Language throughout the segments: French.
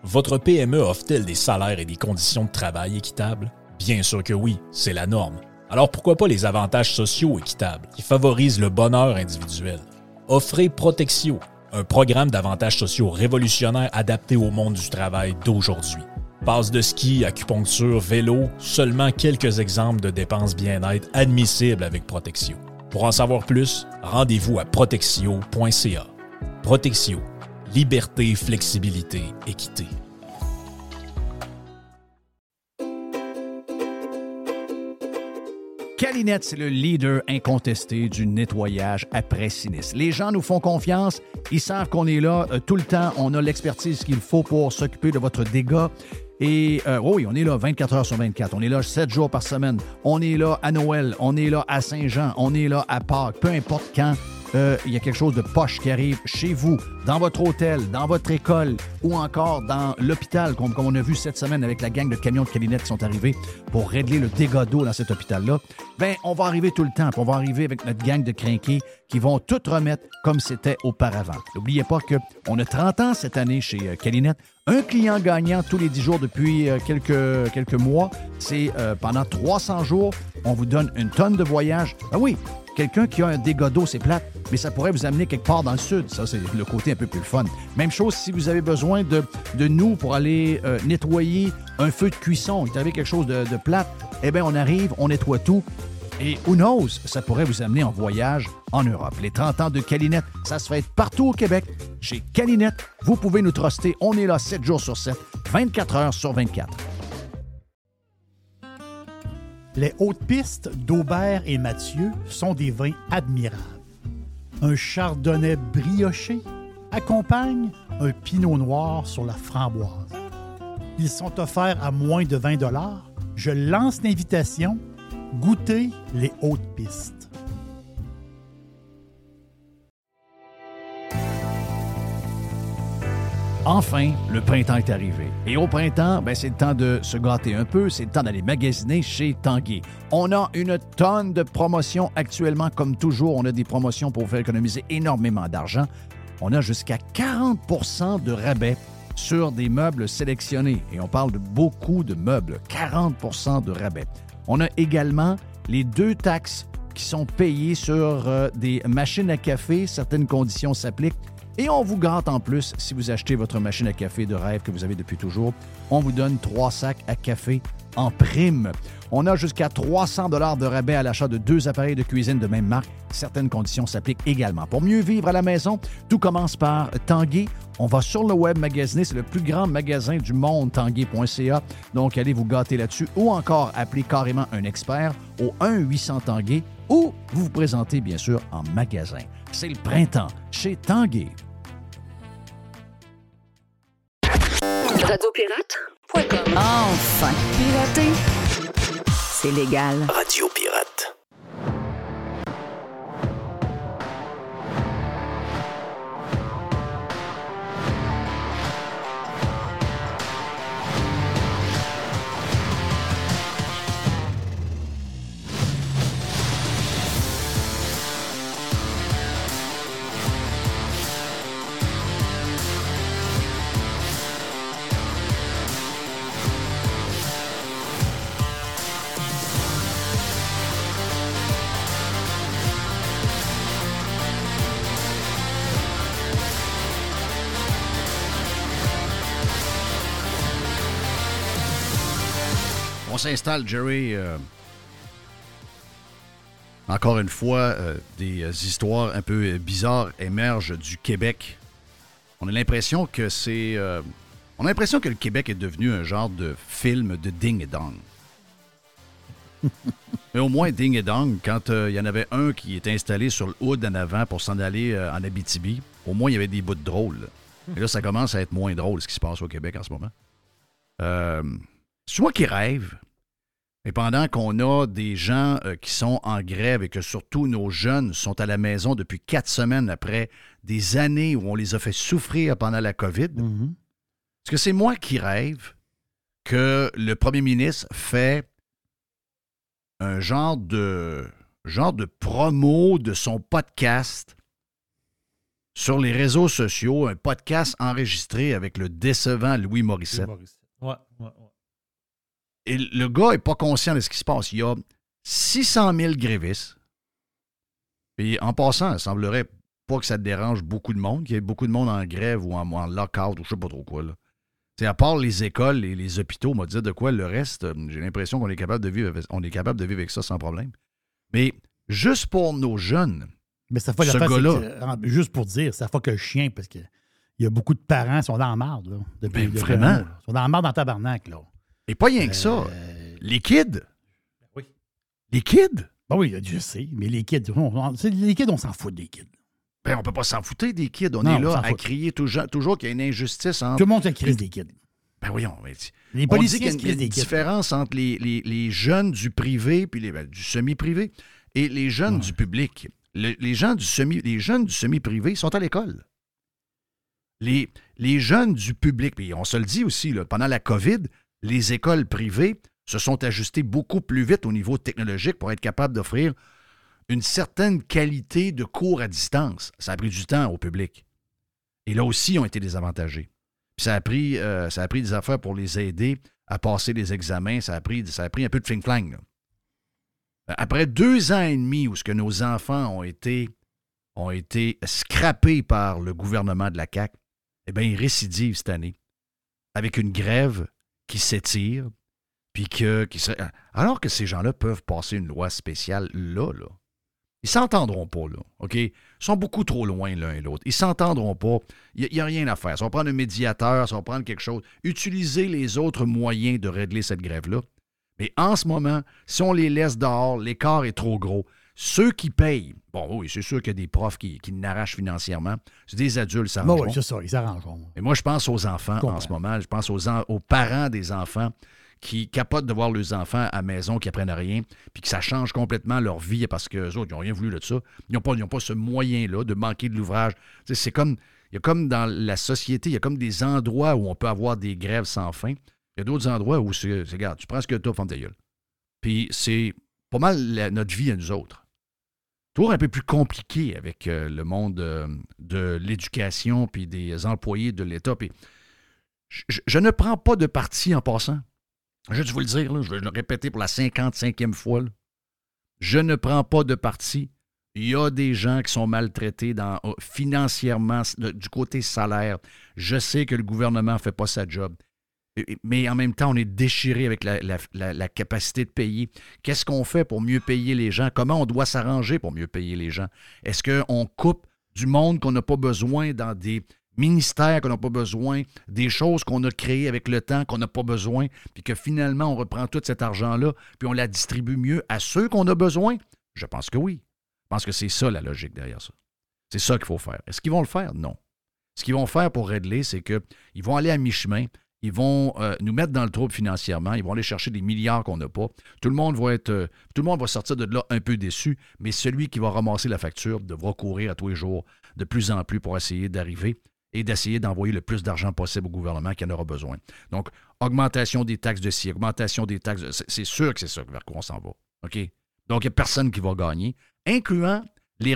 Votre PME offre-t-elle des salaires et des conditions de travail équitables? Bien sûr que oui, c'est la norme. Alors pourquoi pas les avantages sociaux équitables qui favorisent le bonheur individuel? Offrez Protexio, un programme d'avantages sociaux révolutionnaire adapté au monde du travail d'aujourd'hui. Passe de ski, acupuncture, vélo, seulement quelques exemples de dépenses bien-être admissibles avec Protexio. Pour en savoir plus, rendez-vous à protexio.ca. Protexio. Liberté, flexibilité, équité. Calinette, c'est le leader incontesté du nettoyage après sinistre. Les gens nous font confiance, ils savent qu'on est là tout le temps, on a l'expertise qu'il faut pour s'occuper de votre dégât. Et oui, on est là 24 heures sur 24, on est là 7 jours par semaine, on est là à Noël, on est là à Saint-Jean, on est là à Pâques, peu importe quand. Il y a quelque chose de poche qui arrive chez vous, dans votre hôtel, dans votre école ou encore dans l'hôpital, comme on a vu cette semaine avec la gang de camions de Calinette qui sont arrivés pour régler le dégât d'eau dans cet hôpital-là, bien, on va arriver tout le temps. Puis on va arriver avec notre gang de crinqués qui vont tout remettre comme c'était auparavant. N'oubliez pas qu'on a 30 ans cette année chez Calinette. Un client gagnant tous les 10 jours depuis quelques mois. C'est pendant 300 jours, on vous donne une tonne de voyages. Ah oui! Quelqu'un qui a un dégât d'eau, c'est plate, mais ça pourrait vous amener quelque part dans le sud. Ça, c'est le côté un peu plus fun. Même chose si vous avez besoin de nous pour aller nettoyer un feu de cuisson. Vous avez quelque chose de plate, eh bien, on arrive, on nettoie tout. Et who knows, ça pourrait vous amener en voyage en Europe. Les 30 ans de Calinette, ça se fait partout au Québec. Chez Calinette, vous pouvez nous truster. On est là 7 jours sur 7, 24 heures sur 24. Les hautes pistes d'Aubert et Mathieu sont des vins admirables. Un chardonnay brioché accompagne un pinot noir sur la framboise. Ils sont offerts à moins de 20 $. Je lance l'invitation. Goûtez les hautes pistes. Enfin, le printemps est arrivé. Et au printemps, ben, c'est le temps de se gâter un peu, c'est le temps d'aller magasiner chez Tanguay. On a une tonne de promotions actuellement, comme toujours. On a des promotions pour vous faire économiser énormément d'argent. On a jusqu'à 40 % de rabais sur des meubles sélectionnés. Et on parle de beaucoup de meubles, 40 % de rabais. On a également les 2 taxes qui sont payées sur des machines à café. Certaines conditions s'appliquent. Et on vous gâte en plus, si vous achetez votre machine à café de rêve que vous avez depuis toujours, on vous donne 3 sacs à café en prime. On a jusqu'à 300 $ de rabais à l'achat de 2 appareils de cuisine de même marque. Certaines conditions s'appliquent également. Pour mieux vivre à la maison, tout commence par Tanguay. On va sur le web magasiner. C'est le plus grand magasin du monde, tanguay.ca. Donc, allez vous gâter là-dessus ou encore appelez carrément un expert au 1-800-TANGUAY ou vous vous présentez, bien sûr, en magasin. C'est le printemps chez Tanguay. Radiopirate.com. Enfin, pirater, c'est légal. Radio Pirate. On s'installe, Jerry. Encore une fois, des histoires un peu bizarres émergent du Québec. On a l'impression que on a l'impression que le Québec est devenu un genre de film de ding et dong. Mais au moins, ding et dong, quand il y en avait un qui était installé sur le hood en avant pour s'en aller en Abitibi, au moins, il y avait des bouts de drôles. Et là, ça commence à être moins drôle, ce qui se passe au Québec en ce moment. C'est moi qui rêve. Et pendant qu'on a des gens qui sont en grève et que surtout nos jeunes sont à la maison depuis 4 semaines après des années où on les a fait souffrir pendant la COVID, est-ce que c'est moi qui rêve que le premier ministre fait un genre de promo de son podcast sur les réseaux sociaux un podcast enregistré avec le décevant Louis Morissette. Ouais. Et le gars n'est pas conscient de ce qui se passe. Il y a 600 000 grévistes. Et en passant, il semblerait pas que ça dérange beaucoup de monde, qu'il y ait beaucoup de monde en grève ou en lock-out ou je sais pas trop quoi. Là. À part les écoles et les hôpitaux, on m'a dit de quoi le reste, j'ai l'impression qu'on est capable de vivre avec ça sans problème. Mais juste pour nos jeunes, mais ça fait ce gars-là... juste pour dire, ça fait que le chien, parce qu'il y a beaucoup de parents qui sont dans la marde. Là, depuis vraiment? un mois, là. Ils sont dans la marde dans tabarnak. Là. Et pas rien que ça. Les kids. Oui. Les kids. Ben oui, je sais, mais les kids, on s'en fout des kids. Ben, on peut pas s'en foutre des kids. On est là à crier toujours qu'il y a une injustice entre... Tout le monde se crie des kids. Ben voyons. Les policiers on dit qu'il y a une différence entre les jeunes du privé puis du semi-privé et les jeunes du public. Les jeunes du semi-privé sont à l'école. Les jeunes du public, puis on se le dit aussi, là, pendant la COVID, les écoles privées se sont ajustées beaucoup plus vite au niveau technologique pour être capables d'offrir une certaine qualité de cours à distance. Ça a pris du temps au public. Et là aussi, ils ont été désavantagés. Puis ça a pris des affaires pour les aider à passer les examens. Ça a pris un peu de fling-flang. Là. Après 2 ans et demi où ce que nos enfants ont été scrappés par le gouvernement de la CAQ, eh bien, ils récidivent cette année avec une grève qui s'étire, puis alors que ces gens-là peuvent passer une loi spéciale là. Ils s'entendront pas, là, OK? Ils sont beaucoup trop loin l'un et l'autre. Ils s'entendront pas. Il n'y a rien à faire. Ça va prendre un médiateur, ça va prendre quelque chose. Utilisez les autres moyens de régler cette grève-là. Mais en ce moment, si on les laisse dehors, l'écart est trop gros. Ceux qui payent, bon, oui, c'est sûr qu'il y a des profs qui n'arrachent financièrement. C'est des adultes, ça s'arrangeront. Oui, c'est ça, ils s'arrangeront. Mais moi, je pense aux enfants en ce moment. Je pense aux parents des enfants qui capotent de voir leurs enfants à la maison, qui apprennent rien, puis que ça change complètement leur vie parce qu'eux autres, ils n'ont rien voulu de ça. Ils n'ont pas ce moyen-là de manquer de l'ouvrage. Tu sais, c'est comme, il y a comme dans la société, il y a comme des endroits où on peut avoir des grèves sans fin. Il y a d'autres endroits où regarde, tu prends ce que tu as, ferme ta gueule. Puis c'est pas mal notre vie à nous autres. Toujours un peu plus compliqué avec le monde de l'éducation puis des employés de l'État. Puis je ne prends pas de parti en passant. Je vais vous le dire, là, je vais le répéter pour la 55e fois. Là. Je ne prends pas de parti. Il y a des gens qui sont maltraités financièrement, du côté salaire. Je sais que le gouvernement ne fait pas sa job. Mais en même temps, on est déchiré avec la capacité de payer. Qu'est-ce qu'on fait pour mieux payer les gens? Comment on doit s'arranger pour mieux payer les gens? Est-ce qu'on coupe du monde qu'on n'a pas besoin dans des ministères qu'on n'a pas besoin, des choses qu'on a créées avec le temps qu'on n'a pas besoin, puis que finalement, on reprend tout cet argent-là, puis on la distribue mieux à ceux qu'on a besoin? Je pense que oui. Je pense que c'est ça la logique derrière ça. C'est ça qu'il faut faire. Est-ce qu'ils vont le faire? Non. Ce qu'ils vont faire pour régler, c'est qu'ils vont aller à mi-chemin, ils vont nous mettre dans le trouble financièrement, ils vont aller chercher des milliards qu'on n'a pas. Tout le monde va sortir de là un peu déçu, mais celui qui va ramasser la facture devra courir à tous les jours de plus en plus pour essayer d'arriver et d'essayer d'envoyer le plus d'argent possible au gouvernement qui en aura besoin. Donc, augmentation des taxes de ci, augmentation des taxes de... C'est sûr que c'est ça vers quoi on s'en va. OK? Donc, il n'y a personne qui va gagner, incluant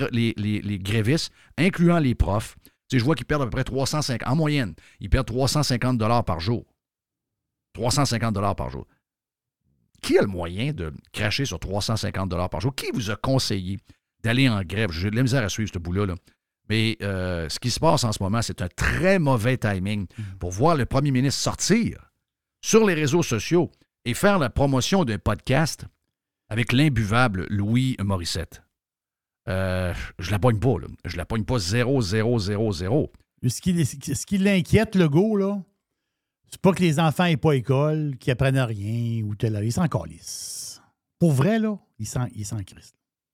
les grévistes, incluant les profs. Tu sais, je vois qu'ils perdent à peu près 350... En moyenne, ils perdent 350 $ par jour. 350 $ par jour. Qui a le moyen de cracher sur 350 $ par jour? Qui vous a conseillé d'aller en grève? J'ai de la misère à suivre ce bout-là, là. Mais ce qui se passe en ce moment, c'est un très mauvais timing pour voir le premier ministre sortir sur les réseaux sociaux et faire la promotion d'un podcast avec l'imbuvable Louis Morissette. Je la pogne pas, là. Je la pogne pas 0, 0, 0, 0. Ce qui l'inquiète, le go, là, c'est pas que les enfants n'aient pas école, qu'ils apprennent rien, ou tel. Ils s'en calissent. Pour vrai, là, ils s'en crissent.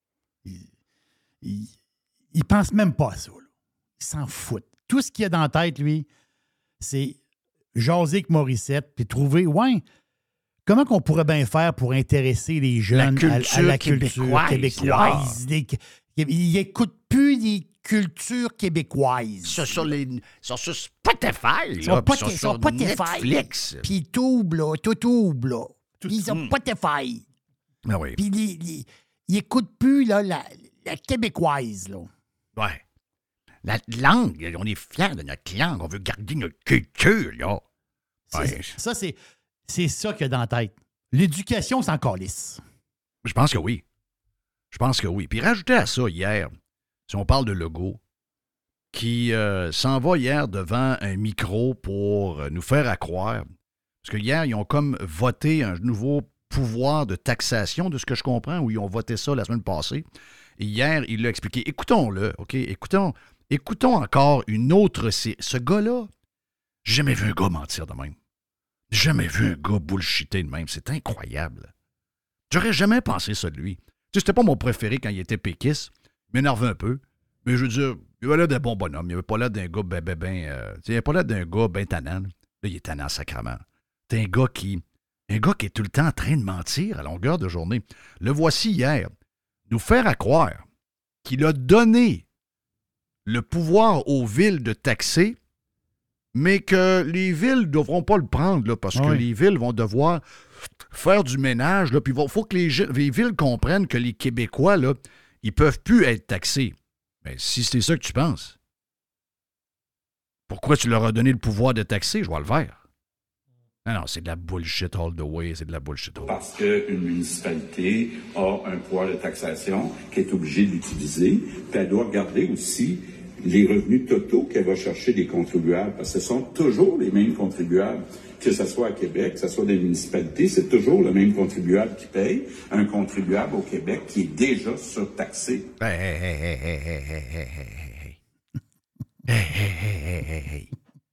Il pense même pas à ça. Là. Il s'en fout. Tout ce qu'il a dans la tête, lui, c'est jaser avec Morissette puis trouver, comment qu'on pourrait bien faire pour intéresser les jeunes à la culture québécoise. Il n'écoute plus les cultures québécoises. Sur Spotify. Sur Netflix. Puis tout ouble, là. Puis ils ont Spotify. Ah oui. Puis ils n'écoutent plus là, la québécoise, là. Ouais. La langue, on est fiers de notre langue. On veut garder notre culture, là. Ouais. Ça, c'est ça qu'il y a dans la tête. L'éducation, c'est encore lisse. Je pense que oui. Puis rajouter à ça, hier, si on parle de Legault, qui s'en va hier devant un micro pour nous faire croire. Parce que hier, ils ont comme voté un nouveau pouvoir de taxation, de ce que je comprends, où ils ont voté ça la semaine passée. Et hier, il l'a expliqué. Écoutons-le, OK? Écoutons encore une autre... Ce gars-là, j'ai jamais vu un gars mentir de même. J'ai jamais vu un gars bullshiter de même. C'est incroyable. J'aurais jamais pensé ça de lui. Tu sais, c'était pas mon préféré quand il était péquiste. Il m'énervait un peu. Mais je veux dire, il avait l'air d'un bon bonhomme. Il avait pas l'air d'un gars il avait pas l'air d'un gars ben tannant. Là, il est tannant sacrément. C'est un gars qui est tout le temps en train de mentir à longueur de journée. Le voici hier nous faire croire qu'il a donné le pouvoir aux villes de taxer, mais que les villes ne devront pas le prendre là, parce que les villes vont devoir faire du ménage. Là, puis il faut que les villes comprennent que les Québécois, là, ils ne peuvent plus être taxés. Mais si c'est ça que tu penses, pourquoi tu leur as donné le pouvoir de taxer? Je vois le vert. Non, c'est de la bullshit all the way, c'est de la bullshit all the way. Parce qu'une municipalité a un pouvoir de taxation qu'elle est obligée d'utiliser, puis elle doit regarder aussi les revenus totaux qu'elle va chercher des contribuables, parce que ce sont toujours les mêmes contribuables, que ce soit à Québec, que ce soit des municipalités, c'est toujours le même contribuable qui paye, un contribuable au Québec qui est déjà surtaxé. Hey.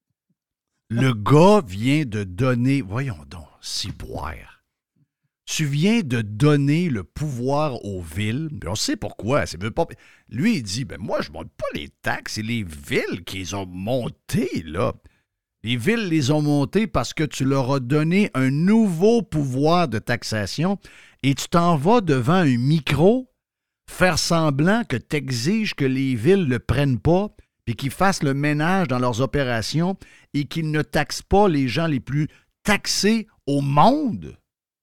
Le gars vient de donner... Voyons donc, ciboire. Tu viens de donner le pouvoir aux villes. On sait pourquoi. Pas... Lui, il dit, moi, je ne monte pas les taxes. C'est les villes qui les ont montées, là. Les villes les ont montées parce que tu leur as donné un nouveau pouvoir de taxation et tu t'en vas devant un micro faire semblant que tu exiges que les villes ne le prennent pas et qu'ils fassent le ménage dans leurs opérations et qu'ils ne taxent pas les gens les plus taxés au monde.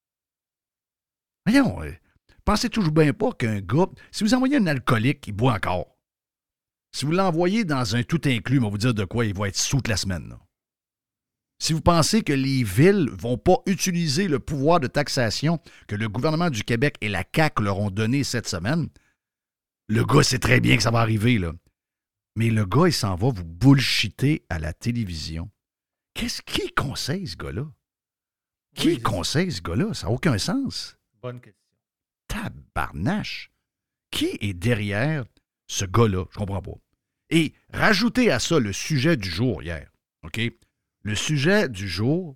Voyons, pensez toujours bien pas qu'un gars... Si vous envoyez un alcoolique, il boit encore. Si vous l'envoyez dans un tout inclus, on va vous dire de quoi il va être sous toute la semaine. Là. Si vous pensez que les villes ne vont pas utiliser le pouvoir de taxation que le gouvernement du Québec et la CAQ leur ont donné cette semaine, le gars sait très bien que ça va arriver, là. Mais le gars, il s'en va vous bullshiter à la télévision. Qui conseille ce gars-là? Qui conseille ce gars-là? Ça n'a aucun sens. Bonne question. Tabarnache. Qui est derrière ce gars-là? Je comprends pas. Et rajoutez à ça le sujet du jour hier. OK? Le sujet du jour,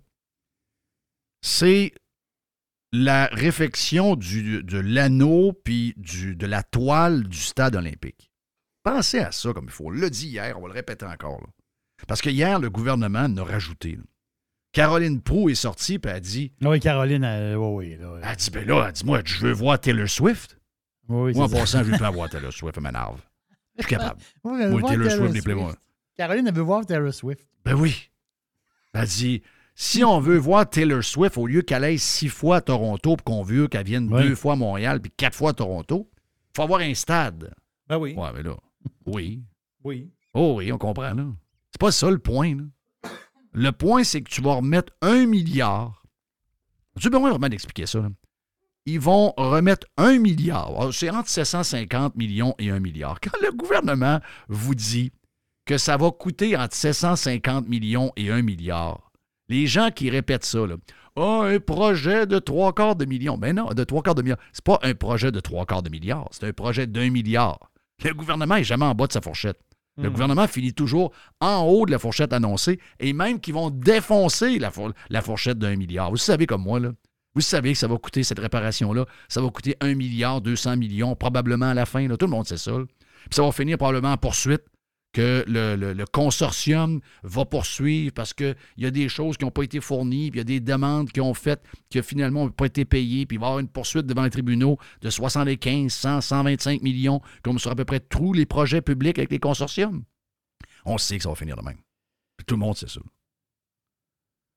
c'est la réfection de l'anneau puis de la toile du stade olympique. Pensez à ça comme il faut. On l'a dit hier, on va le répéter encore. Là. Parce que hier, le gouvernement en a rajouté. Là. Caroline Proulx est sortie et elle a dit... Oui, Caroline, oui. Elle a dit, elle dit, moi, je veux voir Taylor Swift. Oui, moi, en passant, je veux pas voir Taylor Swift, elle m'énerve. Je suis capable. Moi, Taylor Swift, les plaît-moi. Caroline, elle veut voir Taylor Swift. Ben oui. Elle dit, si on veut voir Taylor Swift, au lieu qu'elle aille 6 fois à Toronto pour qu'on veut qu'elle vienne 2 fois à Montréal puis 4 fois à Toronto, il faut avoir un stade. Ben oui. Ouais, mais là, oui. Oui. Oh oui, on comprend, là. C'est pas ça le point, là. Le point, c'est que tu vas remettre 1 milliard. J'ai besoin vraiment d'expliquer ça, là. Ils vont remettre 1 milliard. C'est entre 750 millions et 1 milliard. Quand le gouvernement vous dit que ça va coûter entre 750 millions et 1 milliard, les gens qui répètent ça, là, un projet de 3/4 de million. Ben non, de 3/4 de milliard. C'est pas un projet de 3/4 de milliard, c'est un projet d'1 milliard. Le gouvernement n'est jamais en bas de sa fourchette. Le gouvernement finit toujours en haut de la fourchette annoncée et même qu'ils vont défoncer la fourchette d'1 milliard. Vous savez comme moi, là. Vous savez que ça va coûter, cette réparation-là, ça va coûter 1 milliard 200 millions probablement à la fin. Là. Tout le monde sait ça. Là. Puis ça va finir probablement en poursuite que le consortium va poursuivre parce qu'il y a des choses qui n'ont pas été fournies, puis il y a des demandes qui ont fait qui finalement n'ont pas été payées, puis il va y avoir une poursuite devant les tribunaux de 75, 100, 125 millions, comme sur à peu près tous les projets publics avec les consortiums. On sait que ça va finir de même. Puis tout le monde sait ça.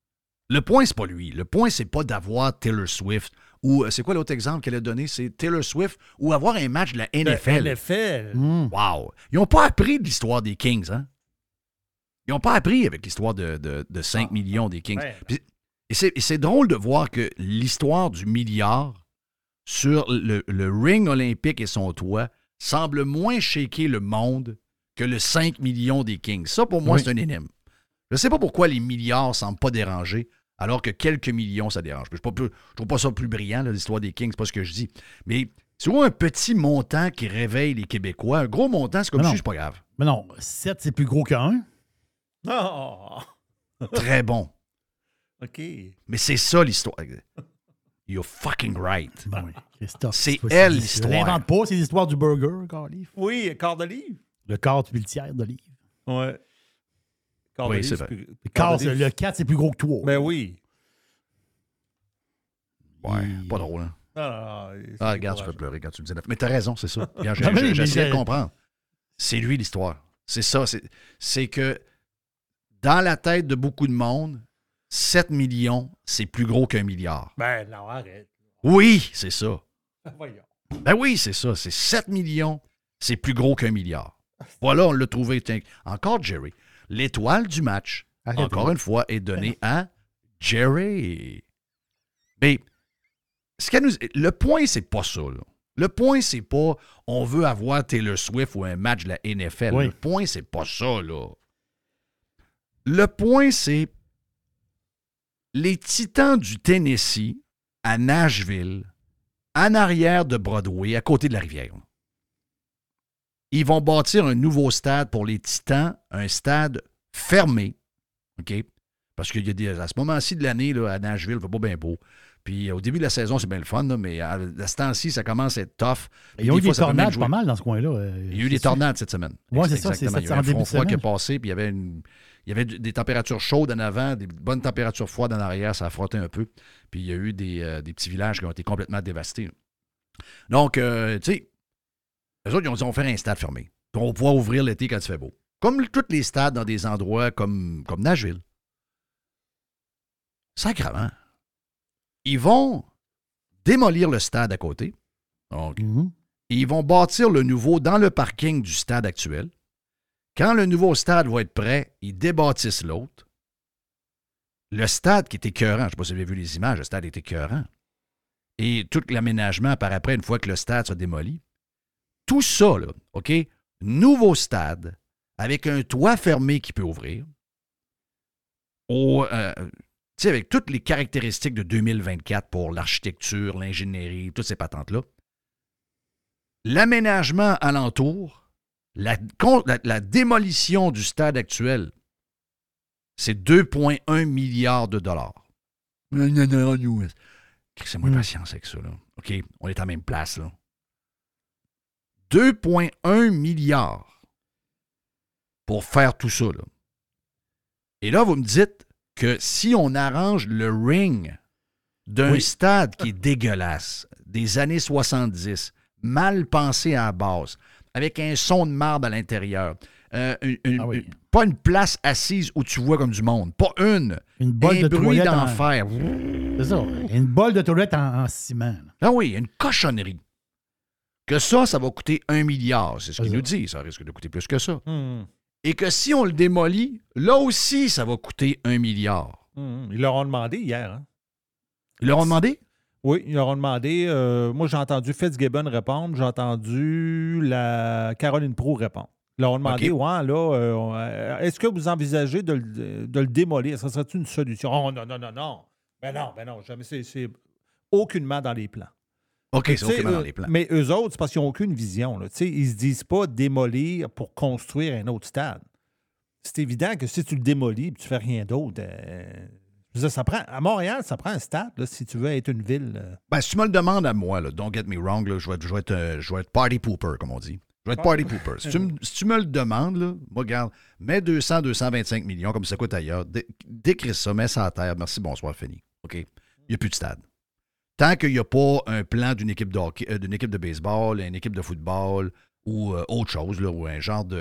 Le point, c'est pas lui. Le point, c'est pas d'avoir Taylor Swift ou c'est quoi l'autre exemple qu'elle a donné? C'est Taylor Swift ou avoir un match de la NFL. NFL. Wow! Ils n'ont pas appris de l'histoire des Kings, hein? Ils n'ont pas appris avec l'histoire de 5 millions des Kings. Ouais. Puis, et c'est drôle de voir que l'histoire du milliard sur le ring olympique et son toit semble moins shaker le monde que le 5 millions des Kings. Ça, pour moi, c'est un énigme. Je ne sais pas pourquoi les milliards ne semblent pas déranger, alors que quelques millions, ça dérange. Je ne trouve pas ça plus brillant, là, l'histoire des Kings, c'est pas ce que je dis. Mais c'est un petit montant qui réveille les Québécois. Un gros montant, c'est comme si c'est pas grave. Mais non, 7, c'est plus gros qu'un. Oh! Très bon. OK. Mais c'est ça l'histoire. You're fucking right. Ben oui, Christophe. C'est elle, Je l'histoire. l'invente pas, c'est l'histoire du burger, Carly. Oui, quart de livre. Le quart puis le tiers d'olive. Ouais. Quart de Oui, livre, c'est vrai. plus- Quart, quart de livre. le 4, c'est plus gros que 3. Ben oui. Ouais, pas drôle, hein? Ah, regarde, tu fais pleurer quand tu me dis. Mais t'as raison, c'est ça. Regarde, Non, mais j'essaie de comprendre. C'est lui, l'histoire. C'est ça. C'est que dans la tête de beaucoup de monde, 7 millions, c'est plus gros qu'un milliard. Ben non, arrête. Oui, c'est ça. Voyons. Ben oui, c'est ça. C'est 7 millions, c'est plus gros qu'un milliard. Voilà, on l'a trouvé. Encore Jerry. L'étoile du match, encore une fois, est donnée à Jerry. Mais le point, c'est pas ça. Là. Le point, c'est pas on veut avoir Taylor Swift ou un match de la NFL. Oui. Le point, c'est pas ça. Là. Le point, c'est les Titans du Tennessee à Nashville, en arrière de Broadway, à côté de la rivière. Ils vont bâtir un nouveau stade pour les Titans, un stade fermé, OK? Parce qu'il y a à ce moment-ci de l'année, là, à Nashville, il fait pas bien beau. Puis au début de la saison, c'est bien le fun, là, mais à ce temps-ci, ça commence à être tough. Ils ont eu fois, des ça peut même tornades jouer. pas mal dans ce coin-là. Il y a eu des tornades cette semaine. Oui, c'est ça. Exactement. Il y a eu en un début front de froid qui est semaine. passé, puis il y avait des températures chaudes en avant, des bonnes températures froides en arrière, ça a frotté un peu. Puis il y a eu des petits villages qui ont été complètement dévastés. Donc, tu sais, eux autres, ils ont dit on va faire un stade fermé. Puis on va pouvoir ouvrir l'été quand il fait beau. Comme tous les stades dans des endroits comme Nashville. Sacrément. Ils vont démolir le stade à côté. Donc, et ils vont bâtir le nouveau dans le parking du stade actuel. Quand le nouveau stade va être prêt, ils débâtissent l'autre. Le stade qui est écœurant, je ne sais pas si vous avez vu les images, le stade est écœurant. Et tout l'aménagement par après, une fois que le stade soit démoli. Tout ça, là, OK? Nouveau stade, avec un toit fermé qui peut ouvrir. Avec toutes les caractéristiques de 2024 pour l'architecture, l'ingénierie, toutes ces patentes-là. L'aménagement alentour, la démolition du stade actuel, c'est 2,1 milliards de dollars. C'est moins de patience avec ça, là. OK, on est à la même place, là. 2,1 milliards pour faire tout ça, là. Et là, vous me dites que si on arrange le ring d'un stade qui est dégueulasse, des années 70, mal pensé à la base, avec un son de marbre à l'intérieur, pas une place assise où tu vois comme du monde, pas une bolle de bruit toilette d'enfer. C'est ça, une bolle de toilette en ciment. Là. Ah oui, une cochonnerie. Que ça va coûter 1 milliard. C'est ce qu'il nous dit. Ça risque de coûter plus que ça. Et que si on le démolit, là aussi, ça va coûter 1 milliard. Ils leur ont demandé hier. Hein? Ils leur ont demandé? Oui, ils leur ont demandé. Moi, j'ai entendu Fitzgibbon répondre. J'ai entendu la Caroline Proulx répondre. Ils leur ont demandé, est-ce que vous envisagez de le démolir? Ça serait une solution? Oh, non. Ben non, jamais. C'est aucunement dans les plans. OK, c'est aucunement dans les plans. Mais eux autres, c'est parce qu'ils n'ont aucune vision. Là. Ils ne se disent pas démolir pour construire un autre stade. C'est évident que si tu le démolis et tu ne fais rien d'autre, ça prend, à Montréal, ça prend un stade là, si tu veux être une ville. Ben, si tu me le demandes à moi, là, don't get me wrong, là, je vais être party pooper, comme on dit. Je vais être party pooper. Si tu me le demandes, là, moi, regarde, mets 225 millions comme ça coûte ailleurs, décris ça, mets ça à terre, merci, bonsoir, fini. OK? Il n'y a plus de stade. Tant qu'il n'y a pas un plan d'une équipe de hockey, d'une équipe de baseball, une équipe de football ou autre chose, là, ou un genre de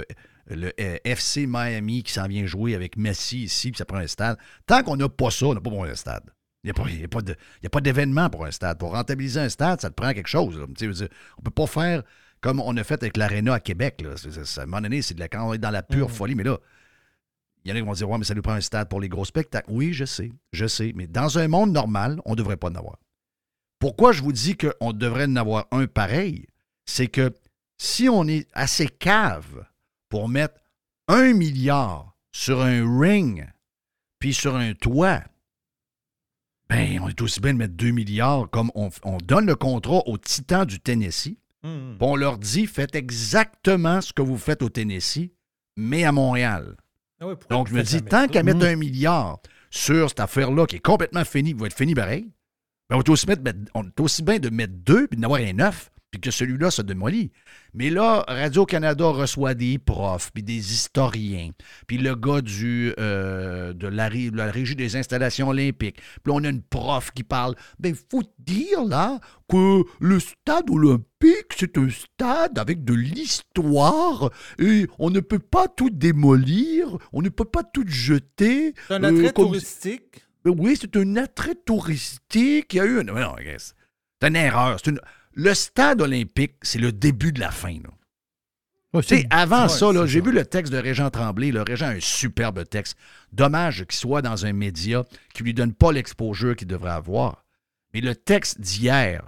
le FC Miami qui s'en vient jouer avec Messi ici, puis ça prend un stade. Tant qu'on n'a pas ça, on n'a pas besoin d'un stade. Il n'y a pas d'événement pour un stade. Pour rentabiliser un stade, ça te prend quelque chose. On ne peut pas faire comme on a fait avec l'Arena à Québec. Là. À un moment donné, quand on est dans la pure folie, mais là, il y en a qui vont dire « Ouais, mais ça nous prend un stade pour les gros spectacles. » Oui, je sais. Mais dans un monde normal, on ne devrait pas en avoir. Pourquoi je vous dis qu'on devrait en avoir un pareil? C'est que si on est assez cave pour mettre 1 milliard sur un ring puis sur un toit, ben, on est aussi bien de mettre 2 milliards comme on donne le contrat aux Titans du Tennessee. Puis on leur dit, faites exactement ce que vous faites au Tennessee, mais à Montréal. Ah oui, donc, je me dis, tant qu'à mettre 1 milliard sur cette affaire-là qui est complètement finie, qui va être finie pareil, ben, on est aussi bien de mettre 2 puis d'en avoir un 9, puis que celui-là se démolit. Mais là, Radio-Canada reçoit des profs, puis des historiens, puis le gars de la Régie des installations olympiques. Puis on a une prof qui parle. Ben, il faut dire, là, que le stade olympique, c'est un stade avec de l'histoire, et on ne peut pas tout démolir, on ne peut pas tout jeter. C'est un attrait touristique. Oui, c'est un attrait touristique. Il y a eu non, c'est une erreur. Le stade olympique, c'est le début de la fin. Là. Ouais, avant ça, là, j'ai vu le texte de Régent Tremblay. Le Régent a un superbe texte. Dommage qu'il soit dans un média qui ne lui donne pas l'exposure qu'il devrait avoir. Mais le texte d'hier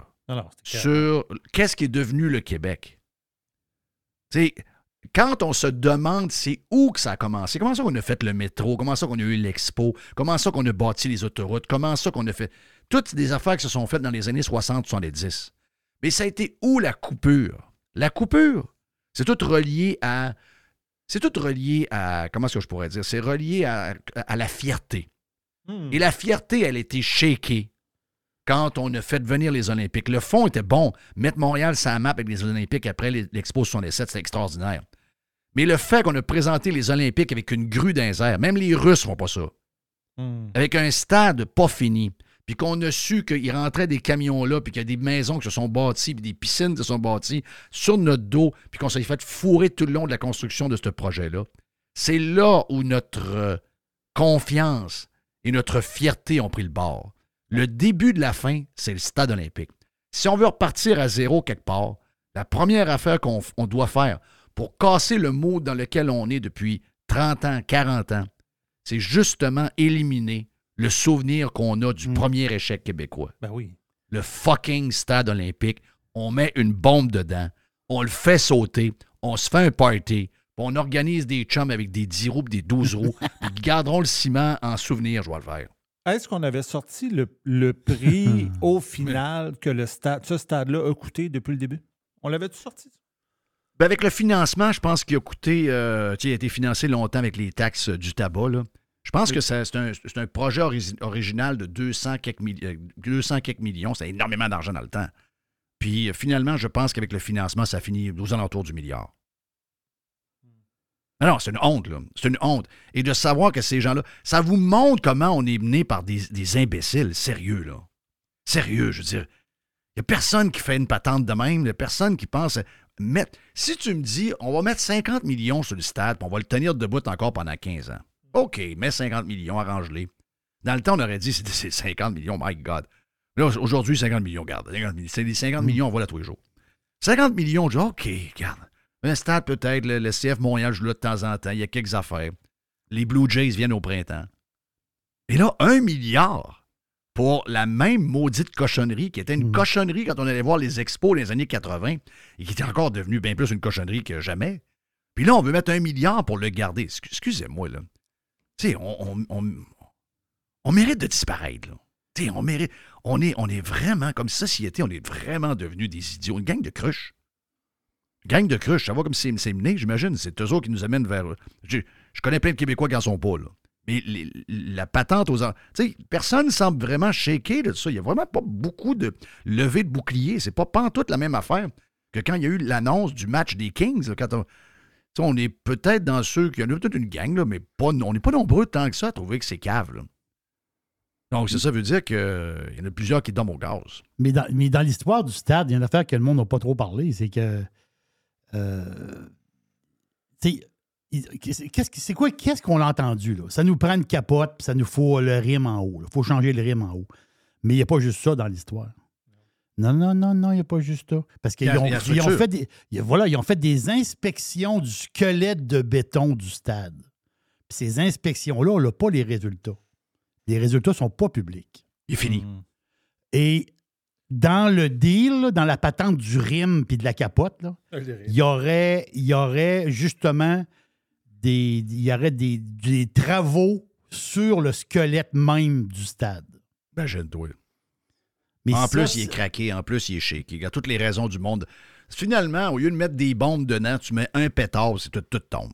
sur qu'est-ce qui est devenu le Québec. T'sais, quand on se demande c'est où que ça a commencé, comment ça qu'on a fait le métro, comment ça qu'on a eu l'expo, comment ça qu'on a bâti les autoroutes, comment ça qu'on a fait... Toutes des affaires qui se sont faites dans les années 60-70. Mais ça a été où la coupure? La coupure, c'est tout relié à... Comment est-ce que je pourrais dire? C'est relié à la fierté. Et la fierté, elle a été shakée quand on a fait venir les Olympiques. Le fond était bon. Mettre Montréal sur la map avec les Olympiques après l'Expo 67, c'est extraordinaire. Mais le fait qu'on a présenté les Olympiques avec une grue dans les airs, même les Russes ne font pas ça. Avec un stade pas fini, puis qu'on a su qu'il rentrait des camions là, puis qu'il y a des maisons qui se sont bâties, puis des piscines qui se sont bâties sur notre dos, puis qu'on s'est fait fourrer tout le long de la construction de ce projet-là. C'est là où notre confiance et notre fierté ont pris le bord. Le début de la fin, c'est le stade olympique. Si on veut repartir à zéro quelque part, la première affaire qu'on doit faire pour casser le mood dans lequel on est depuis 30 ans, 40 ans, c'est justement éliminer le souvenir qu'on a du premier échec québécois. Ben oui. Le fucking stade olympique. On met une bombe dedans, on le fait sauter, on se fait un party, on organise des chums avec des 10 roues et des 12 roues, puis ils garderont le ciment en souvenir, je vais le faire. Est-ce qu'on avait sorti le prix au final que ce stade-là a coûté depuis le début? On l'avait-tu sorti? Ben avec le financement, je pense qu'il a coûté... il a été financé longtemps avec les taxes du tabac, là. Je pense que c'est un projet original de 200 quelques millions. C'est énormément d'argent dans le temps. Puis finalement, je pense qu'avec le financement, ça finit aux alentours du milliard. Non, c'est une honte, là. C'est une honte. Et de savoir que ces gens-là, ça vous montre comment on est mené par des imbéciles. Sérieux, là. Sérieux, je veux dire. Il n'y a personne qui fait une patente de même. Il n'y a personne qui pense... Si tu me dis, on va mettre 50 millions sur le stade, puis on va le tenir debout encore pendant 15 ans. OK, mets 50 millions, arrange-les. Dans le temps, on aurait dit c'est 50 millions, my God. Là, aujourd'hui, 50 millions, regarde. C'est les 50 millions, on voit là tous les jours. 50 millions, je dis, OK, regarde. Un stade peut-être, le CF Montréal joue là de temps en temps, il y a quelques affaires. Les Blue Jays viennent au printemps. Et là, 1 milliard pour la même maudite cochonnerie qui était une cochonnerie quand on allait voir les expos dans les années 80 et qui était encore devenue bien plus une cochonnerie que jamais. Puis là, on veut mettre 1 milliard pour le garder. Excusez-moi, là. Tu sais, on mérite de disparaître, là. Tu sais, on est vraiment, comme société, on est vraiment devenus des idiots. Une gang de cruches. Gang de cruches, ça va comme c'est mené, j'imagine. C'est eux autres qui nous amènent vers... Je connais plein de Québécois qui n'en sont pas, là. Mais la patente aux... Tu sais, personne ne semble vraiment shaké de ça. Il n'y a vraiment pas beaucoup de levée de bouclier. C'est pas pantoute la même affaire que quand il y a eu l'annonce du match des Kings, là, quand on est peut-être dans ceux qui... Il y en a peut-être une gang, là, mais on n'est pas nombreux tant que ça à trouver que c'est cave, là. Donc, ça veut dire qu'il y en a plusieurs qui dorment au gaz. Mais dans l'histoire du stade, il y a une affaire que le monde n'a pas trop parlé, c'est que Qu'est-ce qu'on a entendu, là? Ça nous prend une capote, puis ça nous faut le rime en haut. Il faut changer le rime en haut. Mais il n'y a pas juste ça dans l'histoire. Non, il n'y a pas juste ça. Parce qu'ils ont fait des inspections du squelette de béton du stade. Puis ces inspections-là, on n'a pas les résultats. Les résultats ne sont pas publics. Il est fini. Et dans le deal, là, dans la patente du rime puis de la capote, il y aurait justement des travaux sur le squelette même du stade. Imagine-toi. Mais en plus, il est craqué. En plus, il est chic. Il a toutes les raisons du monde. Finalement, au lieu de mettre des bombes dedans, tu mets un pétard, c'est tout tombe.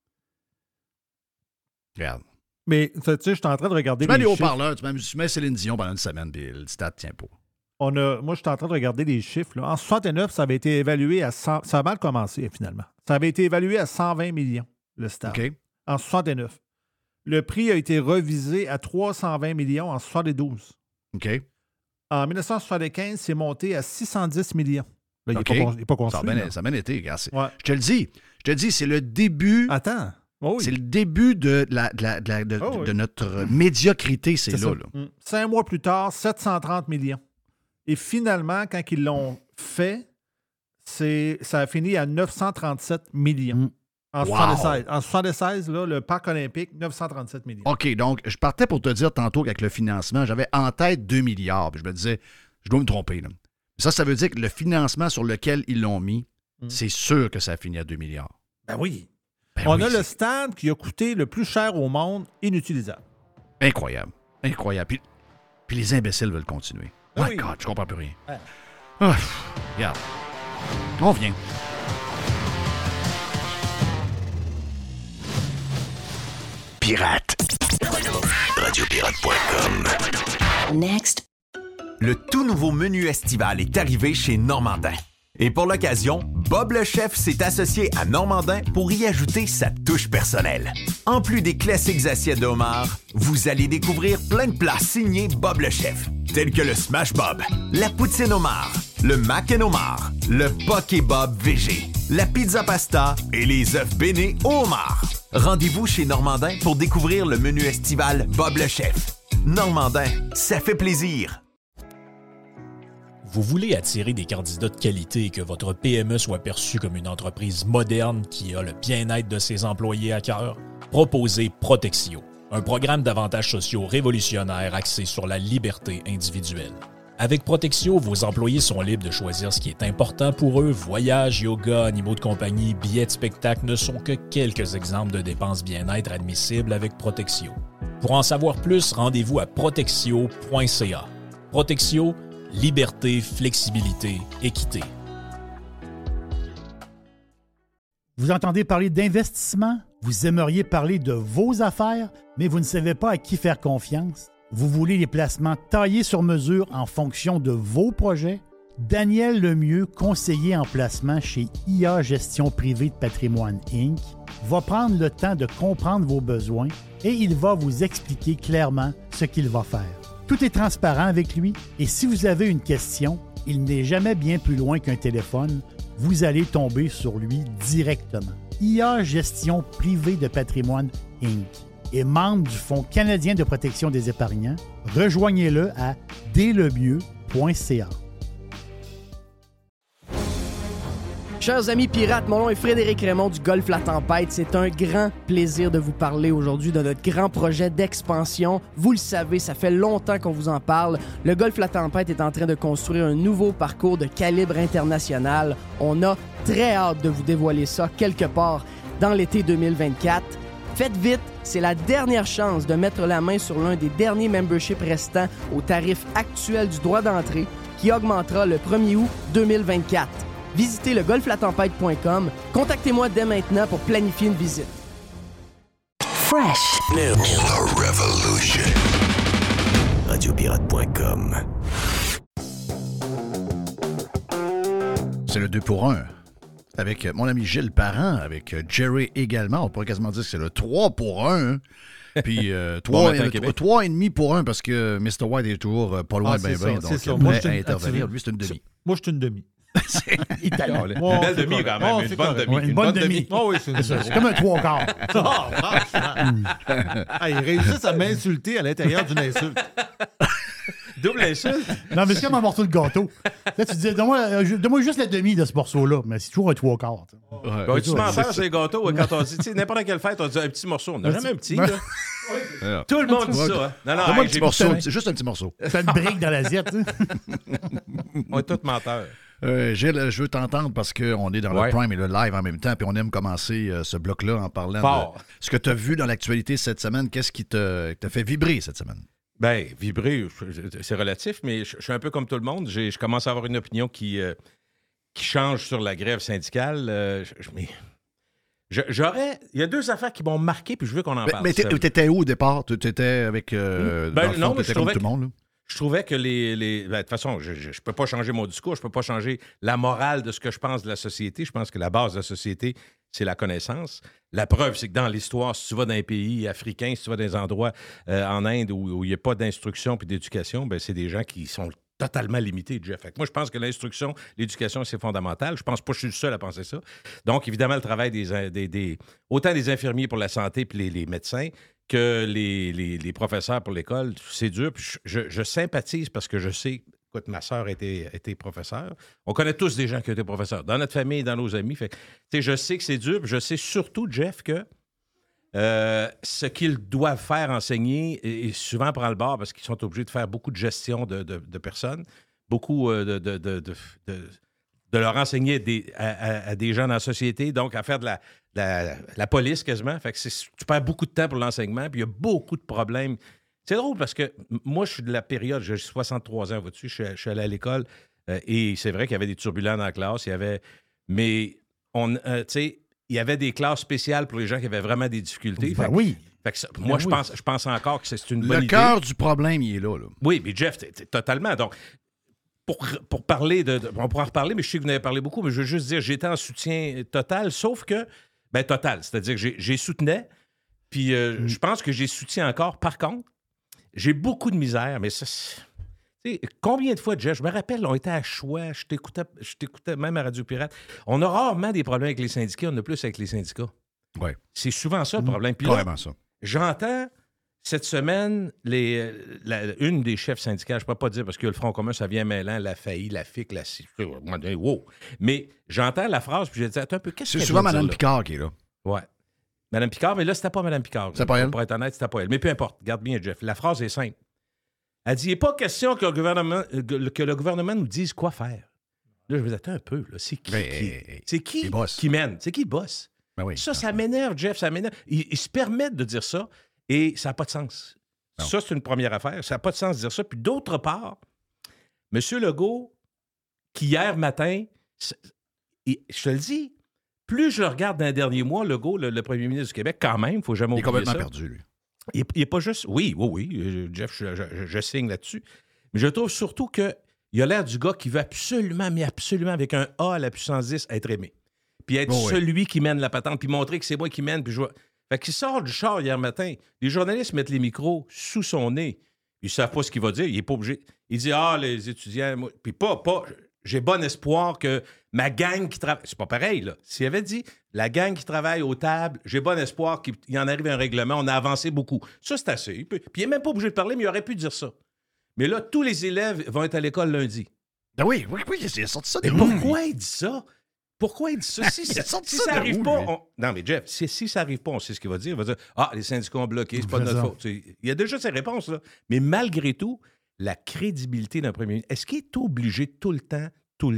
Regarde. Mais, tu sais, je suis en train de regarder tu mets les les chiffres. haut-parleurs, tu mets Céline Dion pendant une semaine, puis le stade tient pas. Moi, je suis en train de regarder les chiffres. Là. En 69, ça avait été évalué à 100... Ça a mal commencé, finalement. Ça avait été évalué à 120 millions, le stade. OK. En 69. Le prix a été revisé à 320 millions en 72. OK. En 1975, c'est monté à 610 millions. Là, il OK. n'est pas construit. Ça a bien été. Regarde, Ouais. Je te le dis, c'est le début... Attends. Oh oui. C'est le début de notre médiocrité, c'est là. Ça. 5 mois plus tard, 730 millions. Et finalement, quand ils l'ont fait, ça a fini à 937 millions. En 76. En 76, là, le Parc olympique, 937 millions. OK, donc, je partais pour te dire tantôt qu'avec le financement, j'avais en tête 2 milliards. Puis je me disais, je dois me tromper. Là. Ça veut dire que le financement sur lequel ils l'ont mis, c'est sûr que ça a fini à 2 milliards. Ben oui. On a le stade qui a coûté le plus cher au monde, inutilisable. Incroyable. Incroyable. Puis les imbéciles veulent continuer. Oui. My God, je comprends plus rien. Ouais. Regarde. On vient. Pirate. Radiopirate.com. Next. Le tout nouveau menu estival est arrivé chez Normandin. Et pour l'occasion, Bob le chef s'est associé à Normandin pour y ajouter sa touche personnelle. En plus des classiques assiettes de homard, vous allez découvrir plein de plats signés Bob le chef, tels que le Smash Bob, la poutine homard, le mac and homard, le Poké Bob VG, la pizza pasta et les œufs bénis au homard. Rendez-vous chez Normandin pour découvrir le menu estival Bob le chef. Normandin, ça fait plaisir. Vous voulez attirer des candidats de qualité et que votre PME soit perçue comme une entreprise moderne qui a le bien-être de ses employés à cœur? Proposez Protexio, un programme d'avantages sociaux révolutionnaire axé sur la liberté individuelle. Avec Protexio, vos employés sont libres de choisir ce qui est important pour eux. Voyages, yoga, animaux de compagnie, billets de spectacle ne sont que quelques exemples de dépenses bien-être admissibles avec Protexio. Pour en savoir plus, rendez-vous à protexio.ca. Protexio, liberté, flexibilité, équité. Vous entendez parler d'investissement? Vous aimeriez parler de vos affaires, mais vous ne savez pas à qui faire confiance? Vous voulez les placements taillés sur mesure en fonction de vos projets? Daniel Lemieux, conseiller en placement chez IA Gestion Privée de Patrimoine Inc., va prendre le temps de comprendre vos besoins et il va vous expliquer clairement ce qu'il va faire. Tout est transparent avec lui et si vous avez une question, il n'est jamais bien plus loin qu'un téléphone. Vous allez tomber sur lui directement. IA Gestion Privée de Patrimoine Inc. est membre du Fonds canadien de protection des épargnants. Rejoignez-le à dlemieux.ca. Chers amis pirates, mon nom est Frédéric Raymond du Golfe La Tempête. C'est un grand plaisir de vous parler aujourd'hui de notre grand projet d'expansion. Vous le savez, ça fait longtemps qu'on vous en parle. Le Golfe La Tempête est en train de construire un nouveau parcours de calibre international. On a très hâte de vous dévoiler ça quelque part dans l'été 2024. Faites vite, c'est la dernière chance de mettre la main sur l'un des derniers memberships restants au tarif actuel du droit d'entrée qui augmentera le 1er août 2024. Visitez le golflatempête.com. Contactez-moi dès maintenant pour planifier une visite. Fresh. Revolution. Radiopirate.com. C'est le 2 pour 1. Avec mon ami Gilles Parent, avec Jerry également. On pourrait quasiment dire que c'est le 3 pour 1. Puis 3,5 pour 1 parce que Mr. White est toujours pas loin c'est bien. ça, Donc, c'est ça. prêt à intervenir. Lui, c'est une demi. Moi, je suis une demi. Italien. Une belle demi, quand même. Une bonne demi. Une bonne demi. Oh oui, c'est C'est comme un 3/4. Ils réussissent à m'insulter à l'intérieur d'une insulte. Double insulte. Non, mais c'est comme un morceau de gâteau. Là, tu disais, donne-moi juste la demi de ce morceau-là. Mais c'est toujours un 3/4. Ouais, tu m'en perds, ces gâteaux. Quand on dit, n'importe quelle fête, on dit un petit morceau. On n'a jamais un petit, là. Tout le monde dit ça. Hein. Non, Donne-moi un petit morceau. C'est juste un petit morceau. C'est une brique dans l'assiette. On est tous menteurs. Gilles, je veux t'entendre parce qu'on est dans le Prime et le live en même temps, puis on aime commencer ce bloc-là en parlant de ce que tu as vu dans l'actualité cette semaine. Qu'est-ce qui t'a fait vibrer cette semaine? Bien, vibrer, c'est relatif, mais je suis un peu comme tout le monde. Je commence à avoir une opinion qui change sur la grève syndicale. Il y a deux affaires qui m'ont marqué, puis je veux qu'on en parle. Mais t'étais où au départ? T'étais avec... non, mais t'étais comme tout le monde, là? Je trouvais que de toute façon, je ne peux pas changer mon discours, je ne peux pas changer la morale de ce que je pense de la société. Je pense que la base de la société, c'est la connaissance. La preuve, c'est que dans l'histoire, si tu vas dans un pays africain, si tu vas dans des endroits en Inde où il n'y a pas d'instruction puis d'éducation, ben c'est des gens qui sont totalement limités, Jeff. Fait que moi, je pense que l'instruction, l'éducation, c'est fondamental. Je pense pas que je suis le seul à penser ça. Donc, évidemment, le travail autant des infirmiers pour la santé puis les médecins que les professeurs pour l'école, c'est dur. Puis je sympathise parce que je sais, écoute, ma sœur a été professeure. On connaît tous des gens qui ont été professeurs, dans notre famille, dans nos amis. Fait que, je sais que c'est dur. Puis je sais surtout, Jeff, que ce qu'ils doivent faire enseigner et souvent prend le bord parce qu'ils sont obligés de faire beaucoup de gestion de personnes, beaucoup de leur enseigner à des gens dans la société, donc à faire de la police quasiment. Fait que tu perds beaucoup de temps pour l'enseignement, puis il y a beaucoup de problèmes. C'est drôle parce que moi, je suis de la période, j'ai 63 ans, vois-tu, je suis allé à l'école et c'est vrai qu'il y avait des turbulents dans la classe, mais il y avait des classes spéciales pour les gens qui avaient vraiment des difficultés. Oui. Fait que moi, je pense encore que c'est une bonne idée. Le cœur du problème, il est là. Oui, mais Jeff, totalement. Donc, pour parler on pourra en reparler, mais je sais que vous en avez parlé beaucoup, mais je veux juste dire, j'étais en soutien total, sauf que, total, c'est-à-dire que j'ai soutenais, puis je pense que j'ai soutien encore. Par contre, j'ai beaucoup de misère, mais ça... Combien de fois, Jeff, je me rappelle, on était à Choix, je t'écoutais même à Radio Pirate. On a rarement des problèmes avec les syndicats, on a plus avec les syndicats. Oui. C'est souvent ça le problème. Puis là, ça. J'entends cette semaine une des chefs syndicats, je ne peux pas dire parce que le Front commun, ça vient mêlant la FAI, la FIC, la CIF. Wow. Mais j'entends la phrase, puis je dis, attends un peu, qu'est-ce que c'est souvent Mme Picard qui est là. Oui. Mme Picard, mais là, c'était pas Mme Picard. C'est pas elle. Pour être honnête, c'était pas elle. Mais peu importe, garde bien, Jeff. La phrase est simple. Elle dit, il n'est pas question que le gouvernement nous dise quoi faire. Là, je me dis, attends un peu, là, c'est qui qui mène? C'est qui le boss? Ben oui, ça m'énerve, Jeff, ça m'énerve. Ils se permettent de dire ça et ça n'a pas de sens. Non. Ça, c'est une première affaire. Ça n'a pas de sens de dire ça. Puis d'autre part, M. Legault, qui hier matin, je te le dis, plus je le regarde dans les derniers mois, Legault, le premier ministre du Québec, quand même, il ne faut jamais oublier ça. Il est complètement perdu, lui. Il n'est pas juste... Oui, Jeff, je signe là-dessus. Mais je trouve surtout qu'il a l'air du gars qui veut absolument, mais absolument, avec un A à la puissance 10, être aimé. Puis être celui qui mène la patente, puis montrer que c'est moi qui mène, puis je vois... Fait qu'il sort du char hier matin. Les journalistes mettent les micros sous son nez. Ils ne savent pas ce qu'il va dire. Il n'est pas obligé. Il dit, les étudiants... Moi... Puis pas... J'ai bon espoir que ma gang qui travaille... C'est pas pareil, là. S'il avait dit, la gang qui travaille aux tables, j'ai bon espoir qu'il en arrive un règlement, on a avancé beaucoup. Ça, c'est assez. Puis il n'est même pas obligé de parler, mais il aurait pu dire ça. Mais là, tous les élèves vont être à l'école lundi. Ben oui, il a sorti ça de où? Pourquoi il dit ça? Pourquoi il dit ça? Si ça n'arrive pas... Non, mais Jeff, si ça n'arrive pas, on sait ce qu'il va dire. Il va dire, les syndicats ont bloqué, c'est pas de notre faute. Il y a déjà ses réponses, là. Mais malgré tout, la crédibilité d'un premier ministre, est-ce qu'il est obligé tout le temps,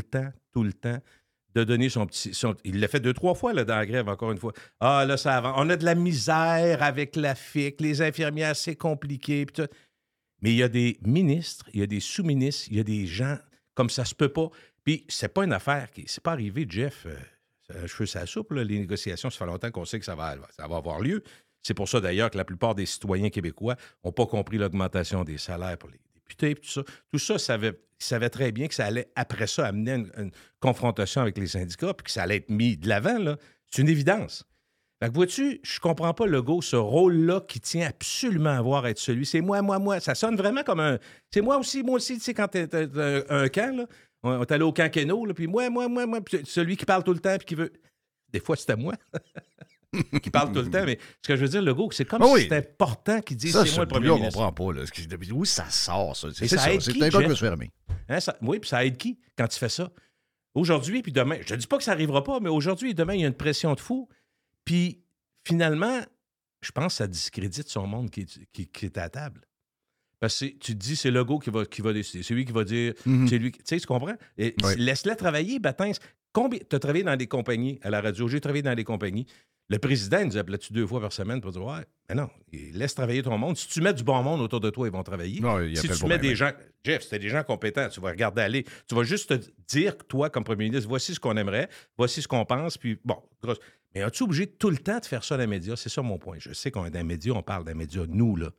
de donner son petit... Il l'a fait 2-3 fois là, dans la grève, encore une fois. Là, ça avance. On a de la misère avec la FIC, les infirmières, c'est compliqué. Pis tout. Mais il y a des ministres, il y a des sous-ministres, il y a des gens comme ça se peut pas. Puis c'est pas une affaire qui... C'est pas arrivé, Jeff. Je fais ça soupe, là, les négociations, ça fait longtemps qu'on sait que ça va avoir lieu. C'est pour ça, d'ailleurs, que la plupart des citoyens québécois n'ont pas compris l'augmentation des salaires pour les députés. Tout ça. Tout ça, savait très bien que ça allait, après ça, amener une confrontation avec les syndicats puis que ça allait être mis de l'avant. Là. C'est une évidence. Fait que vois-tu, je comprends pas, Legault, ce rôle-là qui tient absolument à voir être celui. C'est moi. Ça sonne vraiment comme un... C'est moi aussi. Tu sais, quand t'es un camp, là, On est allé au camp Keno, là, puis moi, puis celui qui parle tout le temps, puis qui veut... Des fois, c'était moi qui parle tout le temps, mais ce que je veux dire, Legault, c'est comme si c'était important qu'il dise c'est moi le premier ministre. On comprend pas. Là. Où ça sort, ça? C'est ça aide c'est qui, un gars qui Jeff? veut se fermer. Hein, oui, puis ça aide qui quand il fait ça? Aujourd'hui, puis demain, je ne dis pas que ça n'arrivera pas, mais aujourd'hui et demain, il y a une pression de fou. Puis finalement, je pense que ça discrédite son monde qui est à la table. Parce que tu te dis, c'est Legault qui va décider. C'est lui qui va dire, c'est lui. Tu sais, tu comprends? Et laisse-le travailler, Batin. Tu as travaillé dans des compagnies à la radio. J'ai travaillé dans des compagnies. Le président nous appelait-tu 2 fois par semaine pour dire, ouais, mais non, laisse travailler ton monde. Si tu mets du bon monde autour de toi, ils vont travailler. Non, si tu mets des gens, Jeff, c'était des gens compétents, tu vas regarder aller. Tu vas juste te dire, toi, comme premier ministre, voici ce qu'on aimerait, voici ce qu'on pense, puis bon, grosse. Mais as-tu obligé tout le temps de faire ça dans les médias? C'est ça mon point. Je sais qu'on est dans les médias, on parle des médias, nous, là.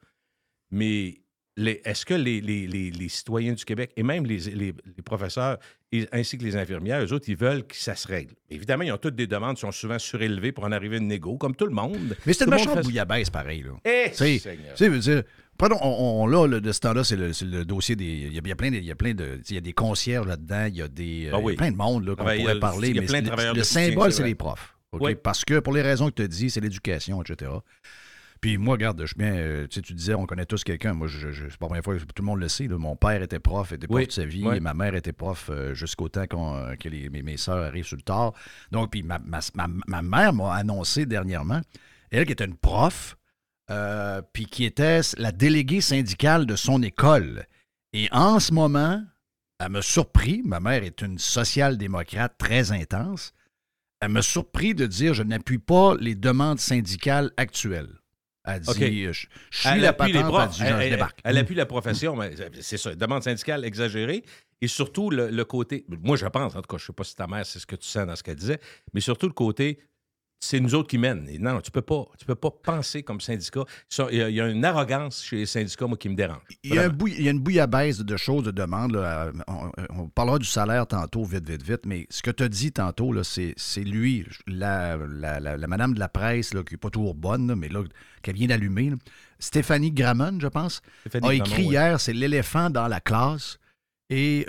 Mais est-ce que les citoyens du Québec, et même les professeurs, ainsi que les infirmières, eux autres, ils veulent que ça se règle? Évidemment, ils ont toutes des demandes qui sont souvent surélevées pour en arriver à une négo, comme tout le monde. Mais c'est une méchante bouillabaisse, pareil. Là. Tu sais, pardon, de ce temps-là, c'est le dossier des... Il y a plein de... Il y a des concierges là-dedans, il y a des... il y a plein de monde là, qu'on pourrait parler, mais le symbole, c'est les profs. Okay? Oui. Parce que, pour les raisons que tu as dit, c'est l'éducation, etc. Puis moi, regarde, tu disais, on connaît tous quelqu'un. Moi, c'est pas la première fois que tout le monde le sait. Là. Mon père était prof de sa vie. Et ma mère était prof jusqu'au temps que mes sœurs arrivent sur le tard. Donc, puis ma mère m'a annoncé dernièrement, elle qui était une prof, puis qui était la déléguée syndicale de son école. Et en ce moment, elle m'a surpris. Ma mère est une social-démocrate très intense. Elle m'a surpris de dire, je n'appuie pas les demandes syndicales actuelles. Elle dit, je suis la patente, je débarque. Elle appuie la profession, mais c'est ça, demande syndicale exagérée. Et surtout, le côté, moi je pense, en tout cas, je ne sais pas si ta mère, c'est ce que tu sens dans ce qu'elle disait, mais surtout le côté, c'est nous autres qui mènent. Et non, tu peux pas penser comme syndicat. Il y a une arrogance chez les syndicats, moi, qui me dérange. Il y a une bouillabaisse de choses, de demandes. Là. On parlera du salaire tantôt, vite, mais ce que tu as dit tantôt, là, c'est lui, la madame de la presse, là, qui n'est pas toujours bonne, là, mais là, qu'elle vient d'allumer, là. Stéphanie Gramont, je pense, a écrit hier, c'est l'éléphant dans la classe. Et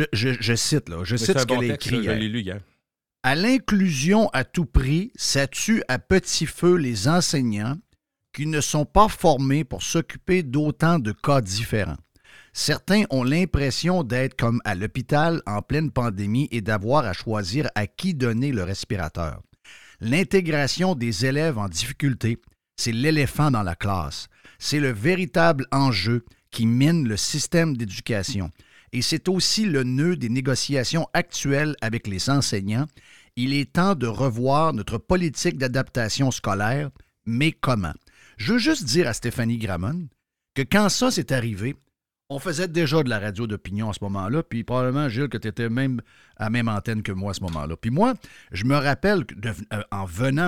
je cite, là, ce qu'elle a écrit hier. Je l'ai lu hier. À l'inclusion à tout prix, ça tue à petit feu les enseignants qui ne sont pas formés pour s'occuper d'autant de cas différents. Certains ont l'impression d'être comme à l'hôpital en pleine pandémie et d'avoir à choisir à qui donner le respirateur. L'intégration des élèves en difficulté, c'est l'éléphant dans la classe. C'est le véritable enjeu qui mine le système d'éducation. Et c'est aussi le nœud des négociations actuelles avec les enseignants. Il est temps de revoir notre politique d'adaptation scolaire, mais comment? Je veux juste dire à Stéphanie Gramont que quand ça s'est arrivé, on faisait déjà de la radio d'opinion à ce moment-là, puis probablement, Gilles, que tu étais même à la même antenne que moi à ce moment-là. Puis moi, je me rappelle, en venant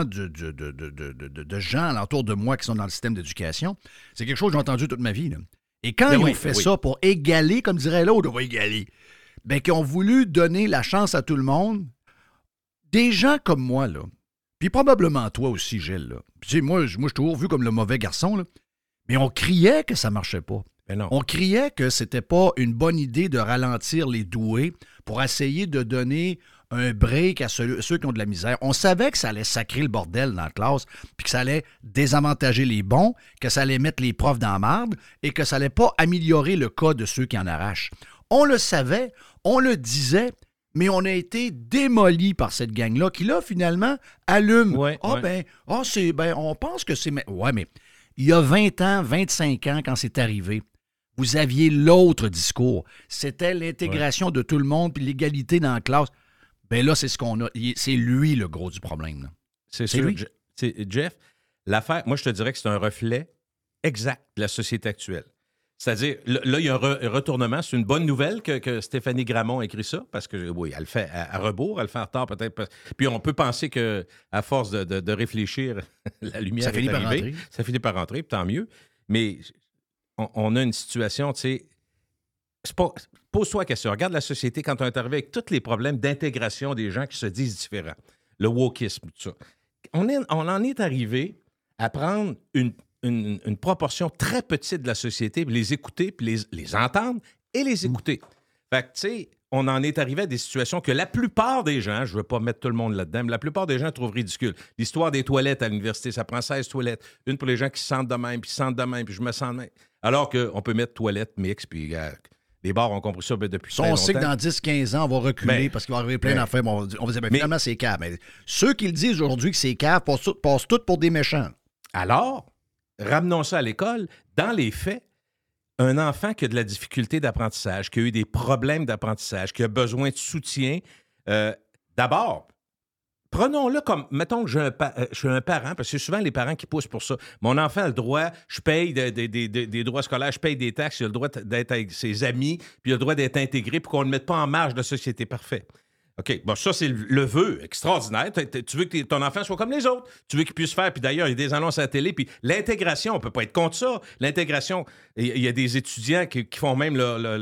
de gens alentour de moi qui sont dans le système d'éducation, c'est quelque chose que j'ai entendu toute ma vie, là. Et quand ils ont fait ça pour égaler, comme dirait l'autre, on va égaler, bien qu'ils ont voulu donner la chance à tout le monde, des gens comme moi, là, puis probablement toi aussi, Gilles, là. Tu sais, moi, je suis toujours vu comme le mauvais garçon, là, mais on criait que ça marchait pas. Non. On criait que c'était pas une bonne idée de ralentir les doués pour essayer de donner un break à ceux qui ont de la misère. On savait que ça allait sacrer le bordel dans la classe, puis que ça allait désavantager les bons, que ça allait mettre les profs dans la marde et que ça allait pas améliorer le cas de ceux qui en arrachent. On le savait, on le disait, mais on a été démolis par cette gang-là qui, là, finalement, allume. On pense que c'est... Ouais, mais il y a 20 ans, 25 ans, quand c'est arrivé, vous aviez l'autre discours. C'était l'intégration de tout le monde puis l'égalité dans la classe. Ben là, c'est ce qu'on a. C'est lui le gros du problème. Là. C'est sûr. Lui. Jeff, l'affaire, moi, je te dirais que c'est un reflet exact de la société actuelle. C'est-à-dire, là, il y a un retournement. C'est une bonne nouvelle que Stéphanie Gramont a écrit ça, parce que, oui, elle le fait à rebours, elle le fait en retard peut-être. Puis on peut penser qu'à force de réfléchir, la lumière est arrivée. Ça finit par rentrer, puis tant mieux. Mais on a une situation, tu sais... Pose-toi la question. Regarde la société quand on est arrivé avec tous les problèmes d'intégration des gens qui se disent différents. Le wokisme, tout ça. On en est arrivé à prendre une proportion très petite de la société, puis les écouter, puis les entendre et les écouter. Fait que, tu sais, on en est arrivé à des situations que la plupart des gens, je ne veux pas mettre tout le monde là-dedans, mais la plupart des gens trouvent ridicule. L'histoire des toilettes à l'université, ça prend 16 toilettes. Une pour les gens qui se sentent de même, puis se sentent de même, puis je me sens de même. Alors qu'on peut mettre toilettes mix, puis les bars ont compris ça depuis très longtemps. On sait que dans 10-15 ans, on va reculer parce qu'il va arriver plein d'affaires. On va dire, finalement, c'est cave. Mais ceux qui le disent aujourd'hui que c'est cave passent tous pour des méchants. Alors, ramenons ça à l'école. Dans les faits, un enfant qui a de la difficulté d'apprentissage, qui a eu des problèmes d'apprentissage, qui a besoin de soutien, d'abord, prenons-le comme, mettons que je suis un parent, parce que c'est souvent les parents qui poussent pour ça. Mon enfant a le droit, je paye des droits scolaires, je paye des taxes, il a le droit d'être avec ses amis, puis il a le droit d'être intégré pour qu'on ne le mette pas en marge de la société. Parfait. OK, bon, ça, c'est le vœu extraordinaire. Tu veux que ton enfant soit comme les autres. Tu veux qu'il puisse faire, puis d'ailleurs, il y a des annonces à la télé, puis l'intégration, on ne peut pas être contre ça. L'intégration, il y a des étudiants qui font même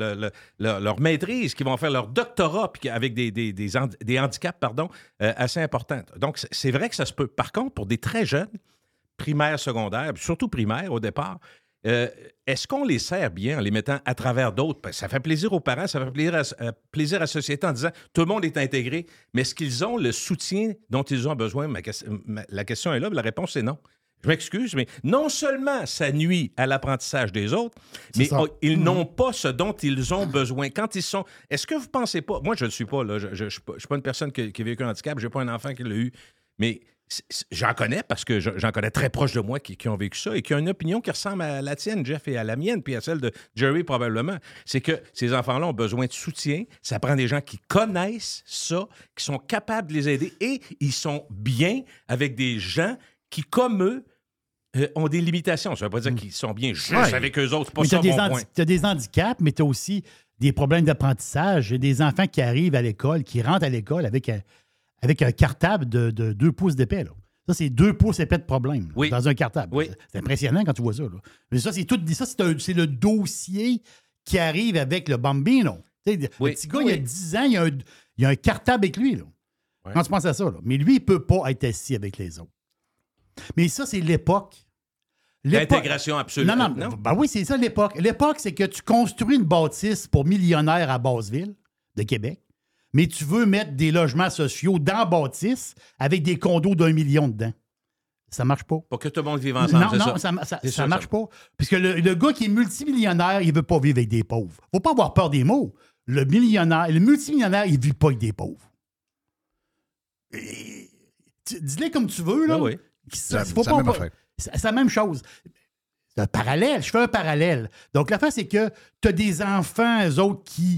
leur maîtrise, qui vont faire leur doctorat, puis avec des handicaps, assez importants. Donc, c'est vrai que ça se peut. Par contre, pour des très jeunes, primaires, secondaires, surtout primaires au départ, est-ce qu'on les sert bien en les mettant à travers d'autres? Ça fait plaisir aux parents, ça fait plaisir à la société en disant tout le monde est intégré, mais est-ce qu'ils ont le soutien dont ils ont besoin? La question est là, mais la réponse est non. Je m'excuse, mais non seulement ça nuit à l'apprentissage des autres, mais ils n'ont pas ce dont ils ont besoin. Quand ils sont... Est-ce que vous ne pensez pas... Moi, je ne le suis pas, là. Je ne suis pas une personne qui a vécu un handicap, je n'ai pas un enfant qui l'a eu, mais... J'en connais parce que j'en connais très proche de moi qui ont vécu ça et qui ont une opinion qui ressemble à la tienne, Jeff, et à la mienne, puis à celle de Jerry probablement. C'est que ces enfants-là ont besoin de soutien. Ça prend des gens qui connaissent ça, qui sont capables de les aider et ils sont bien avec des gens qui, comme eux, ont des limitations. Ça ne veut pas dire qu'ils sont bien juste avec eux autres. C'est pas ça mon point. Tu as des handicaps, mais tu as aussi des problèmes d'apprentissage. Il y a des enfants qui arrivent à l'école, qui rentrent à l'école avec un cartable de 2 pouces d'épais. Là. Ça, c'est 2 pouces épais de problème dans un cartable. Oui. C'est impressionnant quand tu vois ça. Là. Mais ça, c'est le dossier qui arrive avec le bambino. Le petit gars, il y a 10 ans, il y a un cartable avec lui. Là. Ouais. Quand tu penses à ça. Là. Mais lui, il ne peut pas être assis avec les autres. Mais ça, c'est l'époque. L'intégration absolue. Non. Ben oui, c'est ça l'époque. L'époque, c'est que tu construis une bâtisse pour millionnaires à Basseville, de Québec. Mais tu veux mettre des logements sociaux dans la bâtisse avec des condos d'1 million dedans. Ça marche pas. Pour que tout le monde vive ensemble, ça marche pas. Puisque le gars qui est multimillionnaire, il veut pas vivre avec des pauvres. Faut pas avoir peur des mots. Le multimillionnaire, il vit pas avec des pauvres. Dis-le comme tu veux, là. Oui. C'est la même chose. C'est un parallèle. Je fais un parallèle. Donc, l'affaire, c'est que tu as des enfants, eux autres, qui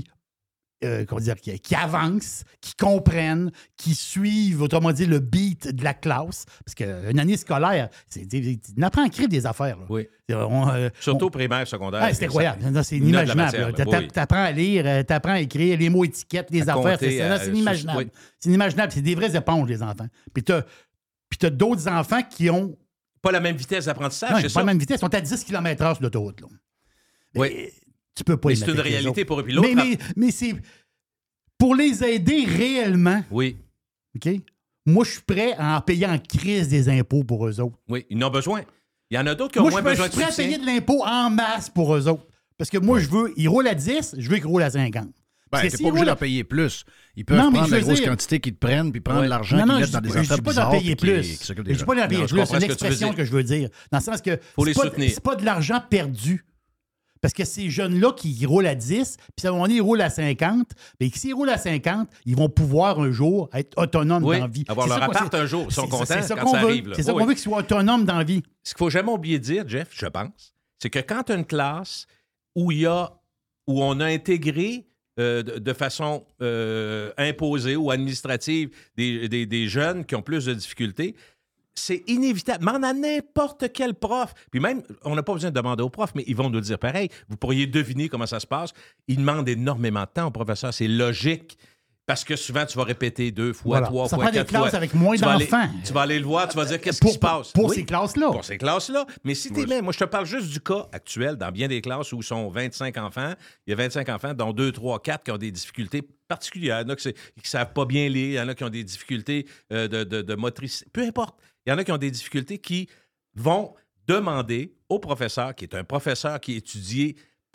avancent, qui comprennent, qui suivent, autrement dit, le beat de la classe. Parce qu'une année scolaire, on apprend à écrire des affaires. Là. Oui. Surtout primaire, secondaire. C'est incroyable. C'est inimaginable. Tu apprends à lire, tu apprends à écrire les mots étiquettes, les affaires. C'est inimaginable. Oui. C'est inimaginable. C'est des vraies éponges, les enfants. Puis tu as d'autres enfants qui ont... Pas la même vitesse d'apprentissage, c'est ça? Pas la même vitesse. Ils sont à 10 km/h sur l'autoroute. Là. Oui. Tu peux pas. Mais c'est une réalité pour eux. Puis l'autre, mais c'est pour les aider réellement. Oui. OK? Moi, je suis prêt à en payer en crise des impôts pour eux autres. Oui, ils en ont besoin. Il y en a d'autres qui ont moins besoin de soutien. Je suis prêt à payer de l'impôt en masse pour eux autres. Parce que moi, je veux, ils roulent à 10, je veux qu'ils roulent à 50. Ben, t'es pas obligé d'en payer plus. Ils peuvent prendre la grosse quantité qu'ils te prennent puis prendre l'argent qu'ils mettent dans des affaires bizarres. Je dis pas d'en payer plus. C'est l'expression que je veux dire. Dans le sens que c'est pas de l'argent perdu. Parce que ces jeunes-là qui roulent à 10, puis à un moment donné, ils roulent à 50, mais s'ils roulent à 50, ils vont pouvoir un jour être autonomes dans la vie. Avoir leur appart un jour, ils sont contents quand ça arrive. C'est ça qu'on veut, qu'ils soient autonomes dans la vie. Ce qu'il ne faut jamais oublier de dire, Jeff, je pense, c'est que quand tu as une classe où on a intégré de façon imposée ou administrative des jeunes qui ont plus de difficultés, c'est inévitable. Demande à n'importe quel prof. Puis même, on n'a pas besoin de demander aux profs, mais ils vont nous le dire pareil. Vous pourriez deviner comment ça se passe. Ils demandent énormément de temps aux professeurs. C'est logique. Parce que souvent, tu vas répéter 2 fois, 3 fois, 4 fois. Ça prend des classes avec moins d'enfants. Tu vas aller le voir, tu vas dire qu'est-ce qui se passe. Pour ces classes-là. Pour ces classes-là. Mais si tu es même, moi, je te parle juste du cas actuel dans bien des classes où sont 25 enfants. Il y a 25 enfants, dont 2, 3, 4 qui ont des difficultés particulières. Il y en a qui ne savent pas bien lire. Il y en a qui ont des difficultés de motricité. Peu importe. Il y en a qui ont des difficultés qui vont demander au professeur, qui est un professeur qui est étudié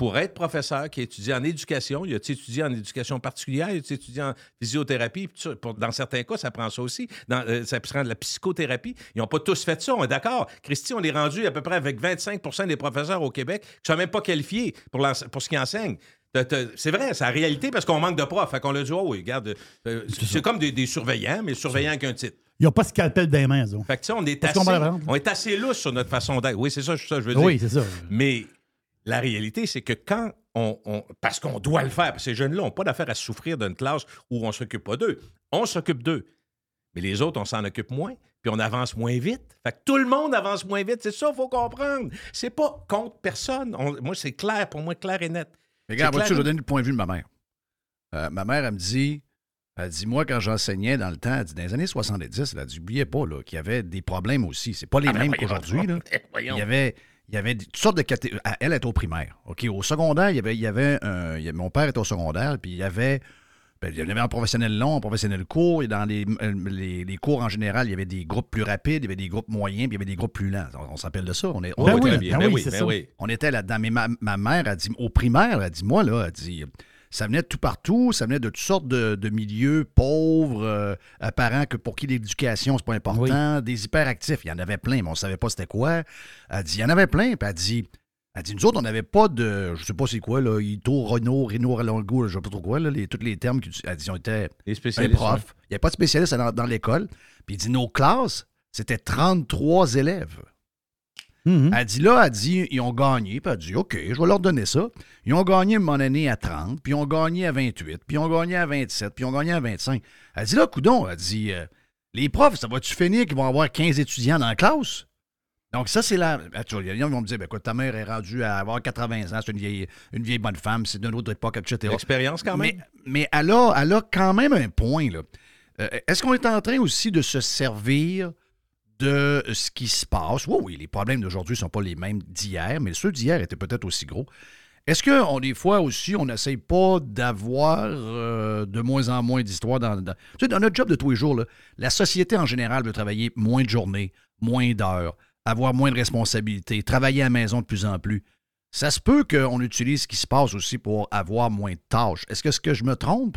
pour être professeur, qui étudie en éducation, il a étudié en éducation particulière, il a étudié en physiothérapie. Puis ça. Dans certains cas, ça prend ça aussi. Ça prend de la psychothérapie. Ils n'ont pas tous fait ça, on est d'accord. Christy, on est rendu à peu près avec 25 des professeurs au Québec qui ne sont même pas qualifiés pour ce qu'ils enseignent. C'est vrai, c'est la réalité parce qu'on manque de profs. Fait qu'on l'a dit, oh oui, regarde, c'est comme des surveillants, mais surveillants avec un titre. Ils n'ont pas scalpel dans les mains, eux. Fait que ça, on est assez lousse sur notre façon d'être. Oui, c'est ça que je veux dire. Oui, c'est ça. Mais la réalité, c'est que quand parce qu'on doit le faire, parce que ces jeunes-là n'ont pas d'affaire à souffrir d'une classe où on ne s'occupe pas d'eux. On s'occupe d'eux. Mais les autres, on s'en occupe moins, puis on avance moins vite. Fait que tout le monde avance moins vite. C'est ça, il faut comprendre. C'est pas contre personne. Moi, c'est clair, pour moi, clair et net. Mais regarde, je vais donner le point de vue de ma mère. Ma mère, elle me dit, moi, quand j'enseignais dans le temps, elle dit, dans les années 70, elle a dit, n'oubliez pas là, qu'il y avait des problèmes aussi. C'est pas les mêmes qu'aujourd'hui. Là. Il y avait toutes sortes de catégories. Elle est au primaire. OK? Au secondaire, mon père était au secondaire, puis il y avait un professionnel long, un professionnel court. Et dans les cours en général, il y avait des groupes plus rapides, il y avait des groupes moyens, puis il y avait des groupes plus lents. On s'appelle de ça. On était là-dedans. Mais ma mère a dit, au primaire, elle a dit, moi, là, elle dit, ça venait de tout partout, ça venait de toutes sortes de milieux pauvres, parents pour qui l'éducation, c'est pas important, des hyperactifs. Il y en avait plein, mais on ne savait pas c'était quoi. Elle dit, il y en avait plein, puis elle dit, nous autres, on n'avait pas de, je sais pas c'est quoi, là, Ito, Renault, Longo, je sais pas trop quoi, là, tous les termes qu'elle dit, on était un prof. Il n'y avait pas de spécialistes dans l'école. Puis il dit, nos classes, c'était 33 élèves. Mm-hmm. Elle dit, ils ont gagné. Puis elle dit, OK, je vais leur donner ça. Ils ont gagné mon année à 30, puis ils ont gagné à 28, puis ils ont gagné à 27, puis ils ont gagné à 25. Elle dit, là, coudonc, elle dit, les profs, ça va-tu finir qu'ils vont avoir 15 étudiants dans la classe? Donc, ça, c'est là. Il y en a qui vont me dire, ben, écoute, ta mère est rendue à avoir 80 ans, c'est une vieille bonne femme, c'est d'une autre époque, etc. L'expérience, quand même. Mais elle a quand même un point, là. Est-ce qu'on est en train aussi de se servir de ce qui se passe? Oui, les problèmes d'aujourd'hui ne sont pas les mêmes d'hier, mais ceux d'hier étaient peut-être aussi gros. Est-ce que des fois aussi, on n'essaye pas d'avoir de moins en moins d'histoires dans notre job de tous les jours, là, la société en général veut travailler moins de journées, moins d'heures, avoir moins de responsabilités, travailler à la maison de plus en plus. Ça se peut qu'on utilise ce qui se passe aussi pour avoir moins de tâches. Est-ce que je me trompe?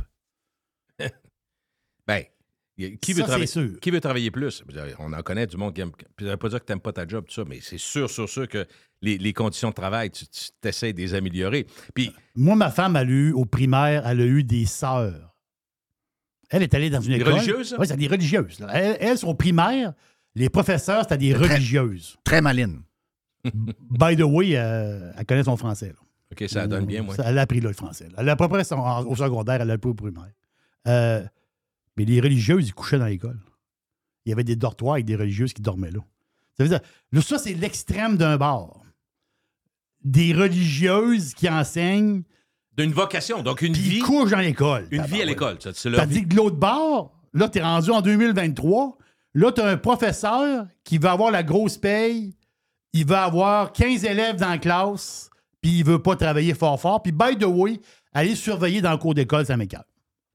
Bien, qui veut travailler plus? On en connaît du monde qui aime. Puis ça ne veut pas dire que tu n'aimes pas ta job, tout ça, mais c'est sûr que les conditions de travail, tu t'essaies de les améliorer. Puis, moi, ma femme, au primaire, elle a eu des sœurs. Elle est allée dans une école. Religieuses? Oui, c'est des religieuses. Elles sont au primaire. Les professeurs, c'était des religieuses. Très malines. By the way, elle connaît son français. Là. OK, ça donne bien, moi. Elle a appris là, le français. Là. Elle a à peu près au secondaire, elle a appris au primaire. Mais les religieuses, ils couchaient dans l'école. Il y avait des dortoirs avec des religieuses qui dormaient là. Ça veut dire, ça, c'est l'extrême d'un bar. Des religieuses qui enseignent. D'une vocation, donc une vie. Ils couchent dans l'école. Une vie à l'école. Tandis que de l'autre bar, là, t'es rendu en 2023. Là, tu as un professeur qui va avoir la grosse paye, il va avoir 15 élèves dans la classe, puis il ne veut pas travailler fort. Puis, by the way, aller surveiller dans le cours d'école, ça m'écarte.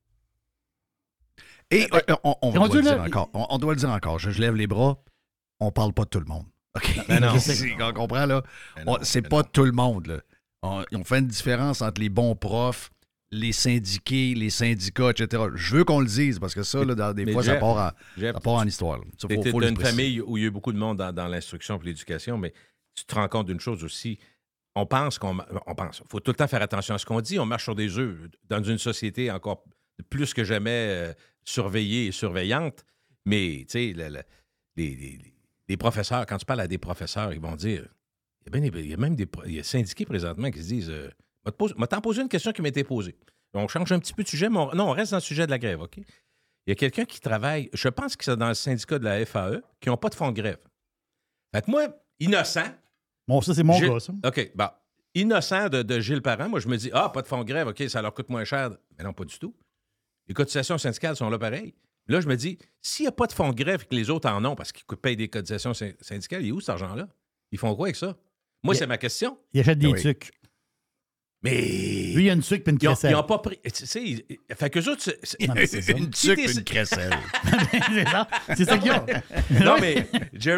Et on doit le dire encore. Je lève les bras, on ne parle pas de tout le monde. OK? On comprend, là. C'est pas tout le monde, là. On fait une différence entre les bons profs, les syndiqués, les syndicats, etc. Je veux qu'on le dise, parce que ça, là, des fois, Jeff, ça part en histoire. Tu es d'une famille où il y a beaucoup de monde dans l'instruction et l'éducation, mais tu te rends compte d'une chose aussi. On pense. Il faut tout le temps faire attention à ce qu'on dit. On marche sur des œufs dans une société encore plus que jamais surveillée et surveillante. Mais, tu sais, les professeurs, quand tu parles à des professeurs, ils vont dire... Il y a même des syndiqués présentement qui se disent... m'a t'en posé une question qui m'a été posée. On change un petit peu de sujet, mais on reste dans le sujet de la grève, OK? Il y a quelqu'un qui travaille, je pense que c'est dans le syndicat de la FAE, qui n'ont pas de fonds de grève. Fait que moi, innocent... Bon, ça, c'est mon gars, ça. OK, bon. Innocent de Gilles Parent, moi, je me dis, pas de fonds de grève, OK, ça leur coûte moins cher. Mais non, pas du tout. Les cotisations syndicales sont là pareil. Là, je me dis, s'il n'y a pas de fonds de grève et que les autres en ont parce qu'ils payent des cotisations syndicales, il est où cet argent-là? Ils font quoi avec ça? Moi, c'est ma question. Ils achètent des trucs. Mais. Lui, il y a une tuque et une crécelle. Ils n'ont pas pris. Tu sais, fait que autres. Une tuque et une crécelle. C'est ça qu'ils ont. Non, mais, Jerry,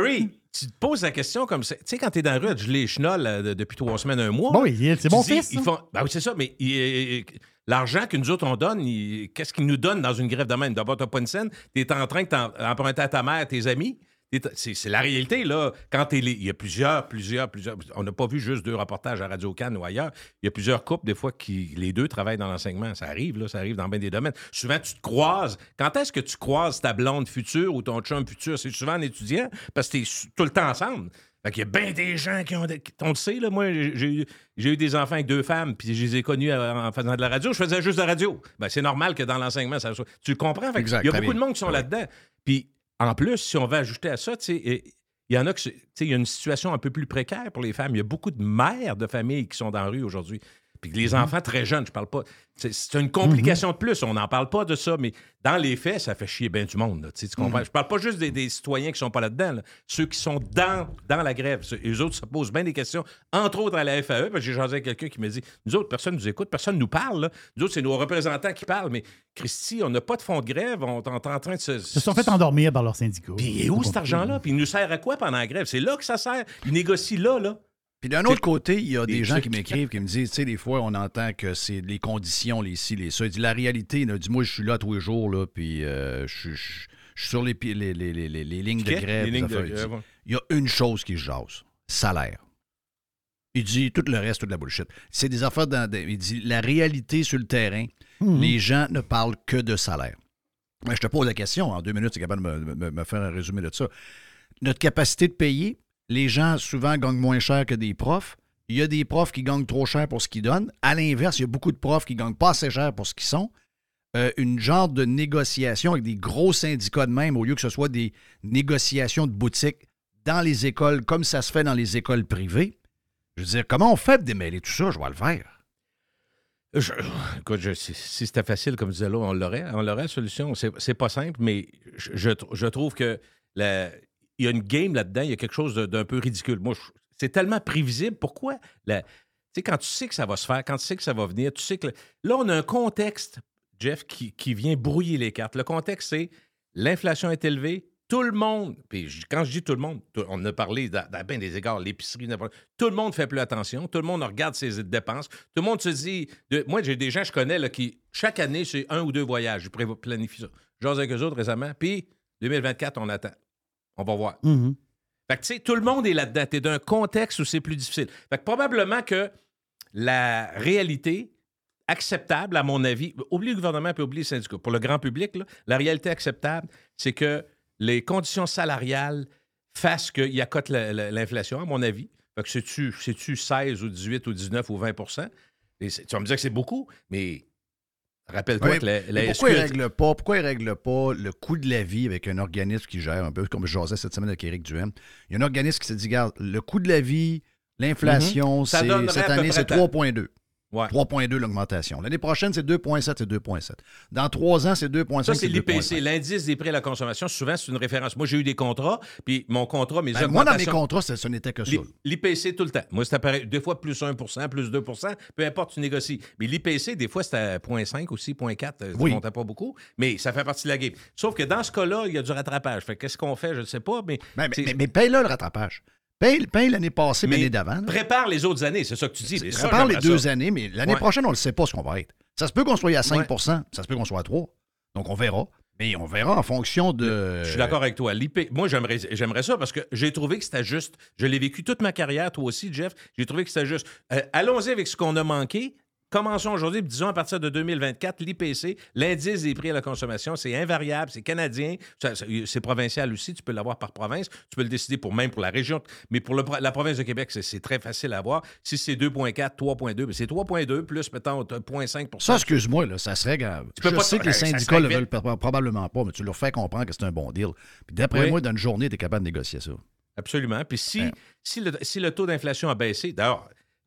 tu te poses la question comme ça. Tu sais, quand t'es dans la rue à geler les chenolles depuis 3 semaines, un mois. Bon, oui, c'est mon fils. Ben oui, c'est ça, mais l'argent que nous autres, on donne, qu'est-ce qu'ils nous donnent dans une grève de même? D'abord, t'as pas une scène, t'es en train d'emprunter à ta mère, tes amis. C'est la réalité, là. Quand il y a plusieurs. On n'a pas vu juste 2 reportages à Radio-Can ou ailleurs. Il y a plusieurs couples, des fois, qui les 2 travaillent dans l'enseignement. Ça arrive, là. Ça arrive dans bien des domaines. Souvent, tu te croises. Quand est-ce que tu croises ta blonde future ou ton chum futur? C'est souvent en étudiant parce que t'es tout le temps ensemble. Fait qu'il y a bien des gens qui ont... On le sait, là. Moi, j'ai eu des enfants avec 2 femmes, puis je les ai connus en faisant de la radio. Je faisais juste de la radio. Ben, c'est normal que dans l'enseignement, ça soit... Tu le comprends? Fait il y a beaucoup de monde qui sont là-dedans. Puis... En plus, si on va ajouter à ça, il y en a que, il y a une situation un peu plus précaire pour les femmes. Il y a beaucoup de mères de famille qui sont dans la rue aujourd'hui. Puis les enfants très jeunes, je parle pas. C'est une complication de plus. On n'en parle pas de ça, mais dans les faits, ça fait chier bien du monde. Là, tu comprends? Je parle pas juste des citoyens qui sont pas là-dedans. Là. Ceux qui sont dans la grève. Eux autres se posent bien des questions, entre autres à la FAE, parce que j'ai jasé avec quelqu'un qui me dit, nous autres, personne nous écoute, personne nous parle. Là. Nous autres, c'est nos représentants qui parlent, mais Christy, on n'a pas de fonds de grève, on est en train de se sont fait endormir par leurs syndicats. Puis où cet argent-là? Puis il nous sert à quoi pendant la grève? C'est là que ça sert. Ils négocient là. Puis d'un autre côté, il y a des gens qui m'écrivent, qui me disent, tu sais, des fois, on entend que c'est les conditions, les ci, les ça. Il dit, la réalité, il dit, moi, je suis là tous les jours, là, puis je suis sur les lignes de grève. Il y a une chose qui se jase, salaire. Il dit, tout le reste, toute la bullshit. C'est des affaires il dit, la réalité sur le terrain, les gens ne parlent que de salaire. Mais je te pose la question, en 2 minutes, tu es capable de me faire un résumé de ça. Notre capacité de payer, les gens, souvent, gagnent moins cher que des profs. Il y a des profs qui gagnent trop cher pour ce qu'ils donnent. À l'inverse, il y a beaucoup de profs qui gagnent pas assez cher pour ce qu'ils sont. Une genre de négociation avec des gros syndicats de même, au lieu que ce soit des négociations de boutique dans les écoles, comme ça se fait dans les écoles privées. Je veux dire, comment on fait de démêler tout ça? Je vais le faire. Écoute, si c'était facile, comme disait là, on l'aurait la solution. C'est pas simple, mais je trouve que il y a une game là-dedans, il y a quelque chose d'un peu ridicule. Moi, c'est tellement prévisible. Pourquoi? Tu sais, quand tu sais que ça va se faire, quand tu sais que ça va venir, tu sais que... Là, on a un contexte, Jeff, qui vient brouiller les cartes. Le contexte, c'est l'inflation est élevée, tout le monde, puis quand je dis tout le monde, on a parlé dans bien des égards, l'épicerie, tout le monde fait plus attention, tout le monde regarde ses dépenses, tout le monde se dit... Moi, j'ai des gens que je connais là, qui, chaque année, c'est 1 ou 2 voyages. Je planifie ça. J'ose avec eux autres récemment, puis 2024, on attend. On va voir. Fait que, tu sais, tout le monde est là-dedans. T'es d'un contexte où c'est plus difficile. Fait que probablement que la réalité acceptable, à mon avis, oublie le gouvernement puis oublie les syndicats. Pour le grand public, là, la réalité acceptable, c'est que les conditions salariales fassent qu'il accote l'inflation, à mon avis. Fait que c'est-tu 16 ou 18 ou 19 ou 20 et tu vas me dire que c'est beaucoup, mais... Rappelle-toi que la pourquoi ils ne règlent pas le coût de la vie avec un organisme qui gère, un peu comme je jasais cette semaine avec Éric Duhem. Il y a un organisme qui s'est dit, regarde, le coût de la vie, l'inflation, cette année, c'est 3,2. Ouais. 3,2 l'augmentation. L'année prochaine, c'est 2,7, c'est 2,7. Dans 3 ans, c'est 2,5. Ça, c'est l'IPC, l'indice des prix à la consommation. Souvent, c'est une référence. Moi, j'ai eu des contrats, puis mon contrat, mes augmentations... Moi, dans mes contrats, ce n'était que ça. L'IPC, tout le temps. Moi, c'était pareil. Des fois, plus 1 plus 2 peu importe, tu négocies. Mais l'IPC, des fois, c'était 0,5 aussi, 0,4. Ça ne montait pas beaucoup, mais ça fait partie de la game. Sauf que dans ce cas-là, il y a du rattrapage. Fait qu'est-ce qu'on fait? Je ne sais pas, mais... Mais paye-le le rattrapage. Paye l'année passée, mais l'année d'avant. Là. Prépare les autres années, c'est ça que tu dis. Prépare les 2 années, mais l'année prochaine, on ne le sait pas ce qu'on va être. Ça se peut qu'on soit à 5 ça se peut qu'on soit à 3 donc on verra. Mais on verra en fonction de... Je suis d'accord avec toi. Moi, j'aimerais ça parce que j'ai trouvé que c'était juste. Je l'ai vécu toute ma carrière, toi aussi, Jeff. J'ai trouvé que c'était juste. Allons-y avec ce qu'on a manqué. Commençons aujourd'hui, disons à partir de 2024, l'IPC, l'indice des prix à la consommation, c'est invariable, c'est canadien, c'est provincial aussi, tu peux l'avoir par province, tu peux le décider même pour la région, mais pour la province de Québec, c'est très facile à avoir. Si c'est 2,4, 3,2, mais c'est 3,2 plus, mettons, 0,5 %. Ça, excuse-moi, là, ça serait grave. Je sais que les syndicats ne le veulent probablement pas, mais tu leur fais comprendre que c'est un bon deal. Puis d'après moi, dans une journée, tu es capable de négocier ça. Absolument. Puis si le taux d'inflation a baissé, d'ailleurs,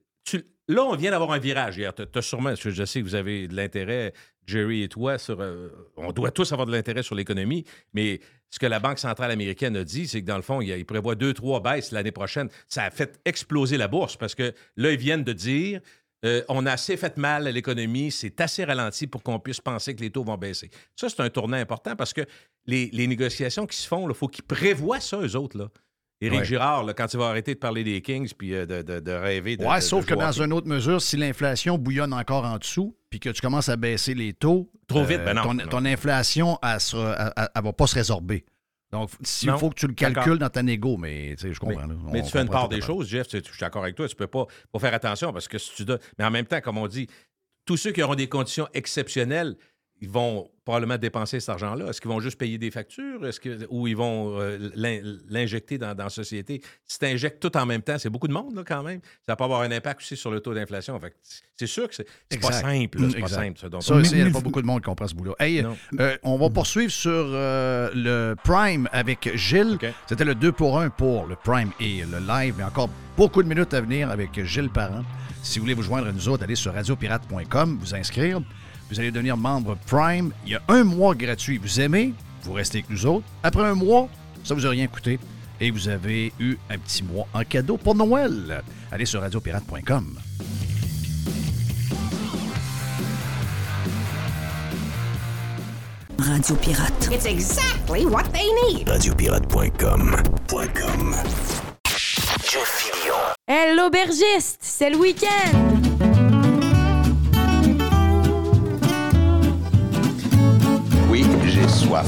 là, on vient d'avoir un virage hier. T'as sûrement, parce que je sais que vous avez de l'intérêt, Jerry et toi, on doit tous avoir de l'intérêt sur l'économie, mais ce que la Banque centrale américaine a dit, c'est que dans le fond, il prévoit 2-3 baisses l'année prochaine. Ça a fait exploser la bourse parce que là, ils viennent de dire on a assez fait mal à l'économie, c'est assez ralenti pour qu'on puisse penser que les taux vont baisser. Ça, c'est un tournant important parce que les négociations qui se font, il faut qu'ils prévoient ça, eux autres, là. Éric Ouais. Girard, là, quand il va arrêter de parler des Kings puis de rêver de. Ouais, de sauf que jouer au dans hockey. une autre mesure, si l'inflation bouillonne encore en dessous, puis que tu commences à baisser les taux, Trop vite, ben non, non. ton inflation, elle va pas se résorber. Donc, s'il Non, faut que tu le d'accord. calcules dans ta négo, mais tu sais, je comprends. là. Mais On tu fais une comprend part des tout à fait. choses, Jeff. Je suis d'accord avec toi. Tu peux pas faire attention parce que si tu donnes. Mais en même temps, comme on dit, tous ceux qui auront des conditions exceptionnelles, ils vont probablement dépenser cet argent-là. Est-ce qu'ils vont juste payer des factures? Ou ils vont l'injecter dans la société? Si tu injectes tout en même temps, c'est beaucoup de monde là, quand même. Ça peut avoir un impact aussi sur le taux d'inflation. Fait que c'est sûr que c'est pas Exact. simple. là. C'est pas Exact. simple. Ça, donc, Ça aussi, il n'y a pas beaucoup de monde qui comprend ce bout-là. Hey, Non. on va poursuivre sur le Prime avec Gilles. OK. C'était le 2 pour 1 pour le Prime et le live, mais encore beaucoup de minutes à venir avec Gilles Parent. Si vous voulez vous joindre à nous autres, allez sur radiopirate.com, vous inscrire. Vous allez devenir membre Prime. Il y a 1 mois gratuit. Vous aimez, vous restez avec nous autres. Après 1 mois, ça vous a rien coûté. Et vous avez eu un petit mois en cadeau pour Noël. Allez sur radiopirate.com. Radio Pirate. It's exactly what they need. Radiopirate.com. Hey, l'aubergiste, c'est le week-end! Oui, j'ai soif.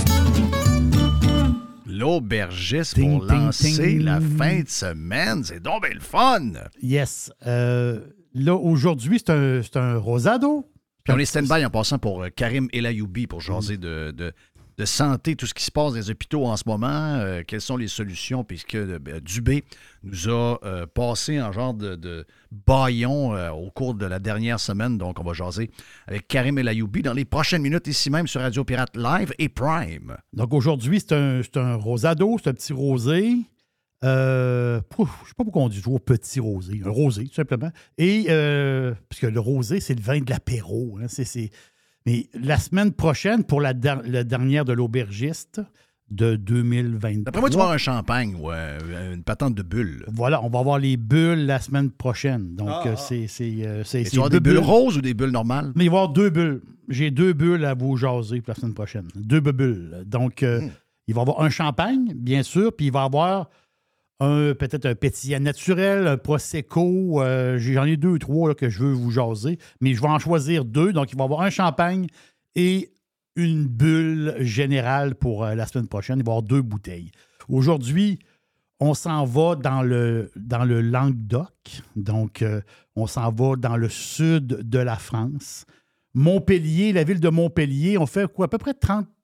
L'aubergiste Ting, pour ting, lancer ting. la fin de semaine. C'est donc bien le fun! Yes. Là, aujourd'hui, c'est un rosado. Puis on est stand-by en passant pour Karim Elayoubi pour jaser de santé, tout ce qui se passe dans les hôpitaux en ce moment, quelles sont les solutions, puisque Dubé nous a passé un genre de bâillon au cours de la dernière semaine. Donc, on va jaser avec Karim Elayoubi dans les prochaines minutes, ici même sur Radio Pirate Live et Prime. Donc, aujourd'hui, c'est un rosado, c'est un petit rosé. Je ne sais pas pourquoi on dit toujours petit rosé. Un rosé, tout simplement. Et, puisque le rosé, c'est le vin de l'apéro. Hein, Mais la semaine prochaine, pour la dernière de l'aubergiste de 2023. D'après moi, tu vas avoir un champagne ou une patente de bulles. Voilà, on va avoir les bulles la semaine prochaine. Donc, c'est Et tu vas avoir des bulles roses ou des bulles normales? Mais il va y avoir 2 bulles. J'ai 2 bulles à vous jaser pour la semaine prochaine. 2 bulles. Donc, il va y avoir un champagne, bien sûr, puis il va y avoir peut-être un pétillant naturel, un Prosecco. J'en ai 2 ou 3 là, que je veux vous jaser, mais je vais en choisir 2. Donc, il va y avoir un champagne et une bulle générale pour la semaine prochaine. Il va y avoir 2 bouteilles. Aujourd'hui, on s'en va dans le Languedoc. Donc, on s'en va dans le sud de la France. Montpellier, la ville de Montpellier, on fait quoi, à peu près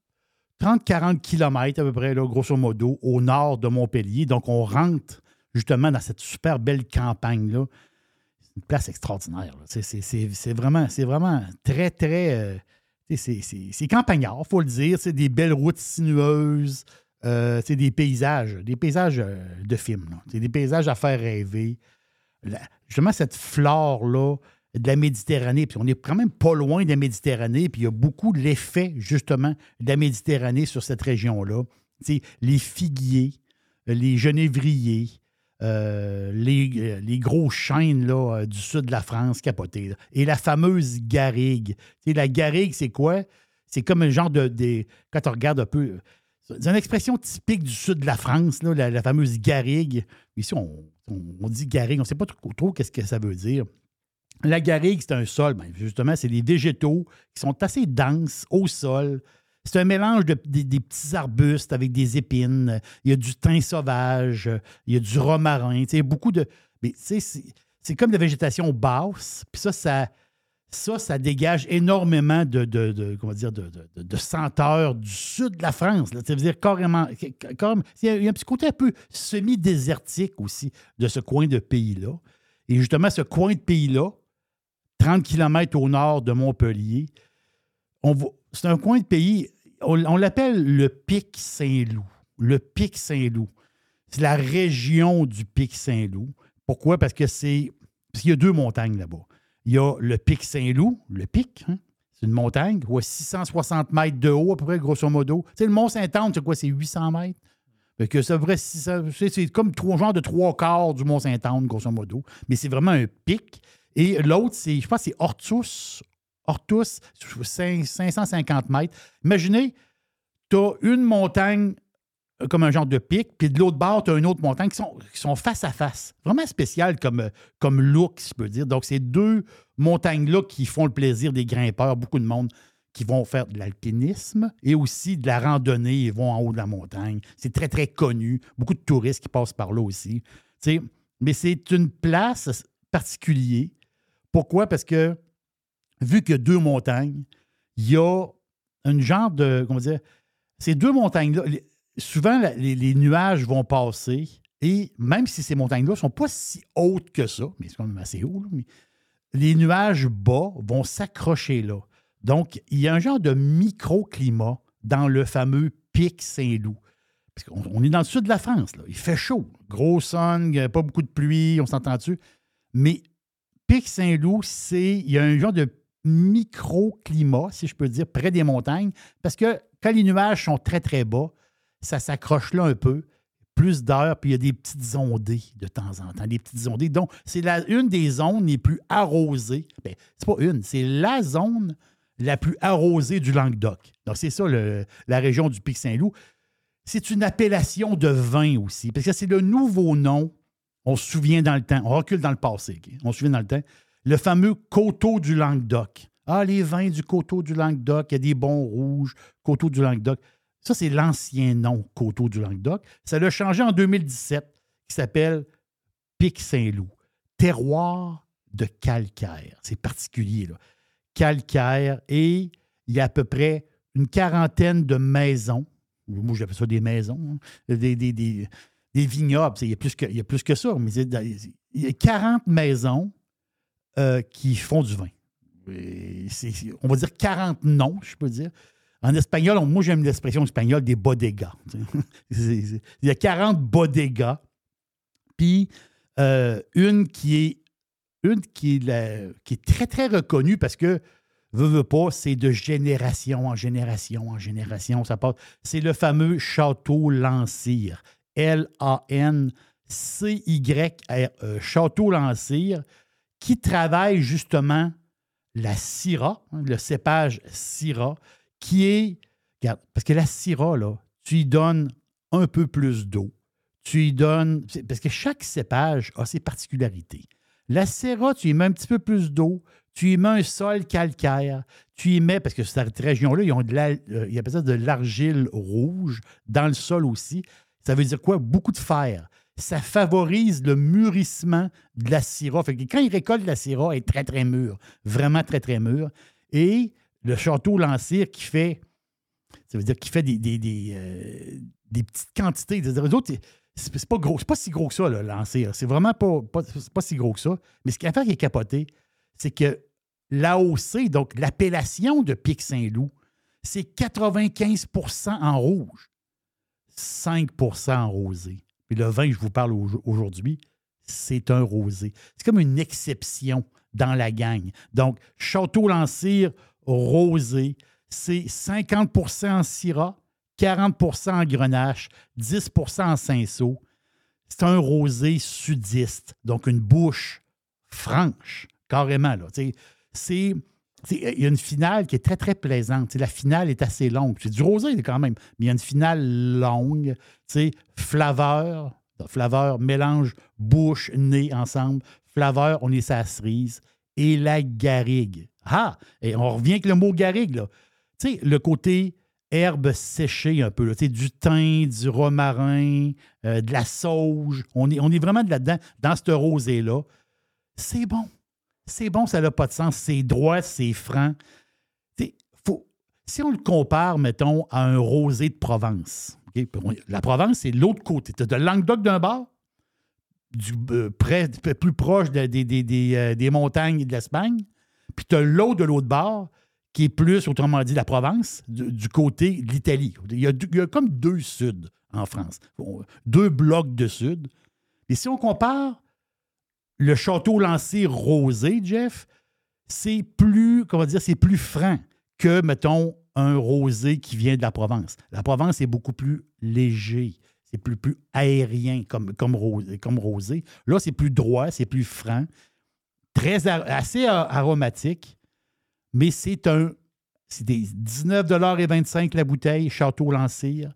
30-40 kilomètres, à peu près, là, grosso modo, au nord de Montpellier. Donc, on rentre justement dans cette super belle campagne-là. C'est une place extraordinaire. Là. C'est vraiment très, très... c'est campagnard, il faut le dire. C'est des belles routes sinueuses. C'est des paysages de film. Là. C'est des paysages à faire rêver. Justement, cette flore-là de la Méditerranée, puis on n'est quand même pas loin de la Méditerranée, puis il y a beaucoup de l'effet, justement, de la Méditerranée sur cette région-là. T'sais, les figuiers, les genévriers, les gros chênes là, du sud de la France, capotés. Là. Et la fameuse garrigue. T'sais, la garrigue, c'est quoi? C'est comme un genre quand on regarde un peu... C'est une expression typique du sud de la France, là, la fameuse garrigue. Ici, on dit garrigue, on ne sait pas trop qu'est-ce que ça veut dire. La garrigue, c'est un sol. Ben, justement, c'est des végétaux qui sont assez denses au sol. C'est un mélange des petits arbustes avec des épines. Il y a du thym sauvage. Il y a du romarin. Beaucoup de... Mais c'est comme de la végétation basse. Puis ça dégage énormément de senteurs du sud de la France. Là. Ça veut dire carrément... Il y a un petit côté un peu semi-désertique aussi de ce coin de pays-là. Et justement, ce coin de pays-là, 30 km au nord de Montpellier, c'est un coin de pays, on l'appelle le Pic Saint-Loup. Le Pic Saint-Loup. C'est la région du Pic Saint-Loup. Pourquoi? Parce qu'il y a 2 montagnes là-bas. Il y a le Pic Saint-Loup, le pic, hein? C'est une montagne, 660 mètres de haut à peu près, grosso modo. Tu sais, le Mont-Saint-Anne, c'est quoi? C'est 800 mètres? Fait que c'est vrai, c'est comme genre de 3/4 du Mont-Saint-Anne, grosso modo. Mais c'est vraiment un pic. Et l'autre, je pense que c'est Ortus, 550 mètres. Imaginez, tu as une montagne comme un genre de pic, puis de l'autre bord, tu as une autre montagne qui sont face à face. Vraiment spécial comme look, si je peux dire. Donc, ces deux montagnes-là qui font le plaisir des grimpeurs, beaucoup de monde qui vont faire de l'alpinisme et aussi de la randonnée, ils vont en haut de la montagne. C'est très, très connu. Beaucoup de touristes qui passent par là aussi. Tu sais, mais c'est une place particulière. Pourquoi? Parce que, vu qu'il y a deux montagnes, il y a un genre de, comment dire, ces deux montagnes-là, souvent, les nuages vont passer et même si ces montagnes-là ne sont pas si hautes que ça, mais c'est quand même assez haut, là, mais les nuages bas vont s'accrocher là. Donc, il y a un genre de microclimat dans le fameux pic Saint-Loup. Parce qu'on est dans le sud de la France, là. Il fait chaud. Gros sun, pas beaucoup de pluie, on s'entend dessus. Mais pic Saint-Loup, il y a un genre de microclimat, si je peux dire, près des montagnes, parce que quand les nuages sont très, très bas, ça s'accroche là un peu, plus d'air, puis il y a des petites ondées de temps en temps, des petites ondées. Donc, c'est une des zones les plus arrosées. Bien, c'est pas une, c'est la zone la plus arrosée du Languedoc. Donc, c'est ça, la région du pic Saint-Loup. C'est une appellation de vin aussi, parce que c'est le nouveau nom. On se souvient dans le temps, on recule dans le passé, okay? On se souvient dans le temps. Le fameux coteau du Languedoc. Ah, les vins du coteau du Languedoc, il y a des bons rouges, coteau du Languedoc. Ça, c'est l'ancien nom, coteau du Languedoc. Ça l'a changé en 2017, qui s'appelle pic Saint-Loup. Terroir de calcaire. C'est particulier, là. Calcaire, et il y a à peu près une quarantaine de maisons. Moi, j'appelle ça des maisons. Hein, des vignobles. Il y a plus que ça, mais il y a 40 maisons qui font du vin. On va dire 40 noms, je peux dire. En espagnol, moi, j'aime l'expression espagnole des bodegas. Il y a 40 bodegas. Puis, une qui est très, très reconnue parce que, veut pas, c'est de génération en génération en génération. Ça passe. C'est le fameux Château Landcire. L-A-N-C-Y-R-E. Château Landcire, qui travaille justement la Syrah, hein, le cépage Syrah, qui est... Regarde, parce que la Syrah, là, tu y donnes un peu plus d'eau. Tu y donnes... Parce que chaque cépage a ses particularités. La Syrah, tu y mets un petit peu plus d'eau, tu y mets un sol calcaire, tu y mets... Parce que cette région-là, ils appellent ça de l'argile rouge dans le sol aussi. Ça veut dire quoi? Beaucoup de fer. Ça favorise le mûrissement de la Syrah. Fait que quand ils récoltent la Syrah, elle est très, très mûre. Vraiment très, très mûre. Et le Château Landcire qui fait... Ça veut dire qu'il fait des petites quantités. Les autres, c'est pas gros. C'est pas si gros que ça, le Landcire. C'est vraiment pas si gros que ça. Mais ce qui est capoté, c'est que l'AOC, donc l'appellation de pic Saint-Loup, c'est 95 % en rouge, 5 % en rosé. Puis le vin que je vous parle aujourd'hui, c'est un rosé. C'est comme une exception dans la gang. Donc, Château Landcire, rosé, c'est 50 % en Syrah, 40 % en Grenache, 10 % en Cinsault. C'est un rosé sudiste, donc une bouche franche, carrément. Là. Il y a une finale qui est très, très plaisante. La finale est assez longue. C'est du rosé quand même, mais il y a une finale longue. Flaveur, mélange bouche, nez ensemble. Flaveur, on est sa cerise. Et la garrigue. Ah! Et on revient avec le mot garrigue, là. Le côté herbe séchée un peu, là, du thym, du romarin, de la sauge. On est vraiment là-dedans, dans ce rosé-là. C'est bon. C'est bon, ça n'a pas de sens. C'est droit, c'est franc. Si on le compare, mettons, à un rosé de Provence, okay? La Provence, c'est l'autre côté. Tu as de Languedoc d'un bord, plus proche des montagnes et de l'Espagne, puis tu as l'autre de l'autre bord, qui est plus, autrement dit, la Provence, du côté de l'Italie. Il y a comme deux suds en France. Deux blocs de sud. Et si on compare le Château Landcire rosé, Jeff, c'est plus, c'est plus franc que, mettons, un rosé qui vient de la Provence. La Provence est beaucoup plus léger. C'est plus aérien comme rosé. Là, c'est plus droit, c'est plus franc. Assez aromatique. Mais c'est des 19,25 $ la bouteille, Château Landcire.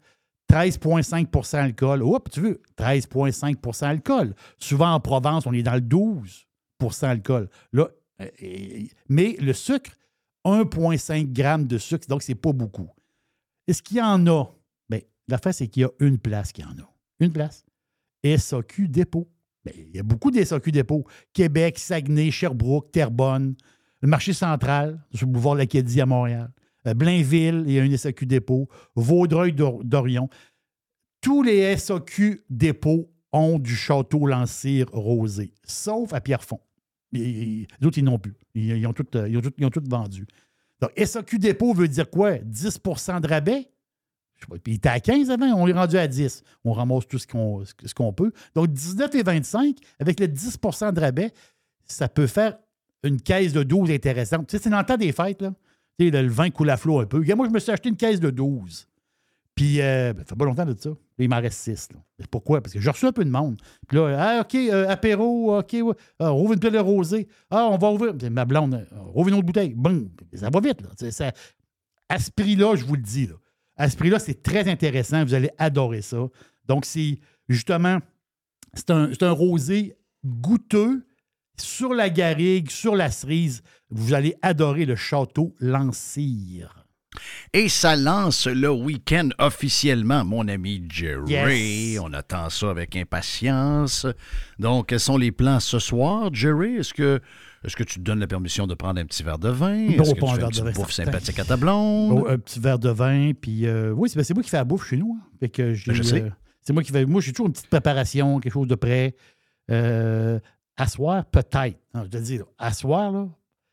13,5 alcool. Oups, tu veux, 13,5 alcool. Souvent, en Provence, on est dans le 12 alcool. Là, mais le sucre, 1,5 g de sucre, donc c'est pas beaucoup. Est-ce qu'il y en a? Bien, l'affaire, c'est qu'il y a une place qui en a. Une place. SAQ Dépôt. Bien, il y a beaucoup de SAQ Dépôt. Québec, Saguenay, Sherbrooke, Terrebonne, le marché central, sur le boulevard Lacadie à Montréal. Blainville, il y a un SAQ Dépôt. Vaudreuil-Dorion. Tous les SAQ Dépôt ont du Château Lancire rosé, sauf à Pierrefonds. Les autres, ils n'ont plus. Ils ont tout vendu. Donc, SAQ Dépôt veut dire quoi? 10 de rabais? Je sais pas, puis il était à 15 avant, on est rendu à 10. On ramasse tout ce qu'on peut. Donc, 19,25 avec le 10 de rabais, ça peut faire une caisse de 12 intéressante. Tu sais, c'est dans le temps des fêtes, là. Tu sais, le vin coule à flot un peu. Moi, je me suis acheté une caisse de 12. Puis, ça fait pas longtemps de ça. Il m'en reste 6. Là. Pourquoi? Parce que j'ai reçu un peu de monde. Puis là, OK, apéro, OK, ouais. On rouvre une pile de rosé. On va ouvrir. Ma blonde, rouvre une autre bouteille. Bon, ça va vite. Là. À ce prix-là, je vous le dis. Là. À ce prix-là, c'est très intéressant. Vous allez adorer ça. Donc, c'est justement, c'est un rosé goûteux sur la garrigue, sur la cerise. Vous allez adorer le Château Lancire. Et ça lance le week-end officiellement, mon ami Jerry. Yes. On attend ça avec impatience. Donc, quels sont les plans ce soir, Jerry? Est-ce que tu te donnes la permission de prendre un petit verre de vin? Non, Est-ce que pas tu un fais verre une de vin, petite bouffe certain. sympathique à ta blonde? Un petit verre de vin, puis oui, c'est moi qui fais la bouffe chez nous. Hein. Fait que Je sais. C'est moi qui fais. Moi, j'ai toujours une petite préparation, quelque chose de prêt. À soir, peut-être. Non, je te le dis, là, à soir, là,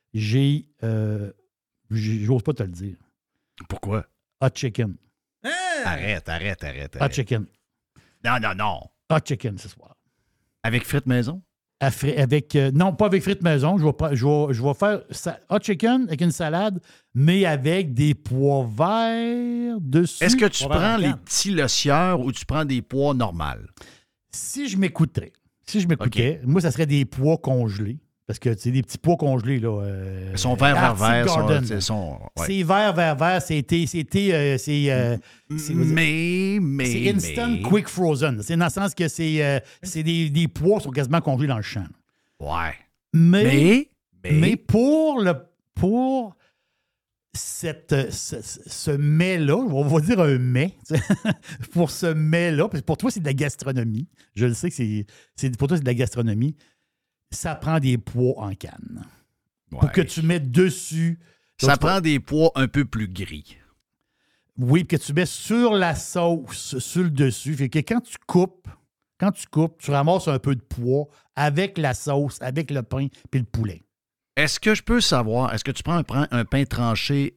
j'ose pas te le dire. Pourquoi? Hot chicken. Arrête. Hot chicken. Non. Hot chicken ce soir. Avec frites maison? Non, pas avec frites maison. Je vais faire hot chicken avec une salade, mais avec des pois verts dessus. Est-ce que tu prends les petits lossieurs ou tu prends des pois normales? Si je m'écoutais, Okay. moi, ça serait des pois congelés. Parce que c'est des petits pois congelés. Là, ils sont verts. Ouais. C'est vert. C'est instant quick frozen. C'est dans le sens que c'est des pois qui sont quasiment congelés dans le champ. Ouais. Mais pour ce mets-là, on va dire un mets, pour ce mets-là, parce que pour toi, c'est de la gastronomie. Je le sais que pour toi, c'est de la gastronomie. Ça prend des pois en canne. Ouais. Pour que tu mettes dessus. Ça prend des pois un peu plus gris. Oui, que tu mets sur la sauce, sur le dessus. Fait que quand tu coupes, tu ramasses un peu de pois avec la sauce, avec le pain puis le poulet. Est-ce que je peux savoir, est-ce que tu prends un pain tranché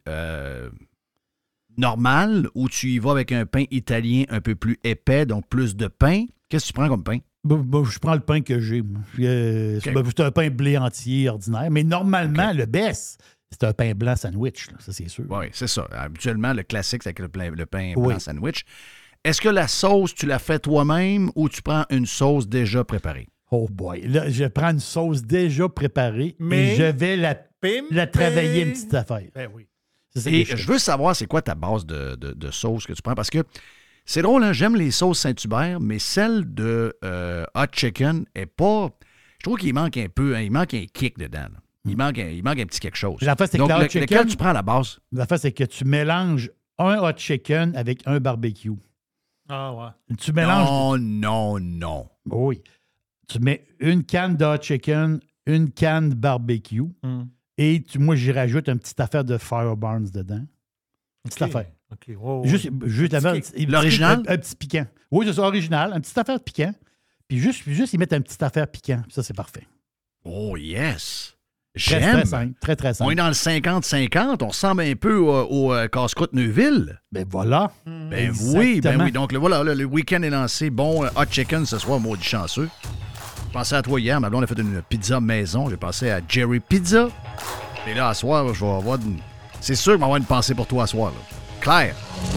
normal ou tu y vas avec un pain italien un peu plus épais, donc plus de pain? Qu'est-ce que tu prends comme pain? Je prends le pain que j'ai. C'est un pain blé entier ordinaire. Mais normalement, le best, c'est un pain blanc sandwich. Là, ça, c'est sûr. Oui, c'est ça. Habituellement, le classique, c'est avec le pain blanc sandwich. Est-ce que la sauce, tu la fais toi-même ou tu prends une sauce déjà préparée? Oh boy. Là, je prends une sauce déjà préparée et je vais la travailler une petite affaire. Ben oui. Et je veux savoir, c'est quoi ta base de sauce que tu prends? Parce que c'est drôle, hein? J'aime les sauces Saint-Hubert, mais celle de Hot Chicken est pas... Je trouve qu'il manque un peu, il manque un kick dedans. Là. Il manque un petit quelque chose. La face, c'est donc, que lequel tu prends à la base? La face, c'est que tu mélanges un Hot Chicken avec un barbecue. Ah ouais. Tu mélanges... Non. Oui. Tu mets une canne de Hot Chicken, une canne de barbecue, et moi, j'y rajoute une petite affaire de Fireburns dedans. Une petite affaire. OK. Wow. Juste l'original? Un petit piquant. Oui, c'est ça, original. Une petite affaire de piquant. Puis juste ils mettent une petite affaire piquant. Ça, c'est parfait. Oh, yes. Très, J'aime. très simple. Très, très simple. On est dans le 50-50. On ressemble un peu au casse-croûte Neuville. Ben voilà. Ben oui. Donc, voilà, le week-end est lancé. Bon, hot chicken ce soir, maudit chanceux. Je pensais à toi hier. Ma blonde a fait une pizza maison. J'ai pensé à Jerry Pizza. Et là, à soir, je vais avoir... C'est sûr que je vais avoir une pensée pour toi à soir. Là. Claire.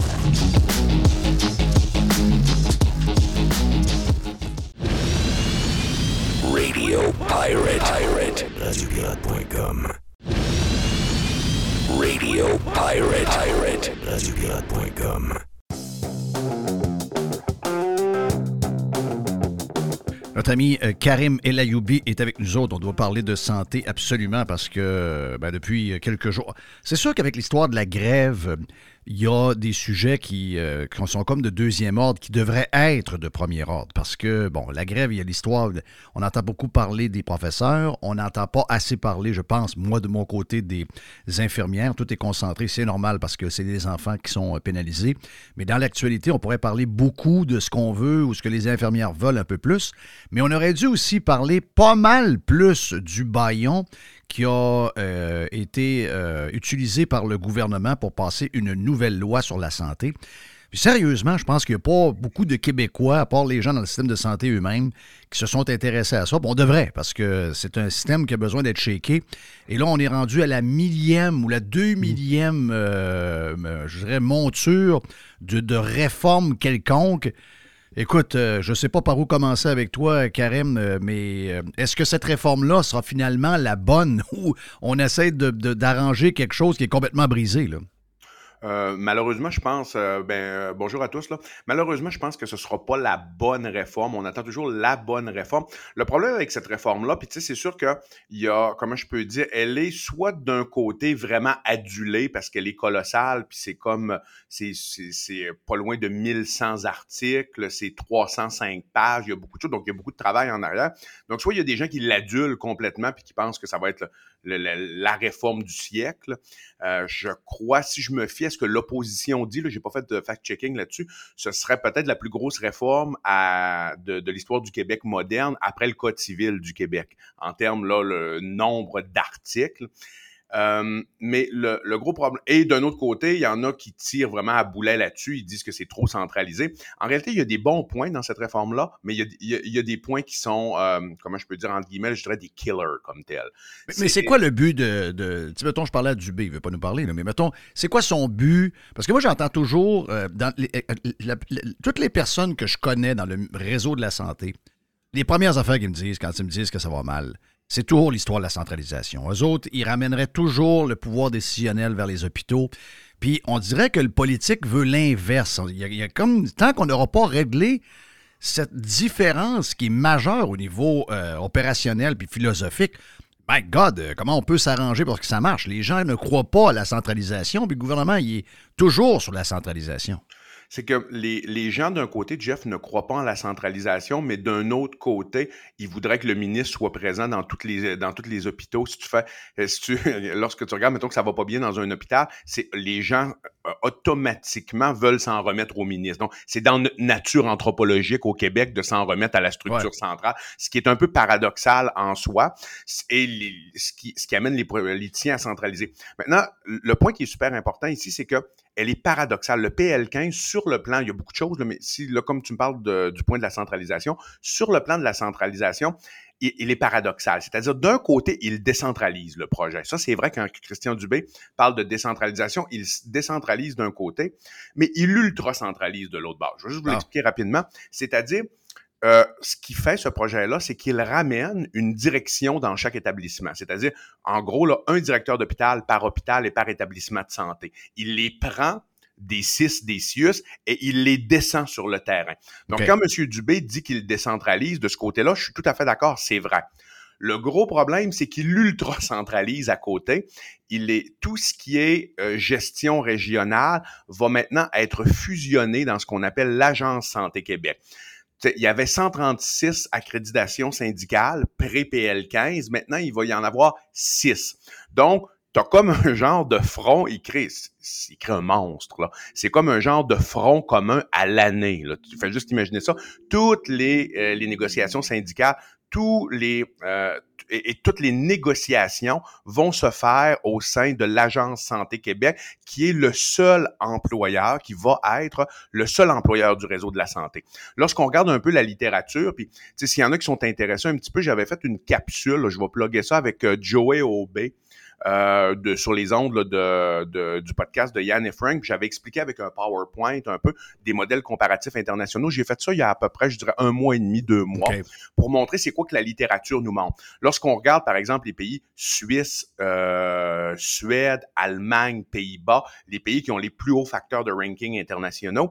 Radio Pirate. RadioPirate.com. Radio Pirate. RadioPirate.com. Notre ami Karim El Ayoubi est avec nous autres. On doit parler de santé absolument parce que depuis quelques jours... C'est sûr qu'avec l'histoire de la grève, il y a des sujets qui sont comme de deuxième ordre, qui devraient être de premier ordre. Parce que, la grève, il y a l'histoire... On entend beaucoup parler des professeurs. On n'entend pas assez parler, je pense, moi, de mon côté, des infirmières. Tout est concentré. C'est normal parce que c'est des enfants qui sont pénalisés. Mais dans l'actualité, on pourrait parler beaucoup de ce qu'on veut ou ce que les infirmières veulent un peu plus. Mais on aurait dû aussi parler pas mal plus du bâillon qui a été utilisé par le gouvernement pour passer une nouvelle loi sur la santé. Puis sérieusement, je pense qu'il n'y a pas beaucoup de Québécois, à part les gens dans le système de santé eux-mêmes, qui se sont intéressés à ça. Bon, on devrait, parce que c'est un système qui a besoin d'être shaké. Et là, on est rendu à la 1000e ou la 2000e, je dirais, monture de réforme quelconque. Écoute, je ne sais pas par où commencer avec toi, Karim, mais est-ce que cette réforme-là sera finalement la bonne ou on essaie d'arranger quelque chose qui est complètement brisé, là? Malheureusement, je pense, bonjour à tous, là. Malheureusement, je pense que ce sera pas la bonne réforme. On attend toujours la bonne réforme. Le problème avec cette réforme-là, puis tu sais, c'est sûr qu'il y a, comment je peux dire, elle est soit d'un côté vraiment adulée parce qu'elle est colossale, puis c'est comme, c'est pas loin de 1100 articles, c'est 305 pages, il y a beaucoup de choses, donc il y a beaucoup de travail en arrière. Donc, soit il y a des gens qui l'adulent complètement puis qui pensent que ça va être la réforme du siècle. Je crois, si je me fie à ce que l'opposition dit, là, j'ai pas fait de fact-checking là-dessus, ce serait peut-être la plus grosse réforme de l'histoire du Québec moderne après le Code civil du Québec, en termes, là, le nombre d'articles. Mais le gros problème... Et d'un autre côté, il y en a qui tirent vraiment à boulet là-dessus. Ils disent que c'est trop centralisé. En réalité, il y a des bons points dans cette réforme-là, mais il y a des points qui sont, comment je peux dire, entre guillemets, je dirais des killers comme tels. Mais c'est quoi le but de tu sais, mettons, je parlais à Dubé, il ne veut pas nous parler, là, mais mettons, c'est quoi son but? Parce que moi, j'entends toujours, toutes les personnes que je connais dans le réseau de la santé, les premières affaires qu'ils me disent quand ils me disent que ça va mal, c'est toujours l'histoire de la centralisation. Eux autres, ils ramèneraient toujours le pouvoir décisionnel vers les hôpitaux. Puis on dirait que le politique veut l'inverse. Il y a comme, tant qu'on n'aura pas réglé cette différence qui est majeure au niveau opérationnel puis philosophique, my God, comment on peut s'arranger pour que ça marche? Les gens ne croient pas à la centralisation, puis le gouvernement, il est toujours sur la centralisation. C'est que les gens, d'un côté, Jeff, ne croient pas en la centralisation, mais d'un autre côté, ils voudraient que le ministre soit présent dans tous les hôpitaux. Lorsque tu regardes, mettons que ça va pas bien dans un hôpital, les gens automatiquement veulent s'en remettre au ministre. Donc, c'est dans notre nature anthropologique au Québec de s'en remettre à la structure centrale, ce qui est un peu paradoxal en soi, et ce qui amène les tiens à centraliser. Maintenant, le point qui est super important ici, c'est que elle est paradoxale. Le PL15, sur le plan, il y a beaucoup de choses, mais comme tu me parles du point de la centralisation, sur le plan de la centralisation, il est paradoxal. C'est-à-dire, d'un côté, il décentralise le projet. Ça, c'est vrai quand Christian Dubé parle de décentralisation, il décentralise d'un côté, mais il ultra-centralise de l'autre bord. Je vais juste vous l'expliquer rapidement. C'est-à-dire, ce qui fait ce projet-là, c'est qu'il ramène une direction dans chaque établissement. C'est-à-dire, en gros, là, un directeur d'hôpital par hôpital et par établissement de santé. Il les prend des CIS, des CIUS, et il les descend sur le terrain. Donc, quand M. Dubé dit qu'il décentralise de ce côté-là, je suis tout à fait d'accord, c'est vrai. Le gros problème, c'est qu'il ultra-centralise à côté. Tout ce qui est gestion régionale va maintenant être fusionné dans ce qu'on appelle l'Agence Santé Québec. Il y avait 136 accréditations syndicales pré-PL15. Maintenant, il va y en avoir 6. Donc, t'as comme un genre de front, il crée un monstre, là. C'est comme un genre de front commun à l'année, là. Tu fais juste imaginer ça. Toutes les négociations syndicales, toutes les négociations vont se faire au sein de l'Agence Santé Québec, qui est le seul employeur, qui va être le seul employeur du réseau de la santé. Lorsqu'on regarde un peu la littérature, puis s'il y en a qui sont intéressés un petit peu, j'avais fait une capsule, là, je vais plugger ça avec Joey Aubé, sur les ondes là, du podcast de Yann et Frank. J'avais expliqué avec un PowerPoint un peu des modèles comparatifs internationaux. J'ai fait ça il y a à peu près, je dirais, 1 mois et demi, 2 mois, pour montrer c'est quoi que la littérature nous montre. Lorsqu'on regarde, par exemple, les pays Suisse, Suède, Allemagne, Pays-Bas, les pays qui ont les plus hauts facteurs de ranking internationaux,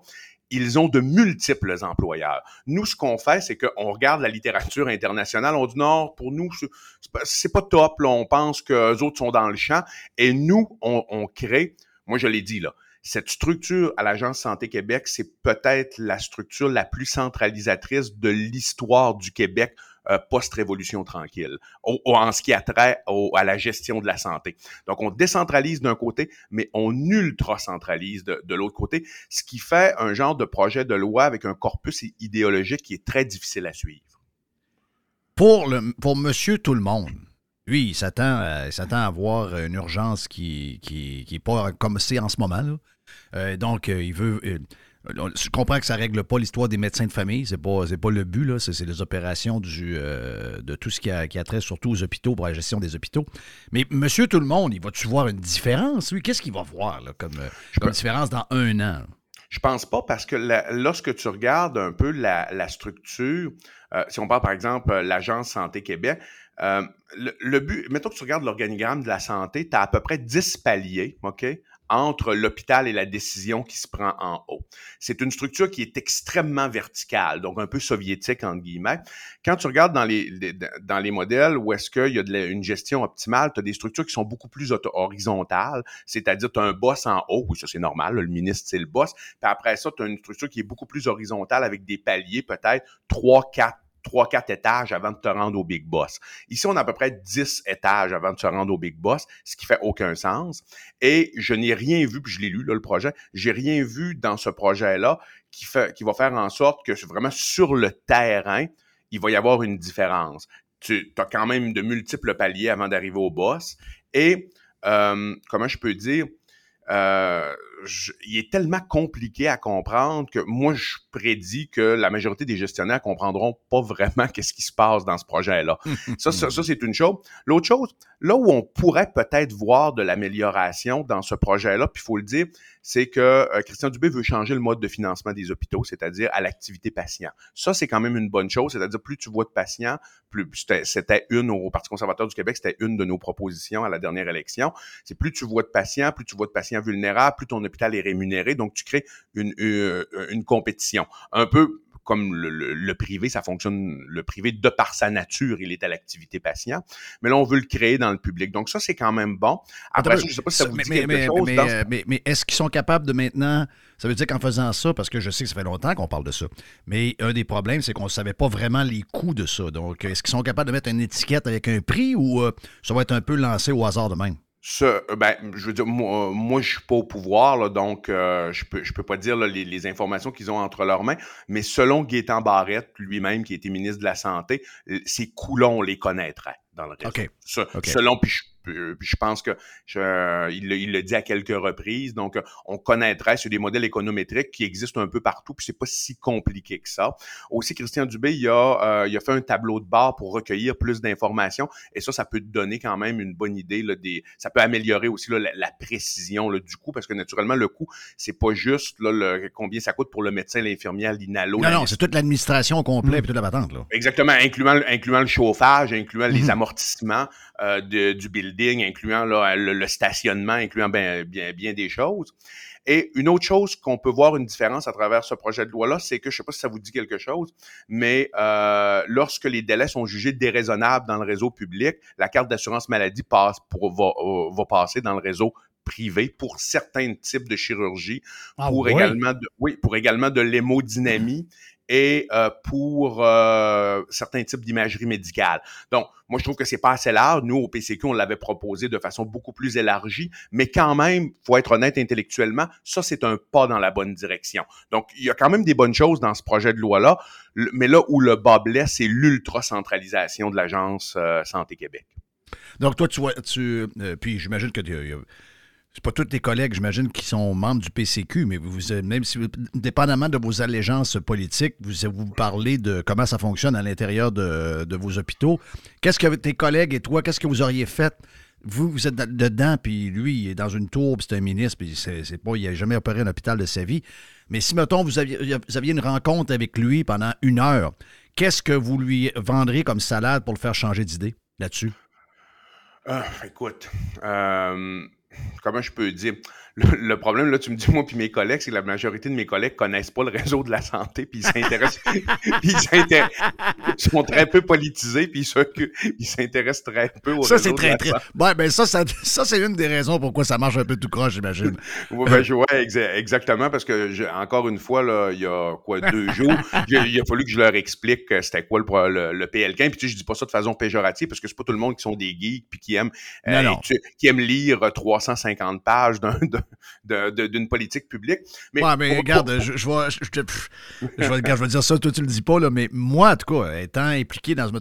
ils ont de multiples employeurs. Nous, ce qu'on fait, c'est qu'on regarde la littérature internationale, on dit non, pour nous, c'est pas top, là, on pense qu'eux autres sont dans le champ, et nous, on crée, moi je l'ai dit là, cette structure à l'Agence Santé Québec, c'est peut-être la structure la plus centralisatrice de l'histoire du Québec post-révolution tranquille, en ce qui a trait à la gestion de la santé. Donc, on décentralise d'un côté, mais on ultra-centralise de l'autre côté, ce qui fait un genre de projet de loi avec un corpus idéologique qui est très difficile à suivre. Pour monsieur tout le monde, lui, il s'attend à voir une urgence qui est pas comme c'est en ce moment, là. Donc, il veut... je comprends que ça ne règle pas l'histoire des médecins de famille, c'est pas le but, là. C'est les opérations de tout ce qui a trait surtout aux hôpitaux, pour la gestion des hôpitaux. Mais monsieur tout le monde, il va-tu voir une différence? Oui, qu'est-ce qu'il va voir là, comme différence dans 1 an? Je pense pas, parce que lorsque tu regardes un peu la structure, si on parle par exemple l'Agence Santé Québec, le but, mettons que tu regardes l'organigramme de la santé, tu as à peu près 10 paliers, OK, entre l'hôpital et la décision qui se prend en haut. C'est une structure qui est extrêmement verticale, donc un peu soviétique, entre guillemets. Quand tu regardes dans les modèles où est-ce qu'il y a une gestion optimale, tu as des structures qui sont beaucoup plus horizontales, c'est-à-dire tu as un boss en haut, oui, ça c'est normal, là, le ministre c'est le boss, puis après ça, tu as une structure qui est beaucoup plus horizontale avec des paliers, peut-être 3-4 étages avant de te rendre au Big Boss. Ici, on a à peu près 10 étages avant de se rendre au Big Boss, ce qui fait aucun sens. Et je n'ai rien vu, puis je l'ai lu, là, le projet, j'ai rien vu dans ce projet-là qui va faire en sorte que vraiment sur le terrain, il va y avoir une différence. Tu as quand même de multiples paliers avant d'arriver au boss. Et, comment je peux dire... il est tellement compliqué à comprendre que moi, je prédis que la majorité des gestionnaires comprendront pas vraiment qu'est-ce qui se passe dans ce projet-là. Ça, c'est une chose. L'autre chose, là où on pourrait peut-être voir de l'amélioration dans ce projet-là, puis il faut le dire, c'est que Christian Dubé veut changer le mode de financement des hôpitaux, c'est-à-dire à l'activité patient. Ça, c'est quand même une bonne chose, c'est-à-dire plus tu vois de patients, plus c'était au Parti conservateur du Québec, c'était une de nos propositions à la dernière élection. C'est plus tu vois de patients vulnérables, plus ton hôpital est rémunéré, donc tu crées une compétition. Un peu comme le privé, ça fonctionne, le privé, de par sa nature, il est à l'activité patient, mais là, on veut le créer dans le public. Donc ça, c'est quand même bon. Après, je ne sais pas si ça vous dit quelque chose. Mais est-ce qu'ils sont capables de maintenant, ça veut dire qu'en faisant ça, parce que je sais que ça fait longtemps qu'on parle de ça, mais un des problèmes, c'est qu'on ne savait pas vraiment les coûts de ça. Donc, est-ce qu'ils sont capables de mettre une étiquette avec un prix ou ça va être un peu lancé au hasard de même? Je veux dire, moi, je suis pas au pouvoir, là, donc je peux pas dire là, les informations qu'ils ont entre leurs mains, mais selon Gaétan Barrette, lui-même, qui était ministre de la Santé, ces coûts-là, on les connaîtrait dans le réseau. Okay. Selon, puis je pense que il le dit à quelques reprises, donc on connaîtrait sur des modèles économétriques qui existent un peu partout, puis c'est pas si compliqué que ça. Aussi, Christian Dubé, il a fait un tableau de bord pour recueillir plus d'informations, et ça peut te donner quand même une bonne idée, là, ça peut améliorer aussi là, la précision là, du coût, parce que naturellement, le coût, c'est pas juste là, combien ça coûte pour le médecin, l'infirmière, l'inalo. Non, c'est toute l'administration au complet, puis toute la patente, là. Exactement, incluant le chauffage, incluant les amortissements du building, incluant là, le stationnement, incluant bien des choses. Et une autre chose qu'on peut voir une différence à travers ce projet de loi-là, c'est que, je ne sais pas si ça vous dit quelque chose, mais lorsque les délais sont jugés déraisonnables dans le réseau public, la carte d'assurance maladie va passer dans le réseau privé pour certains types de chirurgie, pour également de l'hémodynamie et pour certains types d'imagerie médicale. Donc, moi, je trouve que c'est pas assez large. Nous, au PCQ, on l'avait proposé de façon beaucoup plus élargie, mais quand même, faut être honnête intellectuellement, ça, c'est un pas dans la bonne direction. Donc, il y a quand même des bonnes choses dans ce projet de loi-là, mais là où le bas blesse, c'est l'ultra-centralisation de l'Agence Santé Québec. Donc, toi, puis j'imagine que c'est pas tous tes collègues, j'imagine, qui sont membres du PCQ, mais même si, dépendamment de vos allégeances politiques, vous parlez de comment ça fonctionne à l'intérieur de vos hôpitaux. Qu'est-ce que tes collègues et toi, qu'est-ce que vous auriez fait? Vous êtes dedans, puis lui, il est dans une tour, puis c'est un ministre, puis il n'a jamais opéré un hôpital de sa vie. Mais si, mettons, vous aviez une rencontre avec lui pendant 1 heure, qu'est-ce que vous lui vendriez comme salade pour le faire changer d'idée là-dessus? Écoute, comment je peux dire, le problème, là, tu me dis, moi puis mes collègues, c'est que la majorité de mes collègues connaissent pas le réseau de la santé, puis ils sont très peu politisés, puis ils s'intéressent très peu au ça, réseau c'est très, de la santé. Ouais, ben ça, c'est une des raisons pourquoi ça marche un peu tout croche, j'imagine. Exactement, parce que, encore une fois, là, il y a 2 jours, il a fallu que je leur explique c'était quoi le PL15, puis tu sais, je dis pas ça de façon péjorative, parce que c'est pas tout le monde qui sont des geeks, puis qui aiment lire 350 pages d'une politique publique. Mais regarde, je vais dire ça, toi tu le dis pas, là, mais moi, en tout cas, étant impliqué dans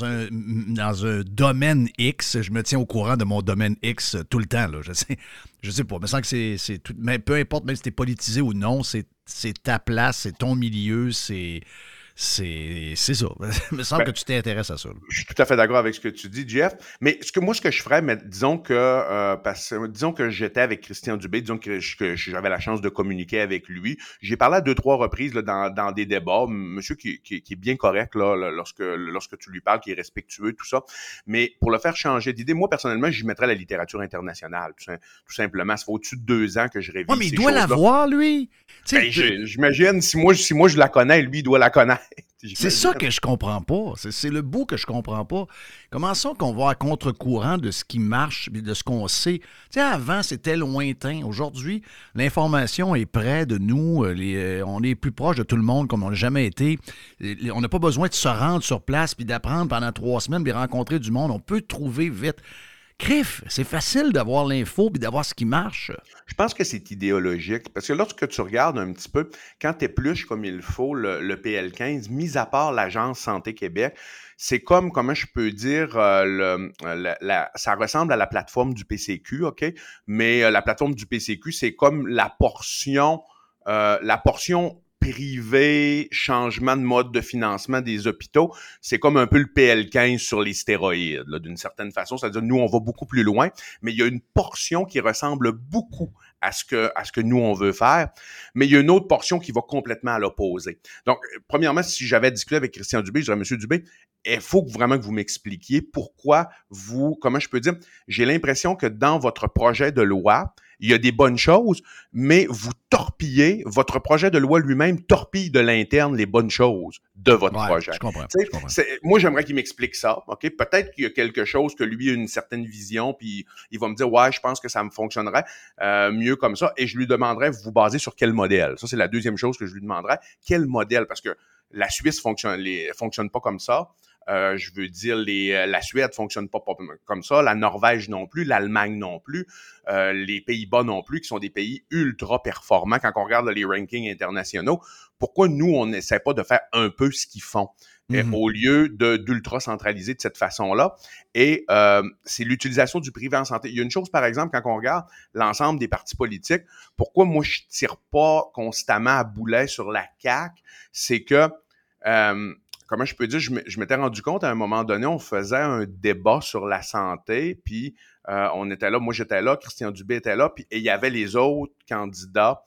un domaine X, je me tiens au courant de mon domaine X tout le temps, là. Je sais pas, il me semble que c'est tout, mais peu importe, même si t'es politisé ou non, c'est ta place, c'est ton milieu, c'est ça. Il me semble que tu t'intéresses à ça. Là. Je suis tout à fait d'accord avec ce que tu dis, Jeff. Mais ce que je ferais, mais disons que j'étais avec Christian Dubé, disons que j'avais la chance de communiquer avec lui. J'ai parlé à 2-3 reprises là, dans des débats. Monsieur qui est bien correct là, lorsque tu lui parles, qui est respectueux, tout ça. Mais pour le faire changer d'idée, moi, personnellement, j'y mettrais la littérature internationale. Tout simplement. Ça fait au-dessus de 2 ans que je révise. Ouais, mais il doit la voir, lui. Ben, j'imagine, si moi je la connais, lui, il doit la connaître. C'est ça que je comprends pas. C'est le bout que je comprends pas. Comment ça qu'on va à contre-courant de ce qui marche et de ce qu'on sait? Tu sais, avant, c'était lointain. Aujourd'hui, l'information est près de nous. On est plus proche de tout le monde comme on n'a jamais été. On n'a pas besoin de se rendre sur place puis d'apprendre pendant 3 semaines puis rencontrer du monde. On peut trouver vite. Criff, c'est facile d'avoir l'info puis d'avoir ce qui marche. Je pense que c'est idéologique. Parce que lorsque tu regardes un petit peu, quand tu épluches comme il faut le PL15, mis à part l'Agence Santé Québec, c'est comme, comment je peux dire, ça ressemble à la plateforme du PCQ, OK? Mais la plateforme du PCQ, c'est comme la portion privé, changement de mode de financement des hôpitaux, c'est comme un peu le PL15 sur les stéroïdes, là, d'une certaine façon. C'est-à-dire, nous, on va beaucoup plus loin, mais il y a une portion qui ressemble beaucoup à ce que nous, on veut faire, mais il y a une autre portion qui va complètement à l'opposé. Donc, premièrement, si j'avais discuté avec Christian Dubé, je dirais, Monsieur Dubé, il faut vraiment que vous m'expliquiez pourquoi comment je peux dire, j'ai l'impression que dans votre projet de loi, il y a des bonnes choses, mais vous torpillez, votre projet de loi lui-même torpille de l'interne les bonnes choses de votre projet. Je comprends. Moi, j'aimerais qu'il m'explique ça, OK? Peut-être qu'il y a quelque chose que lui a une certaine vision, puis il va me dire, ouais, je pense que ça me fonctionnerait mieux comme ça, et je lui demanderais, vous basez sur quel modèle? Ça, c'est la deuxième chose que je lui demanderais. Quel modèle? Parce que la Suisse fonctionne pas comme ça. Je veux dire, la Suède fonctionne pas comme ça, la Norvège non plus, l'Allemagne non plus, les Pays-Bas non plus, qui sont des pays ultra performants quand on regarde les rankings internationaux. Pourquoi nous, on n'essaie pas de faire un peu ce qu'ils font au lieu d'ultra centraliser de cette façon-là? Et c'est l'utilisation du privé en santé. Il y a une chose, par exemple, quand on regarde l'ensemble des partis politiques, pourquoi moi, je tire pas constamment à boulet sur la CAQ, c'est que comment je peux dire, je m'étais rendu compte à un moment donné, on faisait un débat sur la santé, puis on était là, moi j'étais là, Christian Dubé était là, puis il y avait les autres candidats,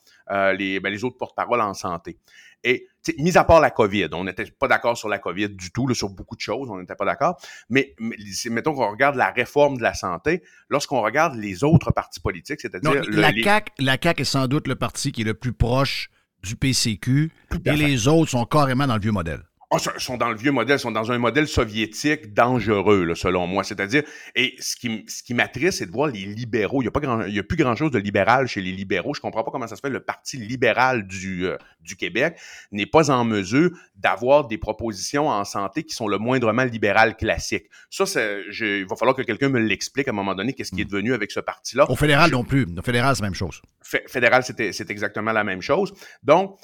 les autres porte-parole en santé. Et mis à part la COVID, on n'était pas d'accord sur la COVID du tout, là, sur beaucoup de choses, on n'était pas d'accord, mais mettons qu'on regarde la réforme de la santé, lorsqu'on regarde les autres partis politiques, c'est-à-dire... La CAQ est sans doute le parti qui est le plus proche du PCQ, et les autres sont carrément dans le vieux modèle. Sont dans le vieux modèle, sont dans un modèle soviétique dangereux, là, selon moi. C'est-à-dire, et ce qui m'attriste, c'est de voir les libéraux. Il y a plus grand-chose de libéral chez les libéraux. Je comprends pas comment ça se fait. Le Parti libéral du Québec n'est pas en mesure d'avoir des propositions en santé qui sont le moindrement libéral classique. Ça, il va falloir que quelqu'un me l'explique à un moment donné, qu'est-ce qui est devenu avec ce parti-là. Au fédéral non plus. Au fédéral, c'est la même chose. Fédéral, c'est exactement la même chose. Donc,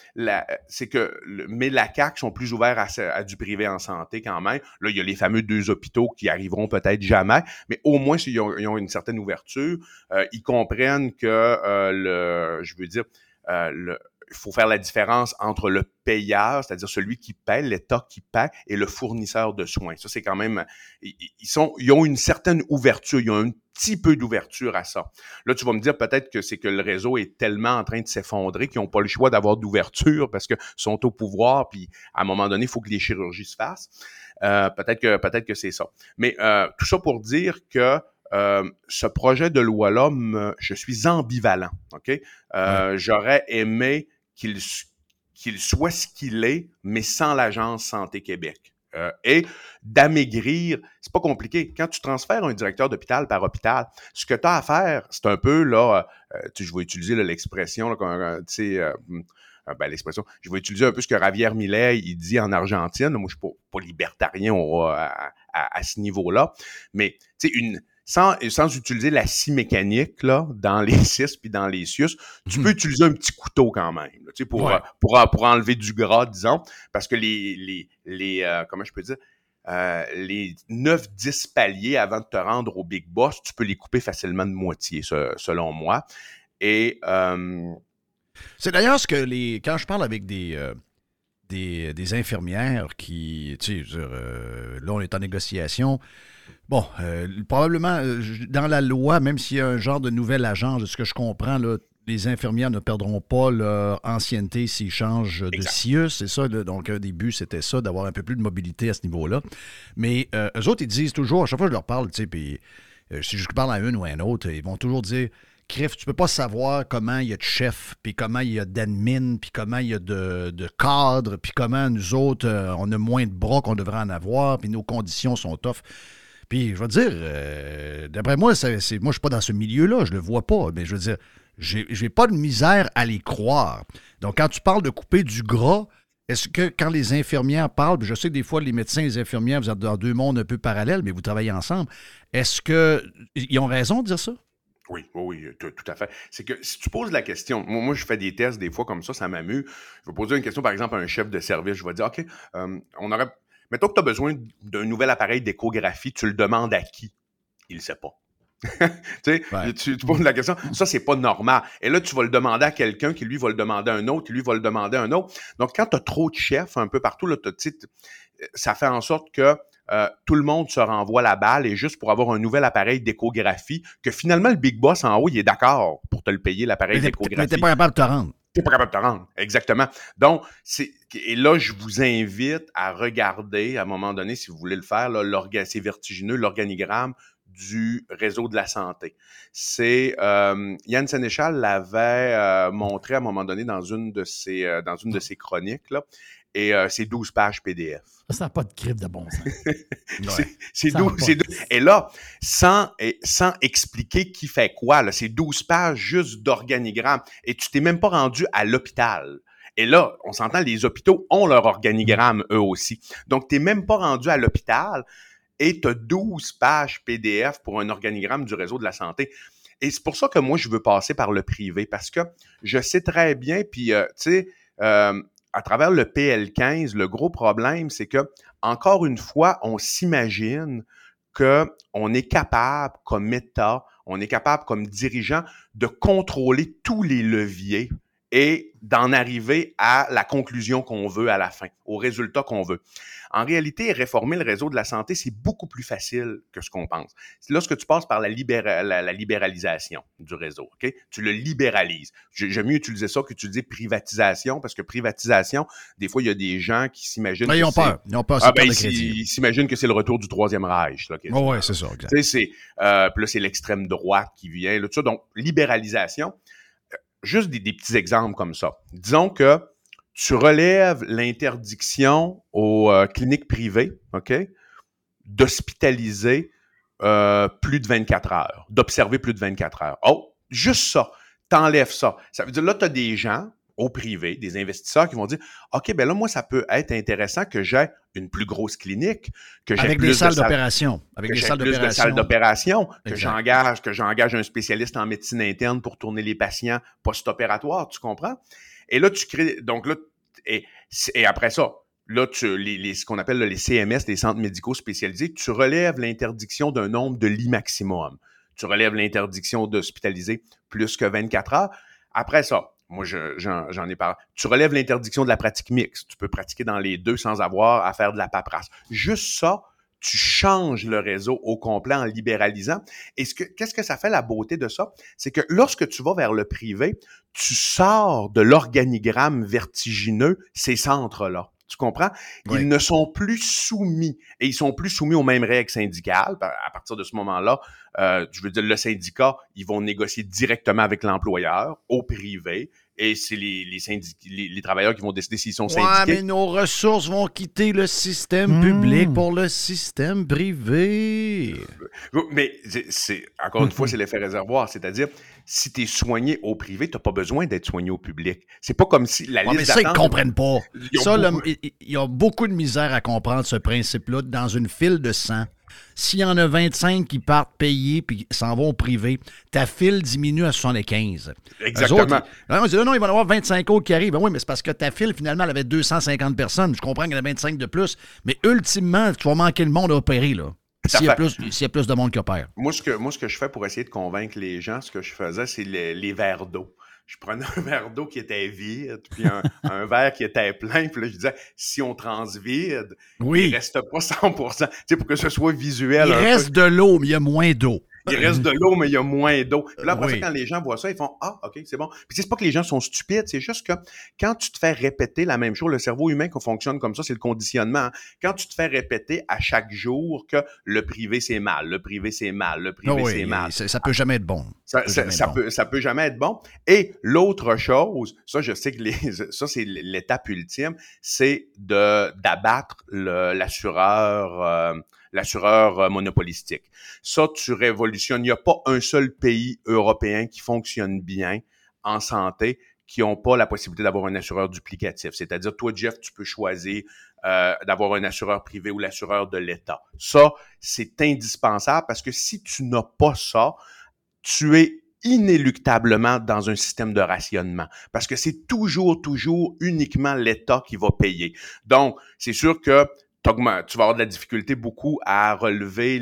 mais la CAQ sont plus ouverts à du privé en santé quand même. Là, il y a les fameux 2 hôpitaux qui arriveront peut-être jamais, mais au moins, ils ont une certaine ouverture. Ils comprennent que il faut faire la différence entre le payeur, c'est-à-dire celui qui paie, l'État qui paie, et le fournisseur de soins. Ça, c'est quand même... Ils ont une certaine ouverture, ils ont un petit peu d'ouverture à ça. Là, tu vas me dire peut-être que c'est que le réseau est tellement en train de s'effondrer qu'ils n'ont pas le choix d'avoir d'ouverture parce qu'ils sont au pouvoir, puis à un moment donné, il faut que les chirurgies se fassent. Peut-être que c'est ça. Mais tout ça pour dire que ce projet de loi-là, je suis ambivalent. OK? J'aurais aimé qu'il soit ce qu'il est, mais sans l'Agence Santé Québec. Et d'amaigrir, c'est pas compliqué. Quand tu transfères un directeur d'hôpital par hôpital, ce que tu as à faire, c'est un peu, là, je vais utiliser là, l'expression, là, l'expression, je vais utiliser un peu ce que Javier Milei, il dit en Argentine. Moi, je suis pas libertarien à ce niveau-là, mais tu sais, sans utiliser la scie mécanique là, dans les cis puis dans les cius, tu peux utiliser un petit couteau quand même là, pour enlever du gras, disons, parce que les comment je peux dire, les 9-10 paliers avant de te rendre au Big Boss, tu peux les couper facilement de moitié, selon moi. Et c'est d'ailleurs ce que quand je parle avec des infirmières qui, tu sais, là on est en négociation. Bon, probablement, dans la loi, même s'il y a un genre de nouvelle agence, de ce que je comprends, là, les infirmières ne perdront pas leur ancienneté s'ils changent de CIUS, c'est ça. Là, donc, un début, c'était ça, d'avoir un peu plus de mobilité à ce niveau-là. Mais eux autres, ils disent toujours, à chaque fois que je leur parle, tu sais, puis si je parle à une ou à un autre, ils vont toujours dire, Criff, tu peux pas savoir comment il y a de chefs, puis comment il y a d'admin, puis comment il y a de cadres, puis comment nous autres, on a moins de bras qu'on devrait en avoir, puis nos conditions sont tough. Puis, je veux dire, d'après moi, moi, je ne suis pas dans ce milieu-là, je le vois pas, mais je veux dire, j'ai pas de misère à les croire. Donc, quand tu parles de couper du gras, est-ce que quand les infirmières parlent, je sais que des fois, les médecins et les infirmières, vous êtes dans deux mondes un peu parallèles, mais vous travaillez ensemble, est-ce qu'ils ont raison de dire ça? Oui, tout à fait. C'est que si tu poses la question, moi je fais des tests des fois comme ça m'amuse. Je vais poser une question, par exemple, à un chef de service. Je vais dire, OK, mettons que tu as besoin d'un nouvel appareil d'échographie, tu le demandes à qui? Il ne sait pas. Tu poses la question, ça, c'est pas normal. Et là, tu vas le demander à quelqu'un qui, lui, va le demander à un autre, qui, lui, va le demander à un autre. Donc, quand tu as trop de chefs un peu partout, là, ça fait en sorte que tout le monde se renvoie la balle et juste pour avoir un nouvel appareil d'échographie, que finalement, le Big Boss en haut, il est d'accord pour te le payer, l'appareil d'échographie. Mais t'es pas capable de te rendre. T'es pas capable de te rendre, exactement. Donc, et là, je vous invite à regarder, à un moment donné, si vous voulez le faire, là, c'est vertigineux, l'organigramme du réseau de la santé. C'est Yann Sénéchal l'avait montré à un moment donné dans une de ses chroniques, là, et c'est 12 pages PDF. Ça n'a pas de crime de bon sens. C'est 12. Et là, sans expliquer qui fait quoi, là, c'est 12 pages juste d'organigramme. Et tu t'es même pas rendu à l'hôpital. Et là, on s'entend, les hôpitaux ont leur organigramme eux aussi. Donc, tu n'es même pas rendu à l'hôpital et tu as 12 pages PDF pour un organigramme du réseau de la santé. Et c'est pour ça que moi, je veux passer par le privé parce que je sais très bien, puis, tu sais, à travers le PL15, le gros problème, c'est que, encore une fois, on s'imagine qu'on est capable, comme État, on est capable, comme dirigeant, de contrôler tous les leviers et d'en arriver à la conclusion qu'on veut à la fin, au résultat qu'on veut. En réalité, réformer le réseau de la santé, c'est beaucoup plus facile que ce qu'on pense. C'est lorsque tu passes par la libéralisation du réseau, OK? Tu le libéralises. J'aime mieux utiliser ça qu'utiliser privatisation, parce que privatisation, des fois, il y a des gens qui s'imaginent... Ils ont peur. Ils ont peur, c'est peur de crédit. Ils s'imaginent que c'est le retour du Troisième Reich. Oui, c'est ça, exact. Tu sais, puis là, c'est l'extrême droite qui vient. Là, tout ça. Donc, libéralisation, juste des petits exemples comme ça. Disons que tu relèves l'interdiction aux cliniques privées, OK, d'hospitaliser plus de 24 heures, d'observer plus de 24 heures. Oh, juste ça, t'enlèves ça. Ça veut dire, là, tu as des gens au privé, des investisseurs qui vont dire, OK, ben là, moi, ça peut être intéressant que j'ai une plus grosse clinique, que j'ai avec plus des salles d'opération. Avec des salles plus de salles d'opération, que Exact. j'engage un spécialiste en médecine interne pour tourner les patients post-opératoires, tu comprends? Et là, tu crées... Donc là, et après ça, là, ce qu'on appelle là, les CMS, les centres médicaux spécialisés, tu relèves l'interdiction d'un nombre de lits maximum. Tu relèves l'interdiction d'hospitaliser plus que 24 heures. Après ça, moi, j'en ai parlé. Tu relèves l'interdiction de la pratique mixte. Tu peux pratiquer dans les deux sans avoir à faire de la paperasse. Juste ça, tu changes le réseau au complet en libéralisant. Et qu'est-ce que ça fait la beauté de ça? C'est que lorsque tu vas vers le privé, tu sors de l'organigramme vertigineux ces centres-là. Tu comprends? Oui. Ils ne sont plus soumis, et ils sont plus soumis aux mêmes règles syndicales. À partir de ce moment-là, je veux dire, le syndicat, ils vont négocier directement avec l'employeur, au privé, et c'est les travailleurs qui vont décider s'ils sont syndiqués. Ouais, mais nos ressources vont quitter le système public pour le système privé. Mais encore une fois, c'est l'effet réservoir. C'est-à-dire, si tu es soigné au privé, tu n'as pas besoin d'être soigné au public. C'est pas comme si la liste mais ça, ils ne comprennent pas. Il y a beaucoup de misère à comprendre ce principe-là dans une file de 100. S'il y en a 25 qui partent payer puis s'en vont au privé, ta file diminue à 75. Exactement. On dit, non, il va y en avoir 25 autres qui arrivent. Ben oui, mais c'est parce que ta file, finalement, elle avait 250 personnes. Je comprends qu'il y en a 25 de plus. Mais ultimement, tu vas manquer le monde à opérer, là. S'il y a plus de monde qui opère. Moi, ce que je fais pour essayer de convaincre les gens, ce que je faisais, c'est les verres d'eau. Je prenais un verre d'eau qui était vide, puis un verre qui était plein, puis là, je disais, si on transvide, il reste pas 100%, tu sais, pour que ce soit visuel. Il reste de l'eau, mais il y a moins d'eau. Il reste de l'eau, mais il y a moins d'eau. Puis là, après ça, quand les gens voient ça, ils font « Ah, OK, c'est bon. » Puis c'est pas que les gens sont stupides, c'est juste que quand tu te fais répéter la même chose, le cerveau humain qui fonctionne comme ça, c'est le conditionnement. Hein. Quand tu te fais répéter à chaque jour que le privé, c'est mal, le privé, c'est mal, le privé, c'est mal. Ça peut jamais être bon. Ça peut jamais être bon. Et l'autre chose, ça, je sais que ça, c'est l'étape ultime, c'est d'abattre l'assureur monopolistique. Ça, tu révolutionnes. Il n'y a pas un seul pays européen qui fonctionne bien en santé qui n'ont pas la possibilité d'avoir un assureur duplicatif. C'est-à-dire, toi, Jeff, tu peux choisir d'avoir un assureur privé ou l'assureur de l'État. Ça, c'est indispensable parce que si tu n'as pas ça, tu es inéluctablement dans un système de rationnement parce que c'est toujours uniquement l'État qui va payer. Donc, c'est sûr que tu vas avoir de la difficulté beaucoup à relever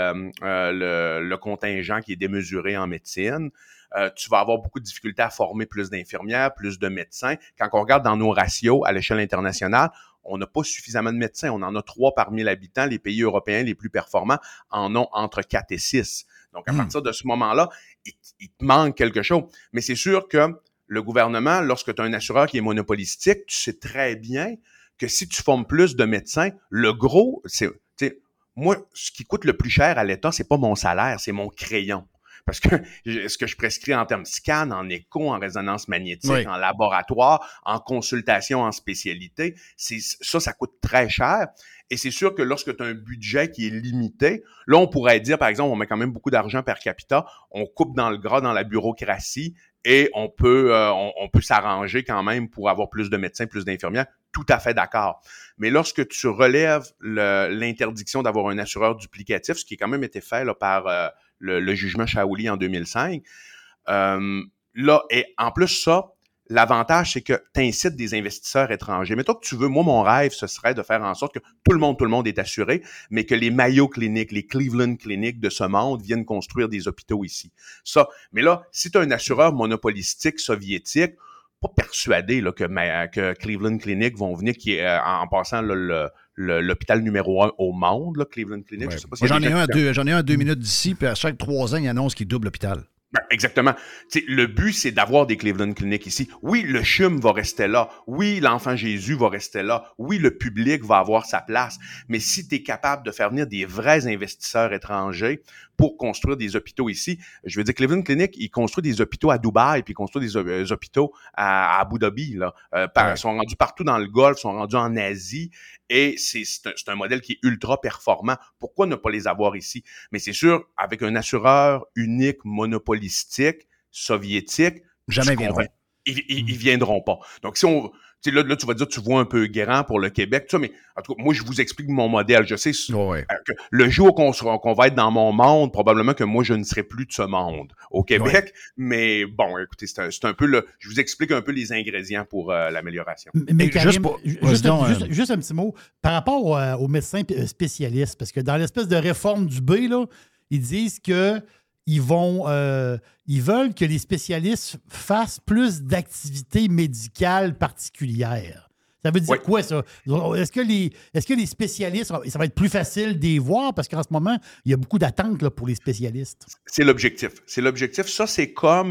le contingent qui est démesuré en médecine. Tu vas avoir beaucoup de difficultés à former plus d'infirmières, plus de médecins. Quand on regarde dans nos ratios à l'échelle internationale, on n'a pas suffisamment de médecins. On en a 3 par 1000 habitants. Les pays européens les plus performants en ont entre 4 et 6. Donc, à partir de ce moment-là, il te manque quelque chose. Mais c'est sûr que le gouvernement, lorsque tu as un assureur qui est monopolistique, tu sais très bien que si tu formes plus de médecins, le gros, moi, ce qui coûte le plus cher à l'État, c'est pas mon salaire, c'est mon crayon. Parce que ce que je prescris en termes scan, en écho, en résonance magnétique, en laboratoire, en consultation en spécialité, ça coûte très cher. Et c'est sûr que lorsque tu as un budget qui est limité, là, on pourrait dire, par exemple, on met quand même beaucoup d'argent per capita, on coupe dans le gras dans la bureaucratie et on peut s'arranger quand même pour avoir plus de médecins, plus d'infirmières. Tout à fait d'accord. Mais lorsque tu relèves l'interdiction d'avoir un assureur duplicatif, ce qui a quand même été fait là, par le jugement Shaoli en 2005, là, et en plus ça, l'avantage, c'est que tu incites des investisseurs étrangers. Mettons que tu veux, moi, mon rêve, ce serait de faire en sorte que tout le monde est assuré, mais que les Mayo Clinic, les Cleveland Clinic de ce monde viennent construire des hôpitaux ici. Ça. Mais là, si tu as un assureur monopolistique soviétique, pas persuadé là, que Cleveland Clinic vont venir, qui est en passant là, l'hôpital numéro 1 au monde, là, Cleveland Clinic. Ouais. Je sais pas si j'en ai un à 2 minutes d'ici, puis à chaque 3 ans, ils annoncent qu'ils doublent l'hôpital. Ben, exactement. T'sais, le but, c'est d'avoir des Cleveland Clinic ici. Oui, le CHUM va rester là. Oui, l'enfant Jésus va rester là. Oui, le public va avoir sa place. Mais si tu es capable de faire venir des vrais investisseurs étrangers pour construire des hôpitaux ici, je veux dire, Cleveland Clinic, ils construisent des hôpitaux à Dubaï, puis ils construisent des hôpitaux à Abu Dhabi. Là. Ils sont rendus partout dans le Golfe, sont rendus en Asie. Et c'est un modèle qui est ultra performant. Pourquoi ne pas les avoir ici? Mais c'est sûr, avec un assureur unique, monopolistique, soviétique, jamais viendront. Ils viendront pas. Donc, si on... Là, tu vas dire, tu vois un peu grand pour le Québec, tout ça, mais en tout cas, moi, je vous explique mon modèle. Je sais que le jour qu'on va être dans mon monde, probablement que moi, je ne serai plus de ce monde au Québec. Mais bon, écoutez, c'est un peu je vous explique un peu les ingrédients pour l'amélioration. Mais Karim, juste un petit mot. Par rapport aux médecins spécialistes, parce que dans l'espèce de réforme du B, là, ils disent que ils veulent que les spécialistes fassent plus d'activités médicales particulières. Ça veut dire quoi, ça? Est-ce que les spécialistes, ça va être plus facile d'y voir? Parce qu'en ce moment, il y a beaucoup d'attentes là, pour les spécialistes. C'est l'objectif. Ça, c'est comme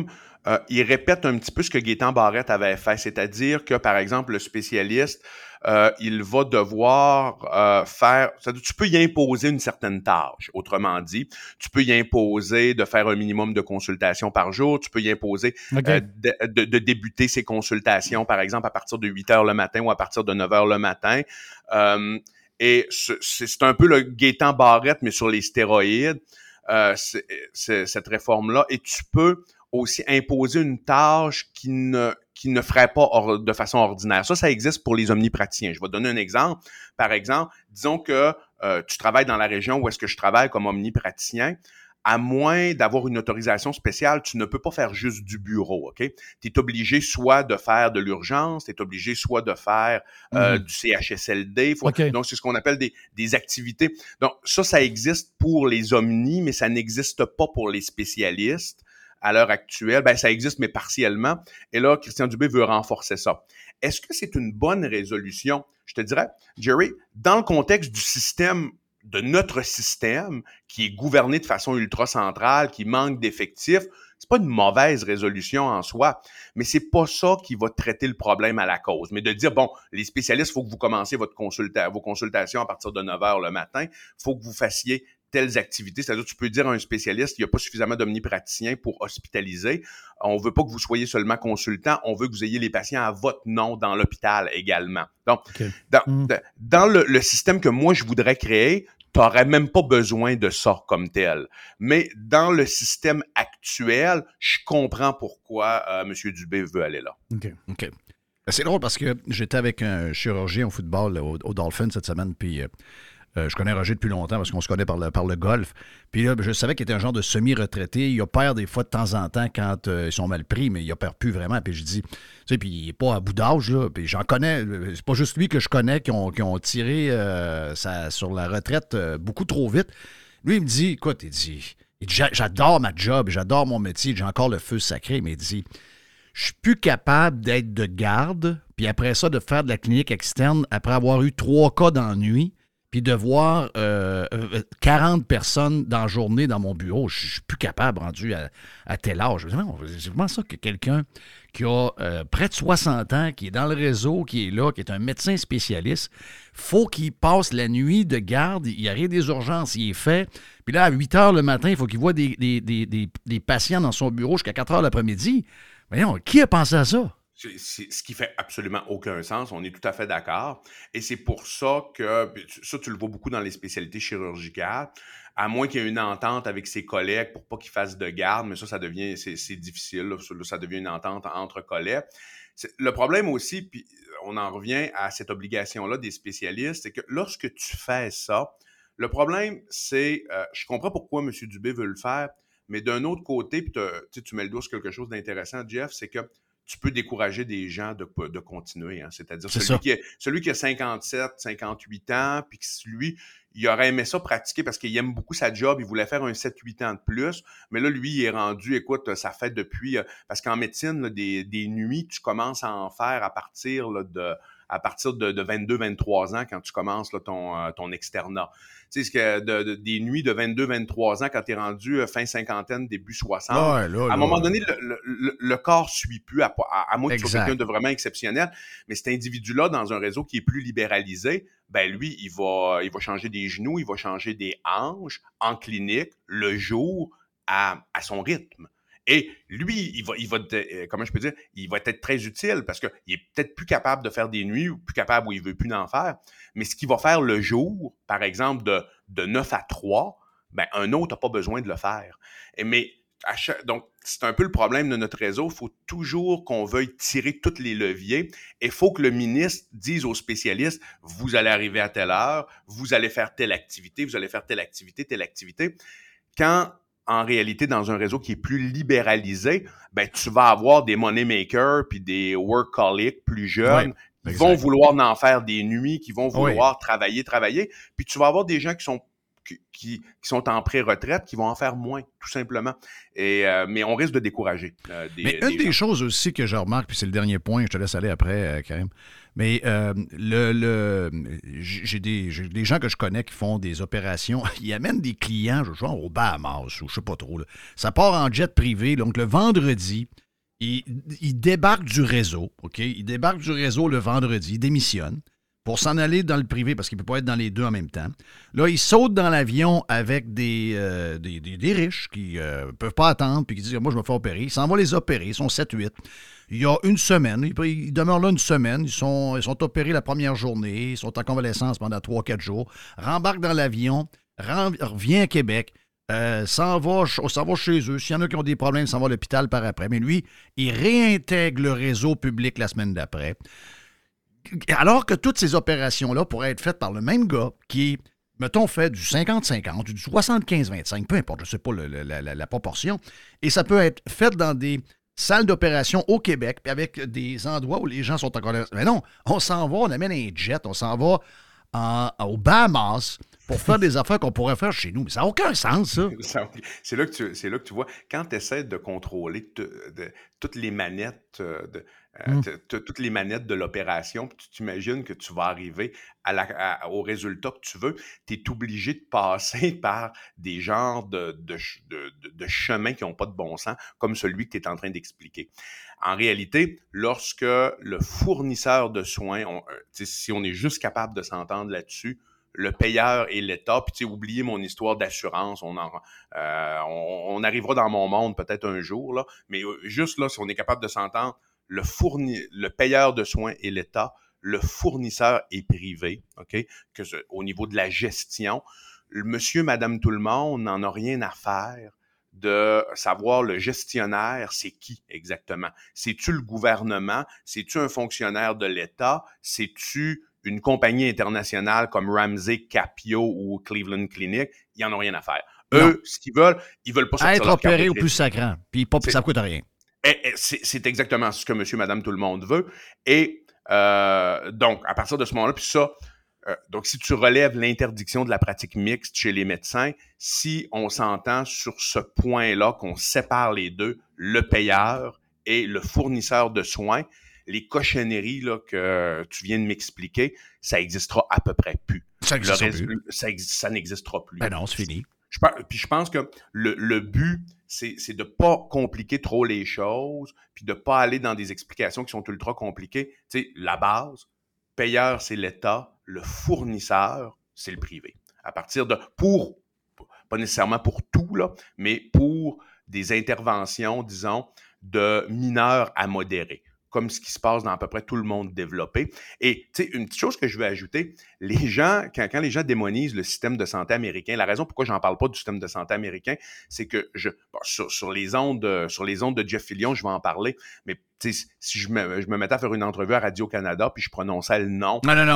il répète un petit peu ce que Gaétan Barrette avait fait, c'est-à-dire que, par exemple, le spécialiste, il va devoir faire... Tu peux y imposer une certaine tâche, autrement dit. Tu peux y imposer de faire un minimum de consultations par jour. Tu peux y imposer de débuter ses consultations, par exemple, à partir de 8 heures le matin ou à partir de 9 heures le matin. Et c'est un peu le Gaétan Barrette, mais sur les stéroïdes, cette réforme-là. Et tu peux aussi imposer une tâche qui ne ferait pas de façon ordinaire. Ça existe pour les omnipraticiens. Je vais donner un exemple. Par exemple, disons que tu travailles dans la région où est-ce que je travaille comme omnipraticien. À moins d'avoir une autorisation spéciale, tu ne peux pas faire juste du bureau, OK? Tu es obligé soit de faire de l'urgence, tu es obligé soit de faire du CHSLD. Donc, c'est ce qu'on appelle des activités. Donc, ça existe pour les omnis, mais ça n'existe pas pour les spécialistes. À l'heure actuelle, ça existe, mais partiellement. Et là, Christian Dubé veut renforcer ça. Est-ce que c'est une bonne résolution? Je te dirais, Jerry, dans le contexte du système, de notre système, qui est gouverné de façon ultra-centrale, qui manque d'effectifs, c'est pas une mauvaise résolution en soi, mais c'est pas ça qui va traiter le problème à la cause. Mais de dire, bon, les spécialistes, il faut que vous commenciez vos consultations à partir de 9 heures le matin, il faut que vous fassiez telles activités, c'est-à-dire tu peux dire à un spécialiste, il n'y a pas suffisamment d'omnipraticiens pour hospitaliser. On veut pas que vous soyez seulement consultant, on veut que vous ayez les patients à votre nom dans l'hôpital également. Donc, dans le système que moi je voudrais créer, tu n'aurais même pas besoin de ça comme tel. Mais dans le système actuel, je comprends pourquoi M. Dubé veut aller là. OK. C'est drôle parce que j'étais avec un chirurgien au football au Dolphins cette semaine, puis je connais Roger depuis longtemps parce qu'on se connaît par le golf. Puis là, je savais qu'il était un genre de semi-retraité. Il opère des fois de temps en temps quand ils sont mal pris, mais il opère plus vraiment. Puis je dis, tu sais, puis il n'est pas à bout d'âge, là. Puis j'en connais, c'est pas juste lui que je connais qui ont tiré sur la retraite beaucoup trop vite. Lui, il me dit, écoute, il dit j'adore ma job, j'adore mon métier, j'ai encore le feu sacré, mais il dit, je suis plus capable d'être de garde, puis après ça, de faire de la clinique externe après avoir eu 3 cas d'ennui. Puis de voir 40 personnes dans la journée dans mon bureau, je suis plus capable, rendu à tel âge. C'est vraiment ça que quelqu'un qui a près de 60 ans, qui est dans le réseau, qui est là, qui est un médecin spécialiste, faut qu'il passe la nuit de garde, il arrive des urgences, il est fait. Puis là, à 8 heures le matin, il faut qu'il voit des patients dans son bureau jusqu'à 4 heures l'après-midi. Voyons, qui a pensé à ça? C'est ce qui fait absolument aucun sens. On est tout à fait d'accord. Et c'est pour ça que, ça, tu le vois beaucoup dans les spécialités chirurgicales, à moins qu'il y ait une entente avec ses collègues pour pas qu'ils fassent de garde, mais ça devient, c'est difficile. Là, ça devient une entente entre collègues. Le problème aussi, puis on en revient à cette obligation-là des spécialistes, c'est que lorsque tu fais ça, le problème, c'est, je comprends pourquoi M. Dubé veut le faire, mais d'un autre côté, puis tu mets le doigt sur quelque chose d'intéressant, Jeff, c'est que tu peux décourager des gens de continuer. Hein. C'est-à-dire celui qui a 57, 58 ans, puis que lui, il aurait aimé ça pratiquer parce qu'il aime beaucoup sa job, il voulait faire un 7-8 ans de plus, mais là, lui, il est rendu, écoute, ça fait depuis... parce qu'en médecine, là, des nuits, tu commences à en faire à partir de 22-23 ans quand tu commences là, ton externat. Tu sais, des nuits de 22-23 ans quand tu es rendu fin cinquantaine, début 60. À un moment donné, le corps suit plus, à moins que tu sois quelqu'un de vraiment exceptionnel. Mais cet individu-là, dans un réseau qui est plus libéralisé, ben lui, il va changer des genoux, il va changer des hanches en clinique, le jour, à son rythme. Et lui, il va être très utile parce qu'il est peut-être plus capable de faire des nuits ou plus capable ou il veut plus en faire. Mais ce qu'il va faire le jour, par exemple, de 9 à 3, ben, un autre n'a pas besoin de le faire. Donc, c'est un peu le problème de notre réseau. Il faut toujours qu'on veuille tirer tous les leviers et il faut que le ministre dise aux spécialistes, vous allez arriver à telle heure, vous allez faire telle activité, vous allez faire telle activité, telle activité. Quand en réalité, dans un réseau qui est plus libéralisé, ben, tu vas avoir des money makers puis des workaholics plus jeunes qui vont vouloir en faire des nuits, qui vont vouloir travailler. Puis tu vas avoir des gens qui sont en pré-retraite, qui vont en faire moins, tout simplement. Mais on risque de décourager Mais une des choses aussi que je remarque, puis c'est le dernier point, je te laisse aller après, Karim, mais j'ai des gens que je connais qui font des opérations, ils amènent des clients, genre au Bahamas, ou je sais pas trop, là. Ça part en jet privé, donc le vendredi, Il débarque du réseau, OK? Il débarque du réseau le vendredi, il démissionne pour s'en aller dans le privé parce qu'il ne peut pas être dans les deux en même temps. Là, il saute dans l'avion avec des riches qui ne peuvent pas attendre puis qui disent « Moi, je me fais opérer ». Il s'en va les opérer, ils sont 7-8. Il y a une semaine, ils demeurent là une semaine, ils sont opérés la première journée, ils sont en convalescence pendant 3-4 jours, rembarquent dans l'avion, revient à Québec, s'en va chez eux. S'il y en a qui ont des problèmes, s'en va à l'hôpital par après. Mais lui, il réintègre le réseau public la semaine d'après. Alors que toutes ces opérations-là pourraient être faites par le même gars qui, mettons, fait du 50-50, du 75-25, peu importe, je ne sais pas la proportion, et ça peut être fait dans des salles d'opération au Québec, puis avec des endroits où les gens sont encore là. Mais non, on s'en va, on amène un jet, on s'en va aux Bahamas pour faire des affaires qu'on pourrait faire chez nous. Mais ça n'a aucun sens, ça. C'est là que tu vois, quand tu essaies de contrôler toutes les manettes toutes les manettes de l'opération, puis tu t'imagines que tu vas arriver au résultat que tu veux, tu es obligé de passer par des genres de chemins qui n'ont pas de bon sens, comme celui que tu es en train d'expliquer. En réalité, lorsque le fournisseur de soins, si on est juste capable de s'entendre là-dessus, le payeur et l'État, puis tu sais, oubliez mon histoire d'assurance, on arrivera dans mon monde peut-être un jour, là, mais juste là, si on est capable de s'entendre, le payeur de soins est l'État, le fournisseur est privé, OK? Au niveau de la gestion, monsieur, madame, tout le monde n'en a rien à faire de savoir le gestionnaire, c'est qui exactement? C'est-tu le gouvernement? C'est-tu un fonctionnaire de l'État? C'est-tu une compagnie internationale comme Ramsey, Capio ou Cleveland Clinic? Ils n'en ont rien à faire. Eux, ce qu'ils veulent, ils veulent pas sortir être leur opéré au plus sacrant, puis ça ne coûte rien. C'est exactement ce que monsieur, madame, tout le monde veut. Et donc, à partir de ce moment-là, puis ça, donc si tu relèves l'interdiction de la pratique mixte chez les médecins, si on s'entend sur ce point-là, qu'on sépare les deux, le payeur et le fournisseur de soins, les cochonneries là, que tu viens de m'expliquer, ça n'existera à peu près plus. Ça n'existera plus. Ben non, c'est fini. Puis je pense que le but, c'est de ne pas compliquer trop les choses, puis de ne pas aller dans des explications qui sont ultra compliquées. Tu sais, la base, payeur, c'est l'État, le fournisseur, c'est le privé. À partir de, pas nécessairement pour tout, là, mais pour des interventions, disons, de mineurs à modérés, comme ce qui se passe dans à peu près tout le monde développé. Et, tu sais, une petite chose que je veux ajouter, les gens, quand les gens démonisent le système de santé américain, la raison pourquoi j'en parle pas du système de santé américain, c'est que sur les ondes de Jeff Fillion, je vais en parler, mais tu sais, si je me mettais à faire une entrevue à Radio-Canada, puis je prononçais le nom.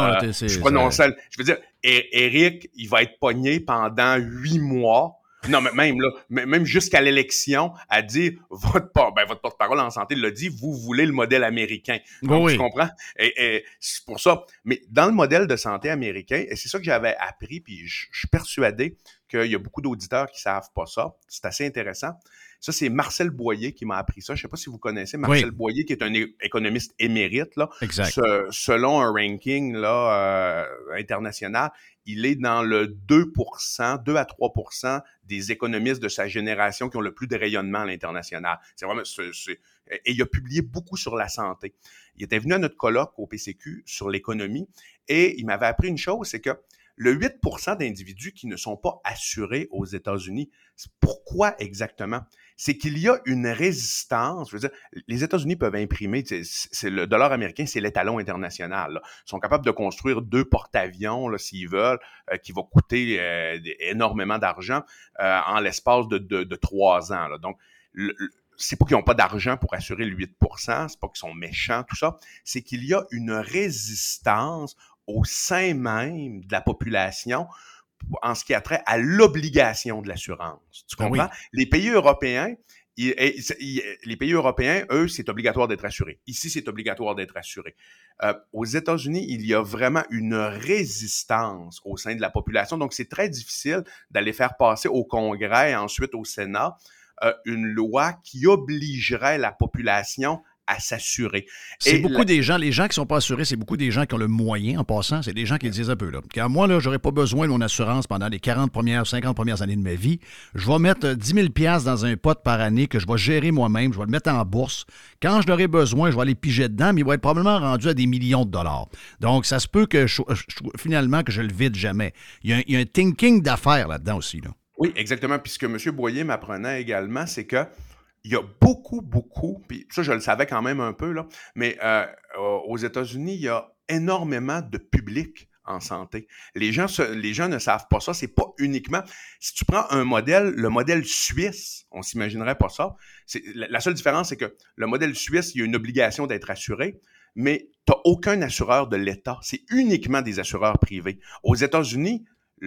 Je veux dire, Éric, il va être pogné pendant 8 mois. Non, mais même jusqu'à l'élection, à dire votre porte-parole en santé l'a dit, vous voulez le modèle américain. Donc, tu comprends? Et c'est pour ça. Mais dans le modèle de santé américain, et c'est ça que j'avais appris, puis je suis persuadé qu'il y a beaucoup d'auditeurs qui savent pas ça. C'est assez intéressant. Ça, c'est Marcel Boyer qui m'a appris ça. Je ne sais pas si vous connaissez Marcel Boyer, qui est un économiste émérite. Là. Exact. Selon un ranking là, international, il est dans le 2 à 3% des économistes de sa génération qui ont le plus de rayonnement à l'international. C'est vraiment, et il a publié beaucoup sur la santé. Il était venu à notre colloque au PCQ sur l'économie et il m'avait appris une chose, c'est que le 8% d'individus qui ne sont pas assurés aux États-Unis, pourquoi exactement? C'est qu'il y a une résistance. Je veux dire, les États-Unis peuvent imprimer, c'est le dollar américain, c'est l'étalon international. Là. Ils sont capables de construire 2 porte-avions, là, s'ils veulent, qui vont coûter énormément d'argent en l'espace de 3 ans. Là. Donc, c'est pas qu'ils n'ont pas d'argent pour assurer le 8%, c'est pas qu'ils sont méchants, tout ça. C'est qu'il y a une résistance au sein même de la population en ce qui a trait à l'obligation de l'assurance. Tu comprends? Oui. Les pays européens, eux, c'est obligatoire d'être assuré. Ici, c'est obligatoire d'être assuré. Aux États-Unis, il y a vraiment une résistance au sein de la population. Donc, c'est très difficile d'aller faire passer au Congrès et ensuite au Sénat une loi qui obligerait la population à s'assurer. C'est beaucoup des gens, les gens qui ne sont pas assurés, c'est beaucoup des gens qui ont le moyen en passant. C'est des gens qui le disent un peu. Là. Car moi, là, je n'aurais pas besoin de mon assurance pendant les 40 premières, 50 premières années de ma vie. Je vais mettre 10 000 $ dans un pot par année que je vais gérer moi-même. Je vais le mettre en bourse. Quand je l'aurai besoin, je vais aller piger dedans, mais il va être probablement rendu à des millions de dollars. Donc, ça se peut que finalement, que je le vide jamais. Il y a un thinking d'affaires là-dedans aussi. Là. Oui, exactement. Puis ce que M. Boyer m'apprenait également, c'est que il y a beaucoup, puis ça, je le savais quand même un peu, là, mais aux États-Unis, il y a énormément de public en santé. Les gens ne savent pas ça. C'est pas uniquement... Si tu prends un modèle, le modèle suisse, on s'imaginerait pas ça. La seule différence, c'est que le modèle suisse, il y a une obligation d'être assuré, mais tu n'as aucun assureur de l'État. C'est uniquement des assureurs privés. Aux États-Unis,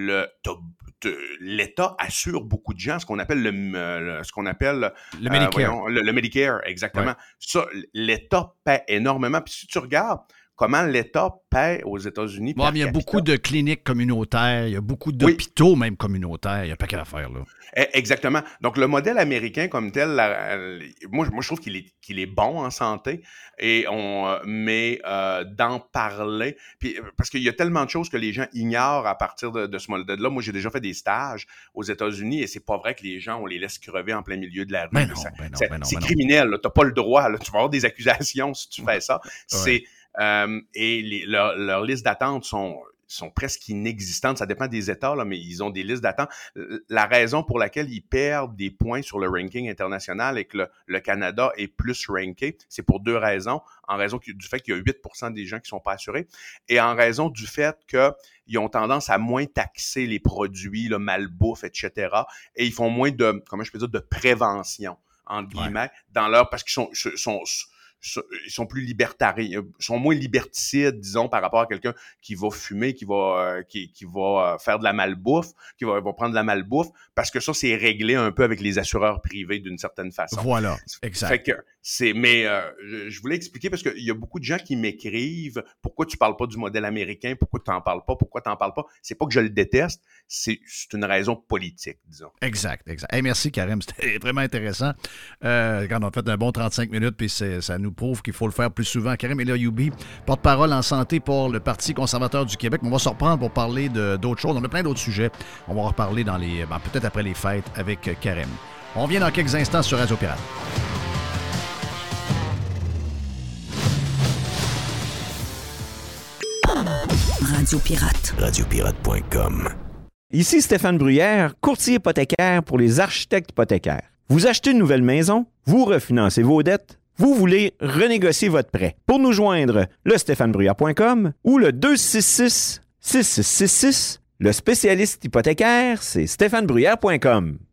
l'État assure beaucoup de gens, ce qu'on appelle le Medicare. Le Medicare, exactement. Ouais. Ça, l'État paie énormément. Puis si tu regardes comment l'État paie aux États-Unis... Bon, il y a beaucoup de cliniques communautaires, il y a beaucoup d'hôpitaux même communautaires, il y a pas qu'à faire, là. Exactement. Donc, le modèle américain comme tel, moi, je trouve qu'il est bon en santé, mais d'en parler, puis, parce qu'il y a tellement de choses que les gens ignorent à partir de ce modèle-là. Moi, j'ai déjà fait des stages aux États-Unis et c'est pas vrai que les gens, on les laisse crever en plein milieu de la rue. C'est criminel, tu n'as pas le droit, là. Tu vas avoir des accusations si tu fais ça. Ouais. Leurs listes d'attente sont presque inexistantes. Ça dépend des États, là, mais ils ont des listes d'attente. La raison pour laquelle ils perdent des points sur le ranking international et que le Canada est plus ranké, c'est pour deux raisons. En raison du fait qu'il y a 8% des gens qui ne sont pas assurés et en raison du fait qu'ils ont tendance à moins taxer les produits, le malbouffe, etc. Et ils font moins de, comment je peux dire, de prévention, entre guillemets, parce qu'ils sont plus libertariens, sont moins liberticides, disons, par rapport à quelqu'un qui va fumer, qui va faire de la malbouffe, qui va prendre de la malbouffe, parce que ça, c'est réglé un peu avec les assureurs privés d'une certaine façon. Voilà, exact. Fait que je voulais expliquer parce qu'il y a beaucoup de gens qui m'écrivent « Pourquoi tu parles pas du modèle américain? Pourquoi tu n'en parles pas? Pourquoi tu n'en parles pas? » C'est pas que je le déteste, c'est une raison politique, disons. Exact. Hey, merci, Karim. C'était vraiment intéressant. Quand on a fait un bon 35 minutes, puis ça nous prouve qu'il faut le faire plus souvent. Karim El-Ayoubi, porte-parole en santé pour le Parti conservateur du Québec. On va se reprendre pour parler d'autres choses. On a plein d'autres sujets. On va en reparler peut-être après les fêtes avec Karim. On revient dans quelques instants sur Radio Pirate. Radio Pirate. Radiopirate.com. Ici Stéphane Bruyère, courtier hypothécaire pour les architectes hypothécaires. Vous achetez une nouvelle maison, vous refinancez vos dettes, vous voulez renégocier votre prêt. Pour nous joindre, le stéphanebruyère.com ou le 266-6666. Le spécialiste hypothécaire, c'est stéphanebruyère.com.